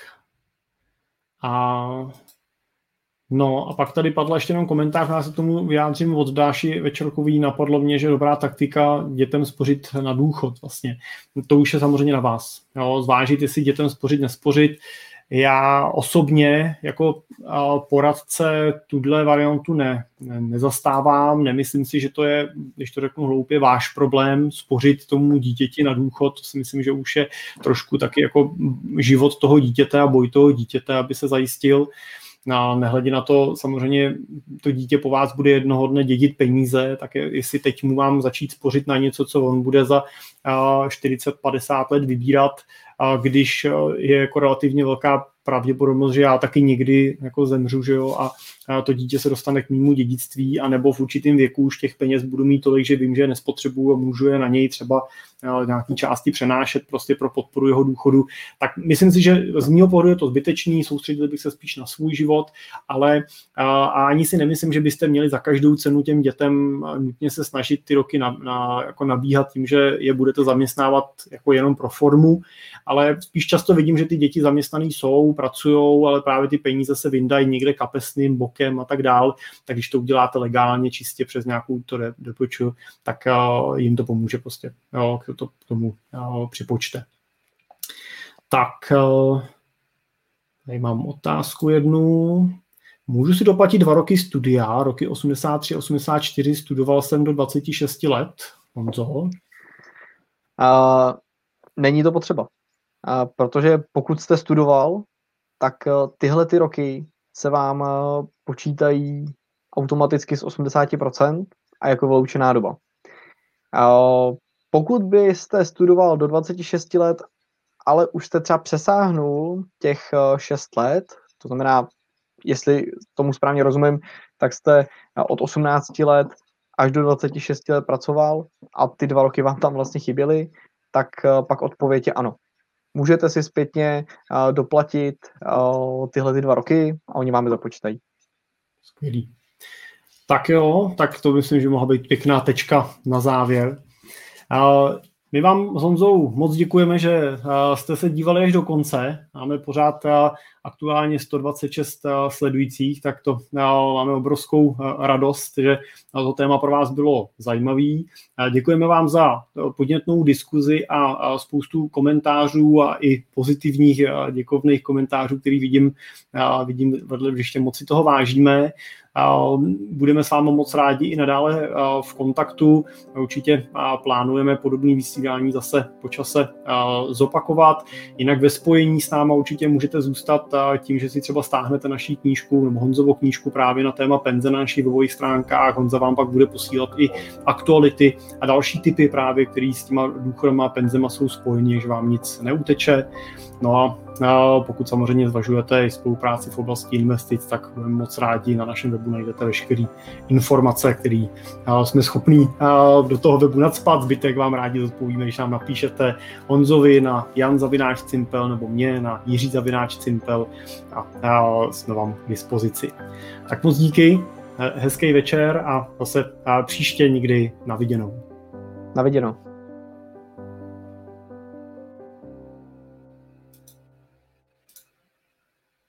A no a pak tady padla ještě jenom komentář, já se tomu vyjádřím od Dáši Večerkový, napadlo mě, že dobrá taktika dětem spořit na důchod vlastně. To už je samozřejmě na vás. Jo, zvážit, jestli dětem spořit, nespořit. Já osobně jako poradce tuhle variantu ne, ne, nezastávám, nemyslím si, že to je, když to řeknu hloupě, váš problém spořit tomu dítěti na důchod, to si myslím, že už je trošku taky jako život toho dítěte a boj toho dítěte, aby se zajistil. A nehledě na to, samozřejmě to dítě po vás bude jednoho dne dědit peníze, tak je, jestli teď mu mám začít spořit na něco, co on bude za čtyřicet padesát let vybírat, když je jako relativně velká pravděpodobnost, že já taky někdy jako zemřu, že jo, a to dítě se dostane k mému dědictví, anebo v určitém věku už těch peněz budu mít tolik, že vím, že je nespotřebuju a můžu je na něj třeba nějaký části přenášet prostě pro podporu jeho důchodu. Tak myslím si, že z mého pohledu je to zbytečný, soustředil bych se spíš na svůj život, ale a ani si nemyslím, že byste měli za každou cenu těm dětem nutně se snažit ty roky na, na, jako nabíhat tím, že je budete zaměstnávat jako jenom pro formu, ale spíš často vidím, že ty děti zaměstnaný jsou, pracujou, ale právě ty peníze se vyndají někde kapesným bokem a tak dál, tak když to uděláte legálně, čistě přes nějakou to D P Č, tak uh, jim to pomůže prostě, jo, k to, k tomu uh, připočte. Tak, uh, tady mám otázku jednu. Můžu si doplatit dva roky studia, roky osmdesát tři osmdesát čtyři, studoval jsem do dvacet šest let. Honzo? Uh, není to potřeba, uh, protože pokud jste studoval, tak uh, tyhle ty roky se vám uh, počítají automaticky z osmdesát procent a jako vyloučená doba. Uh, pokud byste studoval do dvaceti šesti let, ale už jste třeba přesáhnul těch šest let, to znamená, jestli tomu správně rozumím, tak jste od osmnácti let až do dvaceti šesti let pracoval a ty dva roky vám tam vlastně chyběly, tak pak odpověď je ano. Můžete si zpětně doplatit tyhle ty dva roky a oni vám je započítají. Skvělý. Tak jo, tak to myslím, že mohla být pěkná tečka na závěr. My vám s Honzou moc děkujeme, že jste se dívali až do konce. Máme pořád aktuálně sto dvacet šest sledujících, tak to máme obrovskou radost, že to téma pro vás bylo zajímavý. Děkujeme vám za podnětnou diskuzi a spoustu komentářů a i pozitivních děkovných komentářů, který vidím, vidím vedle vřiště, moc si toho vážíme. Budeme s vámi moc rádi i nadále v kontaktu. Určitě plánujeme podobné vysílání zase po čase zopakovat. Jinak ve spojení s náma určitě můžete zůstat tím, že si třeba stáhnete naši knížku nebo Honzovo knížku právě na téma penze na našich webových stránkách. Honza vám pak bude posílat i aktuality a další tipy právě, které s těma důchodama a penzema jsou spojení, že vám nic neuteče. No a pokud samozřejmě zvažujete i spolupráci v oblasti investic, tak budeme moc rádi. Na našem webu najdete veškeré informace, které jsme schopní do toho webu nacpat. Zbytek vám rádi zodpovíme, když nám napíšete Honzovi na jan zavináč cimpel nebo mě na jiří zavináč cimpel a jsme vám k dispozici. Tak moc díky, hezký večer a zase příště někdy na viděnou. Na viděnou.